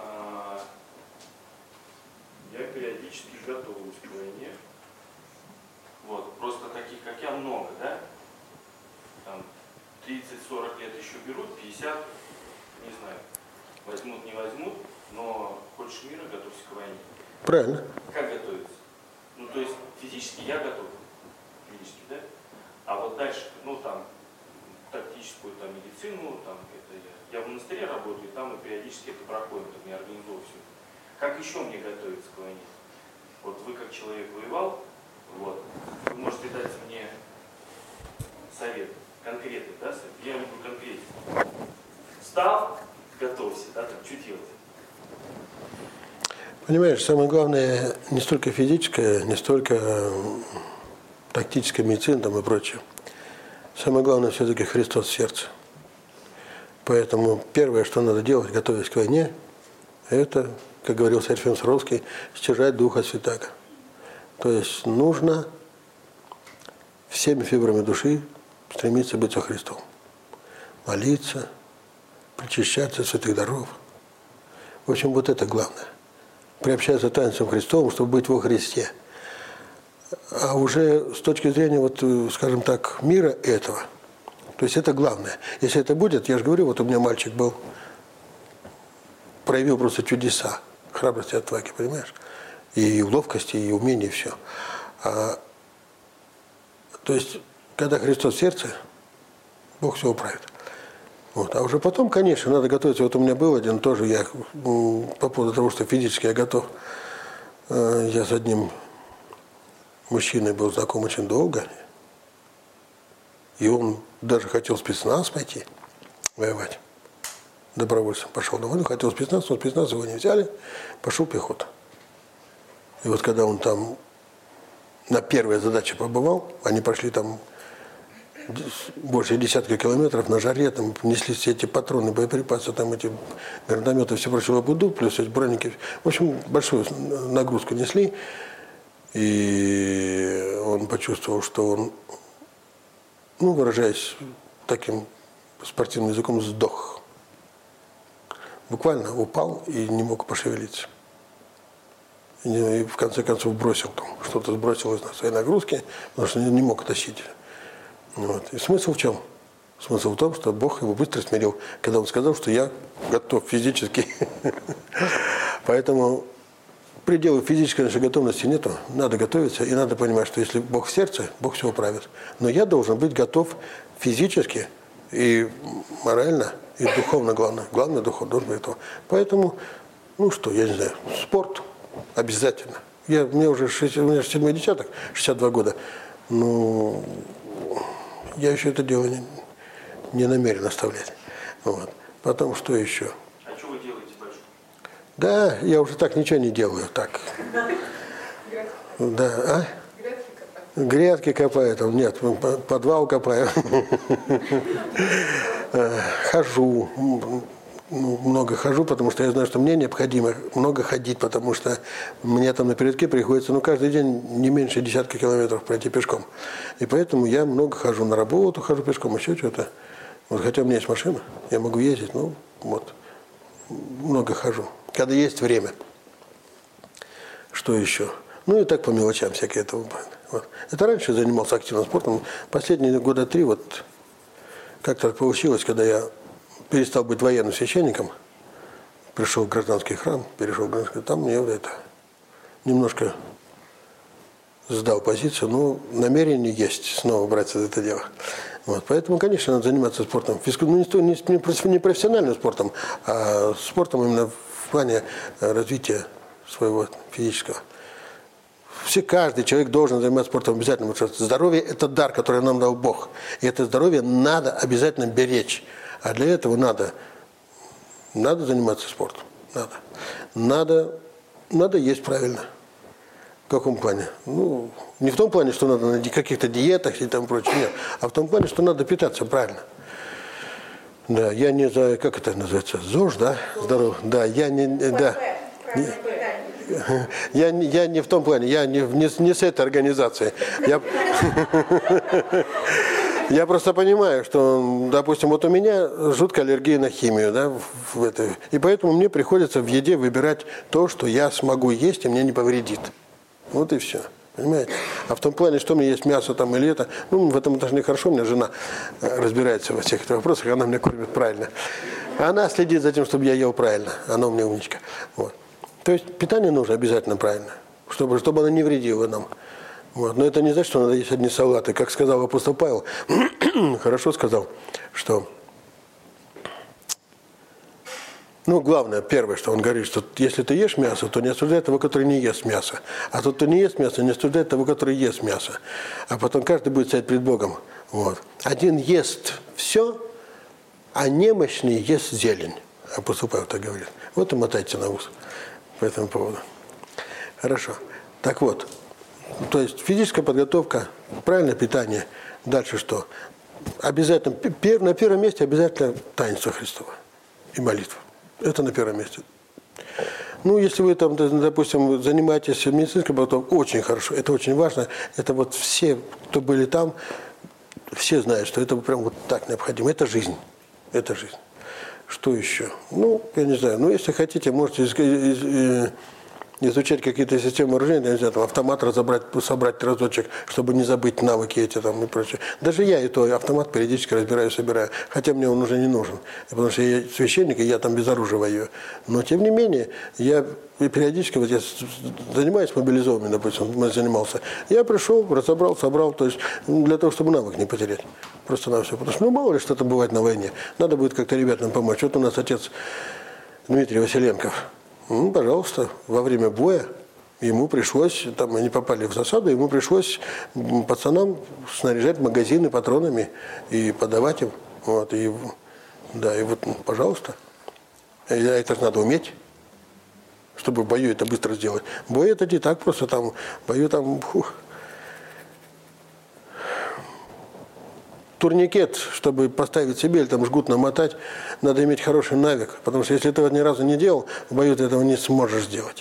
Я периодически готовлюсь к войне. Вот. Просто таких, как я, много, да? Там 30-40 лет еще берут, 50, не знаю, возьмут, не возьмут, но хочешь мира, готовься к войне. Правильно. Как готовиться? Ну, то есть физически я готов, физически, да? А вот дальше, ну, там, тактическую там, медицину, там, это я в монастыре работаю, там мы периодически это проходим, там, я организовываю все. Как еще мне готовиться к войне? Вот вы как человек воевал, вот, вы можете дать мне совет, конкретный, да, совет? Я люблю конкретику. Встал, готовься, да, там, что делать? Понимаешь, самое главное не столько физическое, не столько тактическая медицина там и прочее. Самое главное все-таки Христос в сердце. Поэтому первое, что надо делать, готовясь к войне, это, как говорил Серафим Саровский, стяжать Духа Святаго. То есть нужно всеми фибрами души стремиться быть со Христом. Молиться, причащаться святых даров. В общем, вот это главное. Приобщаться таинством Христовым, чтобы быть во Христе. А уже с точки зрения, вот, скажем так, мира этого, то есть это главное. Если это будет, я же говорю, вот у меня мальчик был, проявил просто чудеса, храбрости, отваги, понимаешь? И ловкости, и умения, и все. То есть, когда Христос в сердце, Бог все управит. Вот. А уже потом, конечно, надо готовиться. Вот у меня был один тоже, я по поводу того, что физически я готов. Я с одним мужчиной был знаком очень долго. И он даже хотел в спецназ пойти воевать. Добровольцем пошел на войну, хотел в спецназ, но спецназ его не взяли, пошел в пехоту. И вот когда он там на первой задаче побывал, они прошли там больше десятка километров на жаре, там несли все эти патроны, боеприпасы, там эти гранатометы, все прочее лабуду, плюс эти броники. В общем, большую нагрузку несли. И он почувствовал, что он, ну, выражаясь таким спортивным языком, сдох. Буквально упал и не мог пошевелиться. И в конце концов бросил там, что-то сбросилось на своей нагрузке, потому что не мог тащить. Вот. И смысл в чем? Смысл в том, что Бог его быстро смирил, когда он сказал, что я готов физически. Поэтому предела физической нашей готовности нету. Надо готовиться, и надо понимать, что если Бог в сердце, Бог все управит. Но я должен быть готов физически и морально, и духовно, главное. Главное, духовно должен быть готов. Поэтому, ну что, я не знаю, спорт обязательно. Мне уже 7-й десяток, 62 года. Ну, я еще это дело не намерен оставлять. Вот. Потом, что еще? А что вы делаете, батюшка? Да, я уже так ничего не делаю. Так. Да, а? Грядки копаю, там нет, подвал копаю. Хожу. Много хожу, потому что я знаю, что мне необходимо много ходить, потому что мне там на передке приходится, ну, каждый день не меньше десятка километров пройти пешком. И поэтому я много хожу на работу, хожу пешком, еще что-то. Вот, хотя у меня есть машина, я могу ездить, ну, вот, много хожу. Когда есть время. Что еще? Ну, и так по мелочам всякие это. Вот. Это раньше я занимался активным спортом. Последние года 3 вот как-то получилось, когда я перестал быть военным священником, пришел в гражданский храм, перешел в гражданский, там мне вот это немножко сдал позицию, но намерение есть снова браться за это дело. Вот, поэтому, конечно, надо заниматься спортом. Ну, не профессиональным спортом, а спортом именно в плане развития своего физического. Каждый человек должен заниматься спортом обязательно, потому что здоровье – это дар, который нам дал Бог. И это здоровье надо обязательно беречь. А для этого надо заниматься спортом. Надо есть правильно. В каком плане? Ну, не в том плане, что надо на каких-то диетах и там прочее, нет. А в том плане, что надо питаться правильно. Да, я не за, как это называется, ЗОЖ, да? Здоров. Да, я не, да. Я не в том плане, я не с этой организацией. Я просто понимаю, что, допустим, вот у меня жуткая аллергия на химию, да, и поэтому мне приходится в еде выбирать то, что я смогу есть и мне не повредит. Вот и все. Понимаете? А в том плане, что мне есть мясо там или это, ну, в этом отношении хорошо, у меня жена разбирается во всех этих вопросах, она меня кормит правильно. Она следит за тем, чтобы я ел правильно. Она у меня умничка. Вот. То есть питание нужно обязательно правильно, чтобы оно не вредило нам. Вот. Но это не значит, что надо есть одни салаты. Как сказал апостол Павел, хорошо сказал, что... Ну, главное, первое, что он говорит, что если ты ешь мясо, то не осуждай того, который не ест мясо. А тот, кто не ест мясо, не осуждает того, который ест мясо. А потом каждый будет стоять пред Богом. Вот. Один ест все, а немощный ест зелень. Апостол Павел так говорит. Вот и мотайте на ус по этому поводу. Хорошо. Так вот, то есть физическая подготовка, правильное питание. Дальше что? обязательно, на первом месте обязательно таинство Христово и молитва. Это на первом месте. Ну, если вы там, допустим, занимаетесь медицинской подготовкой, очень хорошо, это очень важно. Это вот все, кто были там, все знают, что это прям вот так необходимо. Это жизнь. Это жизнь. Что еще? Ну, я не знаю. Ну, если хотите, можете изучать какие-то системы вооружения, не знаю, там, автомат собрать разочек, чтобы не забыть навыки эти там и прочее. Даже я и то автомат периодически разбираю, собираю, хотя мне он уже не нужен, потому что я священник, и я там без оружия воюю. Но, тем не менее, я периодически, вот я занимаюсь мобилизованными, допустим, занимался, я пришел, разобрал, собрал, то есть для того, чтобы навык не потерять. Просто на все. Потому что, ну, мало ли что-то бывает на войне. Надо будет как-то ребятам помочь. Вот у нас отец Дмитрий Василенков. Ну, пожалуйста, во время боя ему пришлось, там они попали в засаду, ему пришлось пацанам снаряжать магазины патронами и подавать им. Вот, и, да, и вот, пожалуйста. Это же надо уметь, чтобы в бою это быстро сделать. Бой это не так просто, там, в бою там... Турникет, чтобы поставить себе или там жгут намотать, надо иметь хороший навык. Потому что если ты этого ни разу не делал, в бою ты этого не сможешь сделать.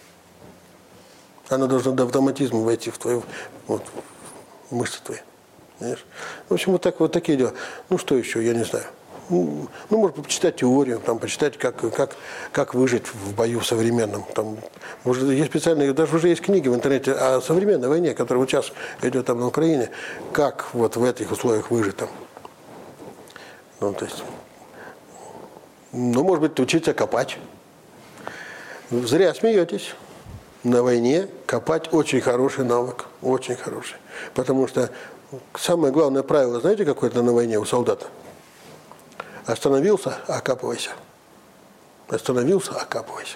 Оно должно до автоматизма войти в твою вот, в мышцы твои. Понимаешь? В общем, вот такие дела. Ну, что еще, я не знаю. Ну, можно почитать теорию, там, почитать, как выжить в бою современном. Там, может, есть специальные, даже уже есть книги в интернете о современной войне, которая вот сейчас идет там на Украине, как вот в этих условиях выжить там. Ну, то есть, ну, может быть, учиться копать. Зря смеетесь. На войне копать очень хороший навык, очень хороший. Потому что самое главное правило, знаете, какое-то на войне у солдата? Остановился, окапывайся. Остановился, окапывайся.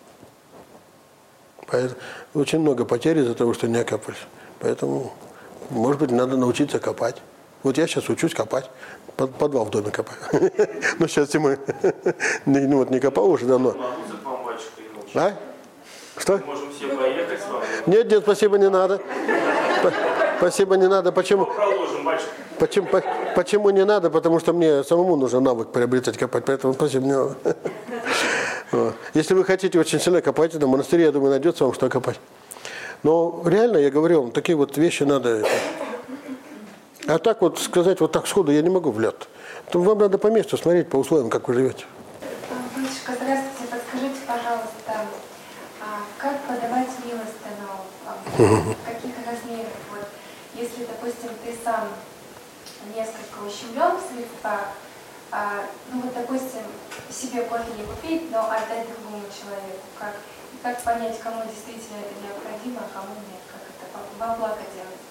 Поэтому очень много потерь из-за того, что не окапывались. Поэтому, может быть, надо научиться копать. Вот я сейчас учусь копать. Подвал в доме копаю. Но сейчас мы не копал уже давно. А? Что? Можем все поехать с вами. Нет, спасибо, не надо. Спасибо, не надо. Почему? Почему не надо? Потому что мне самому нужен навык приобретать, копать. Поэтому спасибо, не надо. Вот. Если вы хотите очень сильно копать, на монастыре, я думаю, найдется вам что копать. Но реально, я говорю вам, такие вот вещи надо... А так вот сказать, вот так сходу я не могу в лед. Вам надо по месту смотреть, по условиям, как вы живете. Батюшка, здравствуйте. Подскажите, пожалуйста, как подавать милостыню? В каких размерах? Вот, если, допустим, ты сам несколько ущемлен в средствах, ну вот, допустим, себе кофе не купить, но отдать другому человеку. Как понять, кому действительно это необходимо, а кому нет? Как это во благо делать?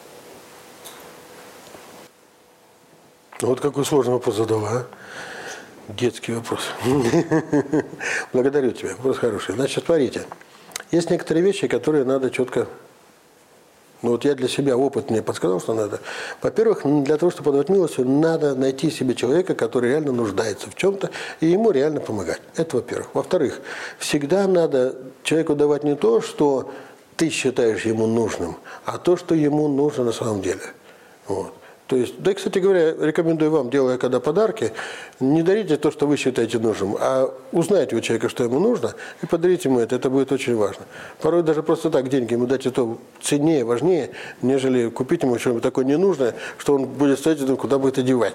Вот какой сложный вопрос задал, а? Детский вопрос. Благодарю тебя, вопрос хороший. Значит, смотрите, есть некоторые вещи, которые надо четко... Ну вот я для себя опыт мне подсказал, что надо. Во-первых, для того, чтобы подавать милостыню, надо найти себе человека, который реально нуждается в чем-то, и ему реально помогать. Это во-первых. Во-вторых, всегда надо человеку давать не то, что ты считаешь ему нужным, а то, что ему нужно на самом деле. Вот. То есть, да, кстати говоря, рекомендую вам, делая когда подарки, не дарите то, что вы считаете нужным, а узнайте у человека, что ему нужно, и подарите ему это. Это будет очень важно. Порой даже просто так деньги ему дать это ценнее, важнее, нежели купить ему что-нибудь такое ненужное, что он будет стоять и думать, куда бы это девать.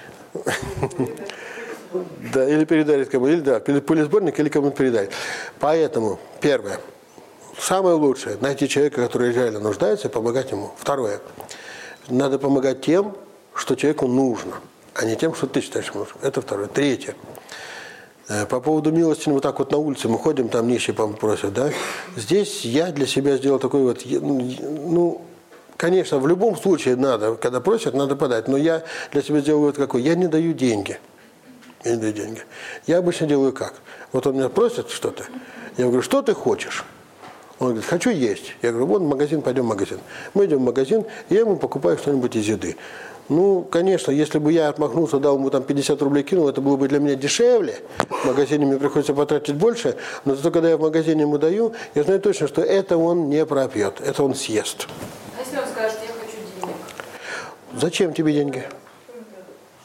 Да, или передарить кому, или да, пылесборник, или кому-то передарить. Поэтому, первое, самое лучшее, найти человека, который реально нуждается, и помогать ему. Второе. Надо помогать тем, что человеку нужно, а не тем, что ты считаешь нужным. Это второе. Третье. По поводу милости, вот так вот на улице мы ходим, там нищие просят, да. Здесь я для себя сделал такой вот, ну, конечно, в любом случае надо, когда просят, надо подать, но я для себя сделал вот какой. Я не даю деньги. Я не даю деньги. Я обычно делаю как? Вот он меня просит что-то, я говорю, что ты хочешь? Он говорит, хочу есть. Я говорю, вон в магазин, пойдем в магазин. Мы идем в магазин, и я ему покупаю что-нибудь из еды. Ну, конечно, если бы я отмахнулся, дал ему там 50 рублей, кинул, это было бы для меня дешевле. В магазине мне приходится потратить больше. Но зато, когда я в магазине ему даю, я знаю точно, что это он не пропьет, это он съест. А если он скажет, я хочу денег? Зачем тебе деньги?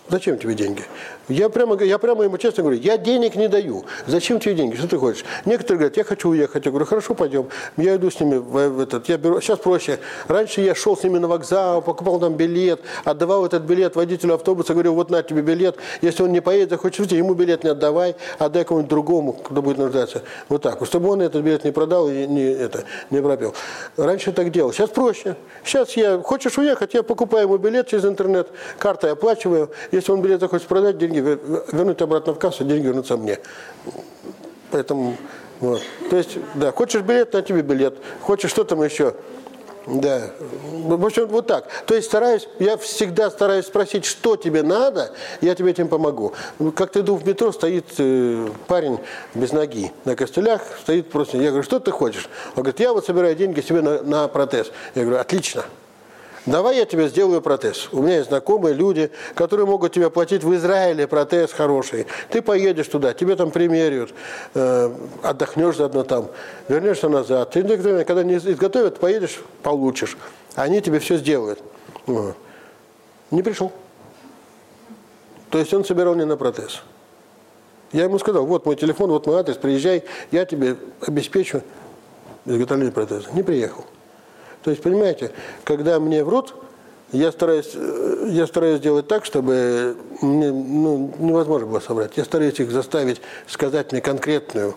Зачем тебе деньги? Я прямо ему честно говорю, я денег не даю. Зачем тебе деньги? Что ты хочешь? Некоторые говорят, я хочу уехать. Я говорю, хорошо, пойдем. Я иду с ними в этот. Я беру. Сейчас проще. Раньше я шел с ними на вокзал, покупал там билет, отдавал этот билет водителю автобуса, говорю, вот на тебе билет. Если он не поедет, захочет уйти, ему билет не отдавай, отдай кому-нибудь другому, кто будет нуждаться. Вот так. Чтобы он этот билет не продал и не пропил. Раньше так делал. Сейчас проще. Сейчас хочешь уехать, я покупаю ему билет через интернет, картой оплачиваю. Если он билет захочет продать, деньги вернуть обратно в кассу, деньги вернутся мне. Поэтому, вот. То есть, да, хочешь билет, на тебе билет. Хочешь что там еще. Да. В общем, вот так. То есть я всегда стараюсь спросить, что тебе надо, я тебе этим помогу. Как-то иду в метро, стоит парень без ноги на костылях, стоит просто. Я говорю, что ты хочешь? Он говорит, я вот собираю деньги себе на протез. Я говорю, отлично. Давай я тебе сделаю протез. У меня есть знакомые люди, которые могут тебе платить в Израиле протез хороший. Ты поедешь туда, тебе там примеряют, отдохнешь заодно там, вернешься назад. Ты, когда не изготовят, поедешь, получишь. Они тебе все сделают. Не пришел. То есть он собирал не на протез. Я ему сказал, вот мой телефон, вот мой адрес, приезжай, я тебе обеспечу изготовление протеза. Не приехал. То есть, понимаете, когда мне врут, я стараюсь сделать так, чтобы мне невозможно было собрать. Я стараюсь их заставить сказать мне конкретную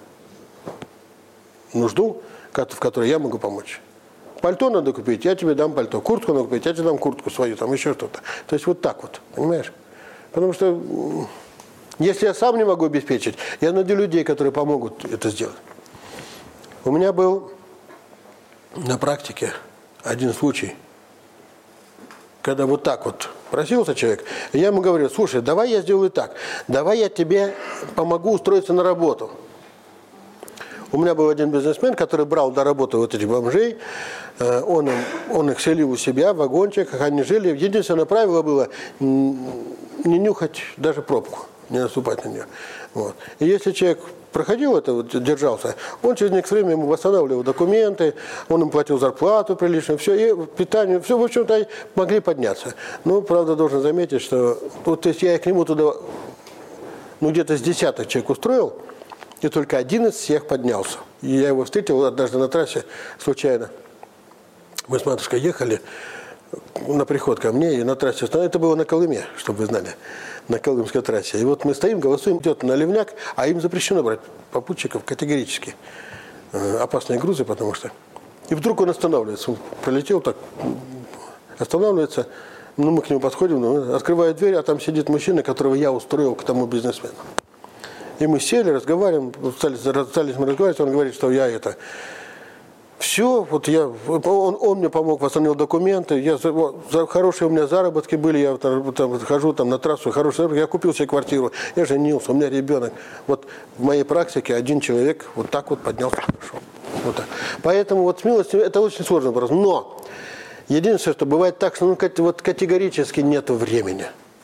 нужду, в которой я могу помочь. Пальто надо купить, я тебе дам пальто. Куртку надо купить, я тебе дам куртку свою, там еще что-то. То есть вот так вот, понимаешь? Потому что если я сам не могу обеспечить, я найду людей, которые помогут это сделать. У меня был на практике один случай, когда вот так вот просился человек, и я ему говорю, слушай, давай я сделаю так, давай я тебе помогу устроиться на работу. У меня был один бизнесмен, который брал до работы вот этих бомжей, он их селил у себя в вагончиках, они жили. Единственное правило было не нюхать даже пробку, не наступать на нее. Вот. И если человек проходил это, вот, держался, он через некоторое время ему восстанавливал документы, он им платил зарплату приличную, все, и питание, все, в общем-то, могли подняться. Но, правда, должен заметить, что вот, то есть я к нему туда, где-то с десяток человек устроил, и только один из всех поднялся. И я его встретил однажды на трассе случайно. Мы с матушкой ехали на приход ко мне, и на трассе, это было на Колыме, чтобы вы знали, на Колымской трассе. И вот мы стоим, голосуем, идет наливняк, а им запрещено брать попутчиков категорически. Опасные грузы, потому что. И вдруг он останавливается. Он пролетел так, останавливается, мы к нему подходим, открывает дверь, а там сидит мужчина, которого я устроил к тому бизнесмену. И мы сели, разговариваем, стали мы разговаривать, он говорит, что я это... Все, вот он мне помог, восстановил документы, хорошие у меня заработки были, я там хожу там, на трассу, хороший заработок, я купил себе квартиру, я женился, у меня ребенок. Вот в моей практике один человек вот так вот поднялся хорошо. Вот так. Поэтому вот с милостью это очень сложный вопрос. Но единственное, что бывает так, что вот категорически нет времени.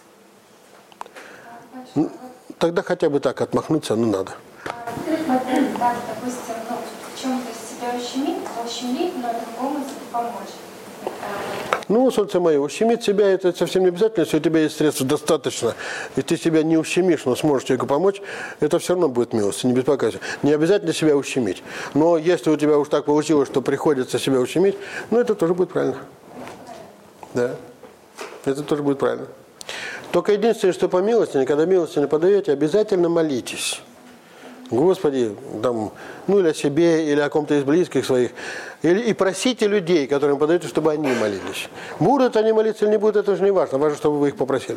Тогда хотя бы так отмахнуться, надо. Так, допустим, в чем-то себя ущемить, но другому помочь. Солнце мое, ущемить себя это совсем не обязательно, если у тебя есть средств достаточно, и ты себя не ущемишь, но сможешь человеку помочь, это все равно будет милость, не беспокойся. Не обязательно себя ущемить. Но если у тебя уж так получилось, что приходится себя ущемить, это тоже будет правильно. Да, это тоже будет правильно. Только единственное, что по милости, когда милости не подаете, обязательно молитесь. Господи, там, или о себе, или о ком-то из близких своих. И просите людей, которым подаете, чтобы они молились. Будут они молиться или не будут, это же не важно. Важно, чтобы вы их попросили.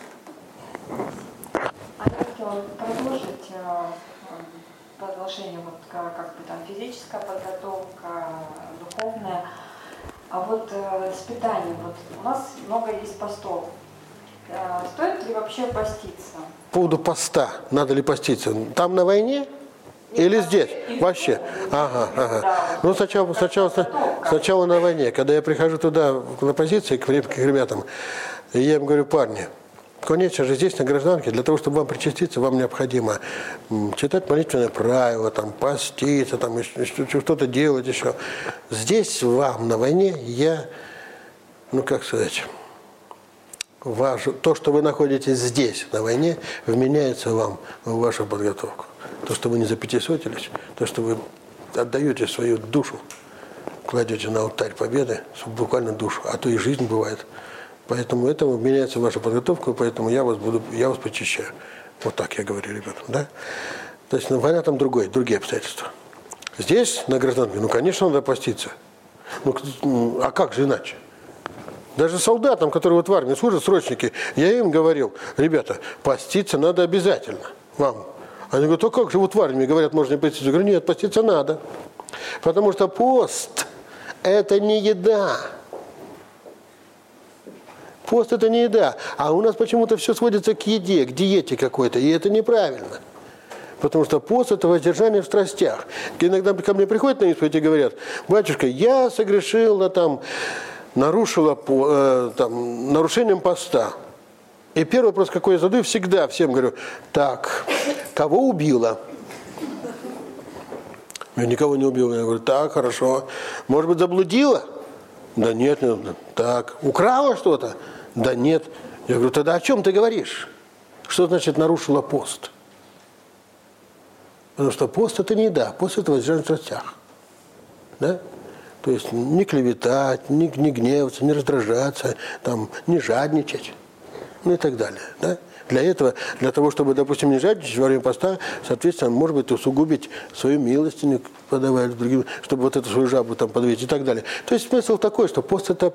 А я хотела продолжить продолжение, как бы там физическая подготовка, духовная. А вот с питанием, у нас много есть постов. Стоит ли вообще поститься? По поводу поста, надо ли поститься? Там на войне? Или здесь? Вообще? Ага. Сначала на войне. Когда я прихожу туда на позиции к ребятам, я им говорю, парни, конечно же, здесь на гражданке, для того, чтобы вам причаститься, вам необходимо читать молитвенное правило, там, поститься, там, что-то делать еще. Здесь вам на войне я, как сказать... то, что вы находитесь здесь, на войне, вменяется вам в вашу подготовку. То, что вы не запятисотились, то, что вы отдаете свою душу, кладете на алтарь победы, буквально душу, а то и жизнь бывает. Поэтому это вменяется в вашу подготовку, поэтому я вас почищаю. Вот так я говорю ребятам, да? То есть война там другие обстоятельства. Здесь, на гражданке, конечно, надо поститься. А как же иначе? Даже солдатам, которые вот в армии служат, срочники, я им говорил, ребята, поститься надо обязательно вам. Они говорят, а как же вот в армии говорят, можно не поститься? Я говорю, нет, поститься надо. Потому что пост – это не еда. Пост – это не еда. А у нас почему-то все сводится к еде, к диете какой-то, и это неправильно. Потому что пост – это воздержание в страстях. Иногда ко мне приходят на исповедь и говорят, батюшка, я согрешила, нарушила нарушением поста. И первый вопрос, какой я задаю, всегда всем говорю, так, кого убила? Я никого не убила. Я говорю, так, хорошо. Может быть, заблудила? Да нет. Так, украла что-то? Да нет. Я говорю, тогда о чем ты говоришь? Что значит нарушила пост? Потому что пост – это не еда, пост – это воздержание в страстях. Да? То есть не клеветать, не гневаться, не раздражаться, не жадничать, и так далее. Да? Для того, чтобы, допустим, не жадничать во время поста, соответственно, может быть, усугубить свою милостыню, подавая другим, чтобы вот эту свою жабу подавить и так далее. То есть смысл такой, что пост – это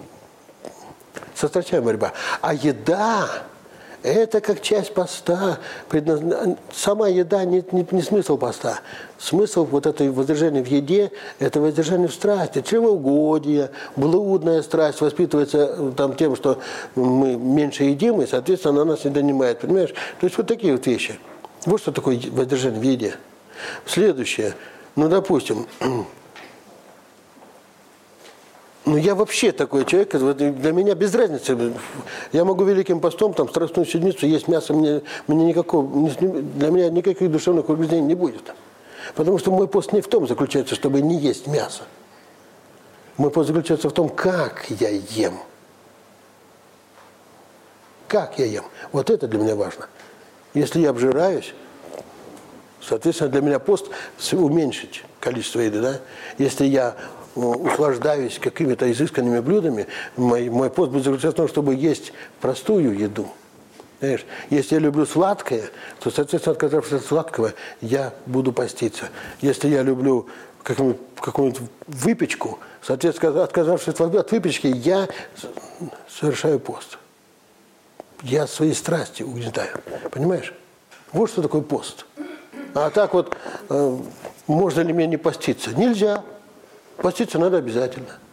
со страстями борьба. А еда – это как часть поста. Сама еда не смысл поста. Смысл вот этой воздержания в еде – это воздержание в страсти. Чревоугодие, блудная страсть воспитывается тем, что мы меньше едим, и, соответственно, она нас не донимает. Понимаешь? То есть вот такие вот вещи. Вот что такое воздержание в еде. Следующее. Допустим, я вообще такой человек, для меня без разницы. Я могу Великим постом, Страстную седмицу есть мясо, для меня никаких душевных угрызений не будет. Потому что мой пост не в том заключается, чтобы не есть мясо. Мой пост заключается в том, как я ем. Как я ем. Вот это для меня важно. Если я обжираюсь, соответственно, для меня пост уменьшить количество еды. Да? Если я услаждаюсь какими-то изысканными блюдами, мой пост будет заключаться в том, чтобы есть простую еду. Понимаешь? Если я люблю сладкое, то, соответственно, отказавшись от сладкого, я буду поститься. Если я люблю какую-нибудь выпечку, соответственно, отказавшись от выпечки, я совершаю пост. Я свои страсти угнетаю. Понимаешь? Вот что такое пост. А так вот, можно ли мне не поститься? Нельзя. Поститься надо обязательно.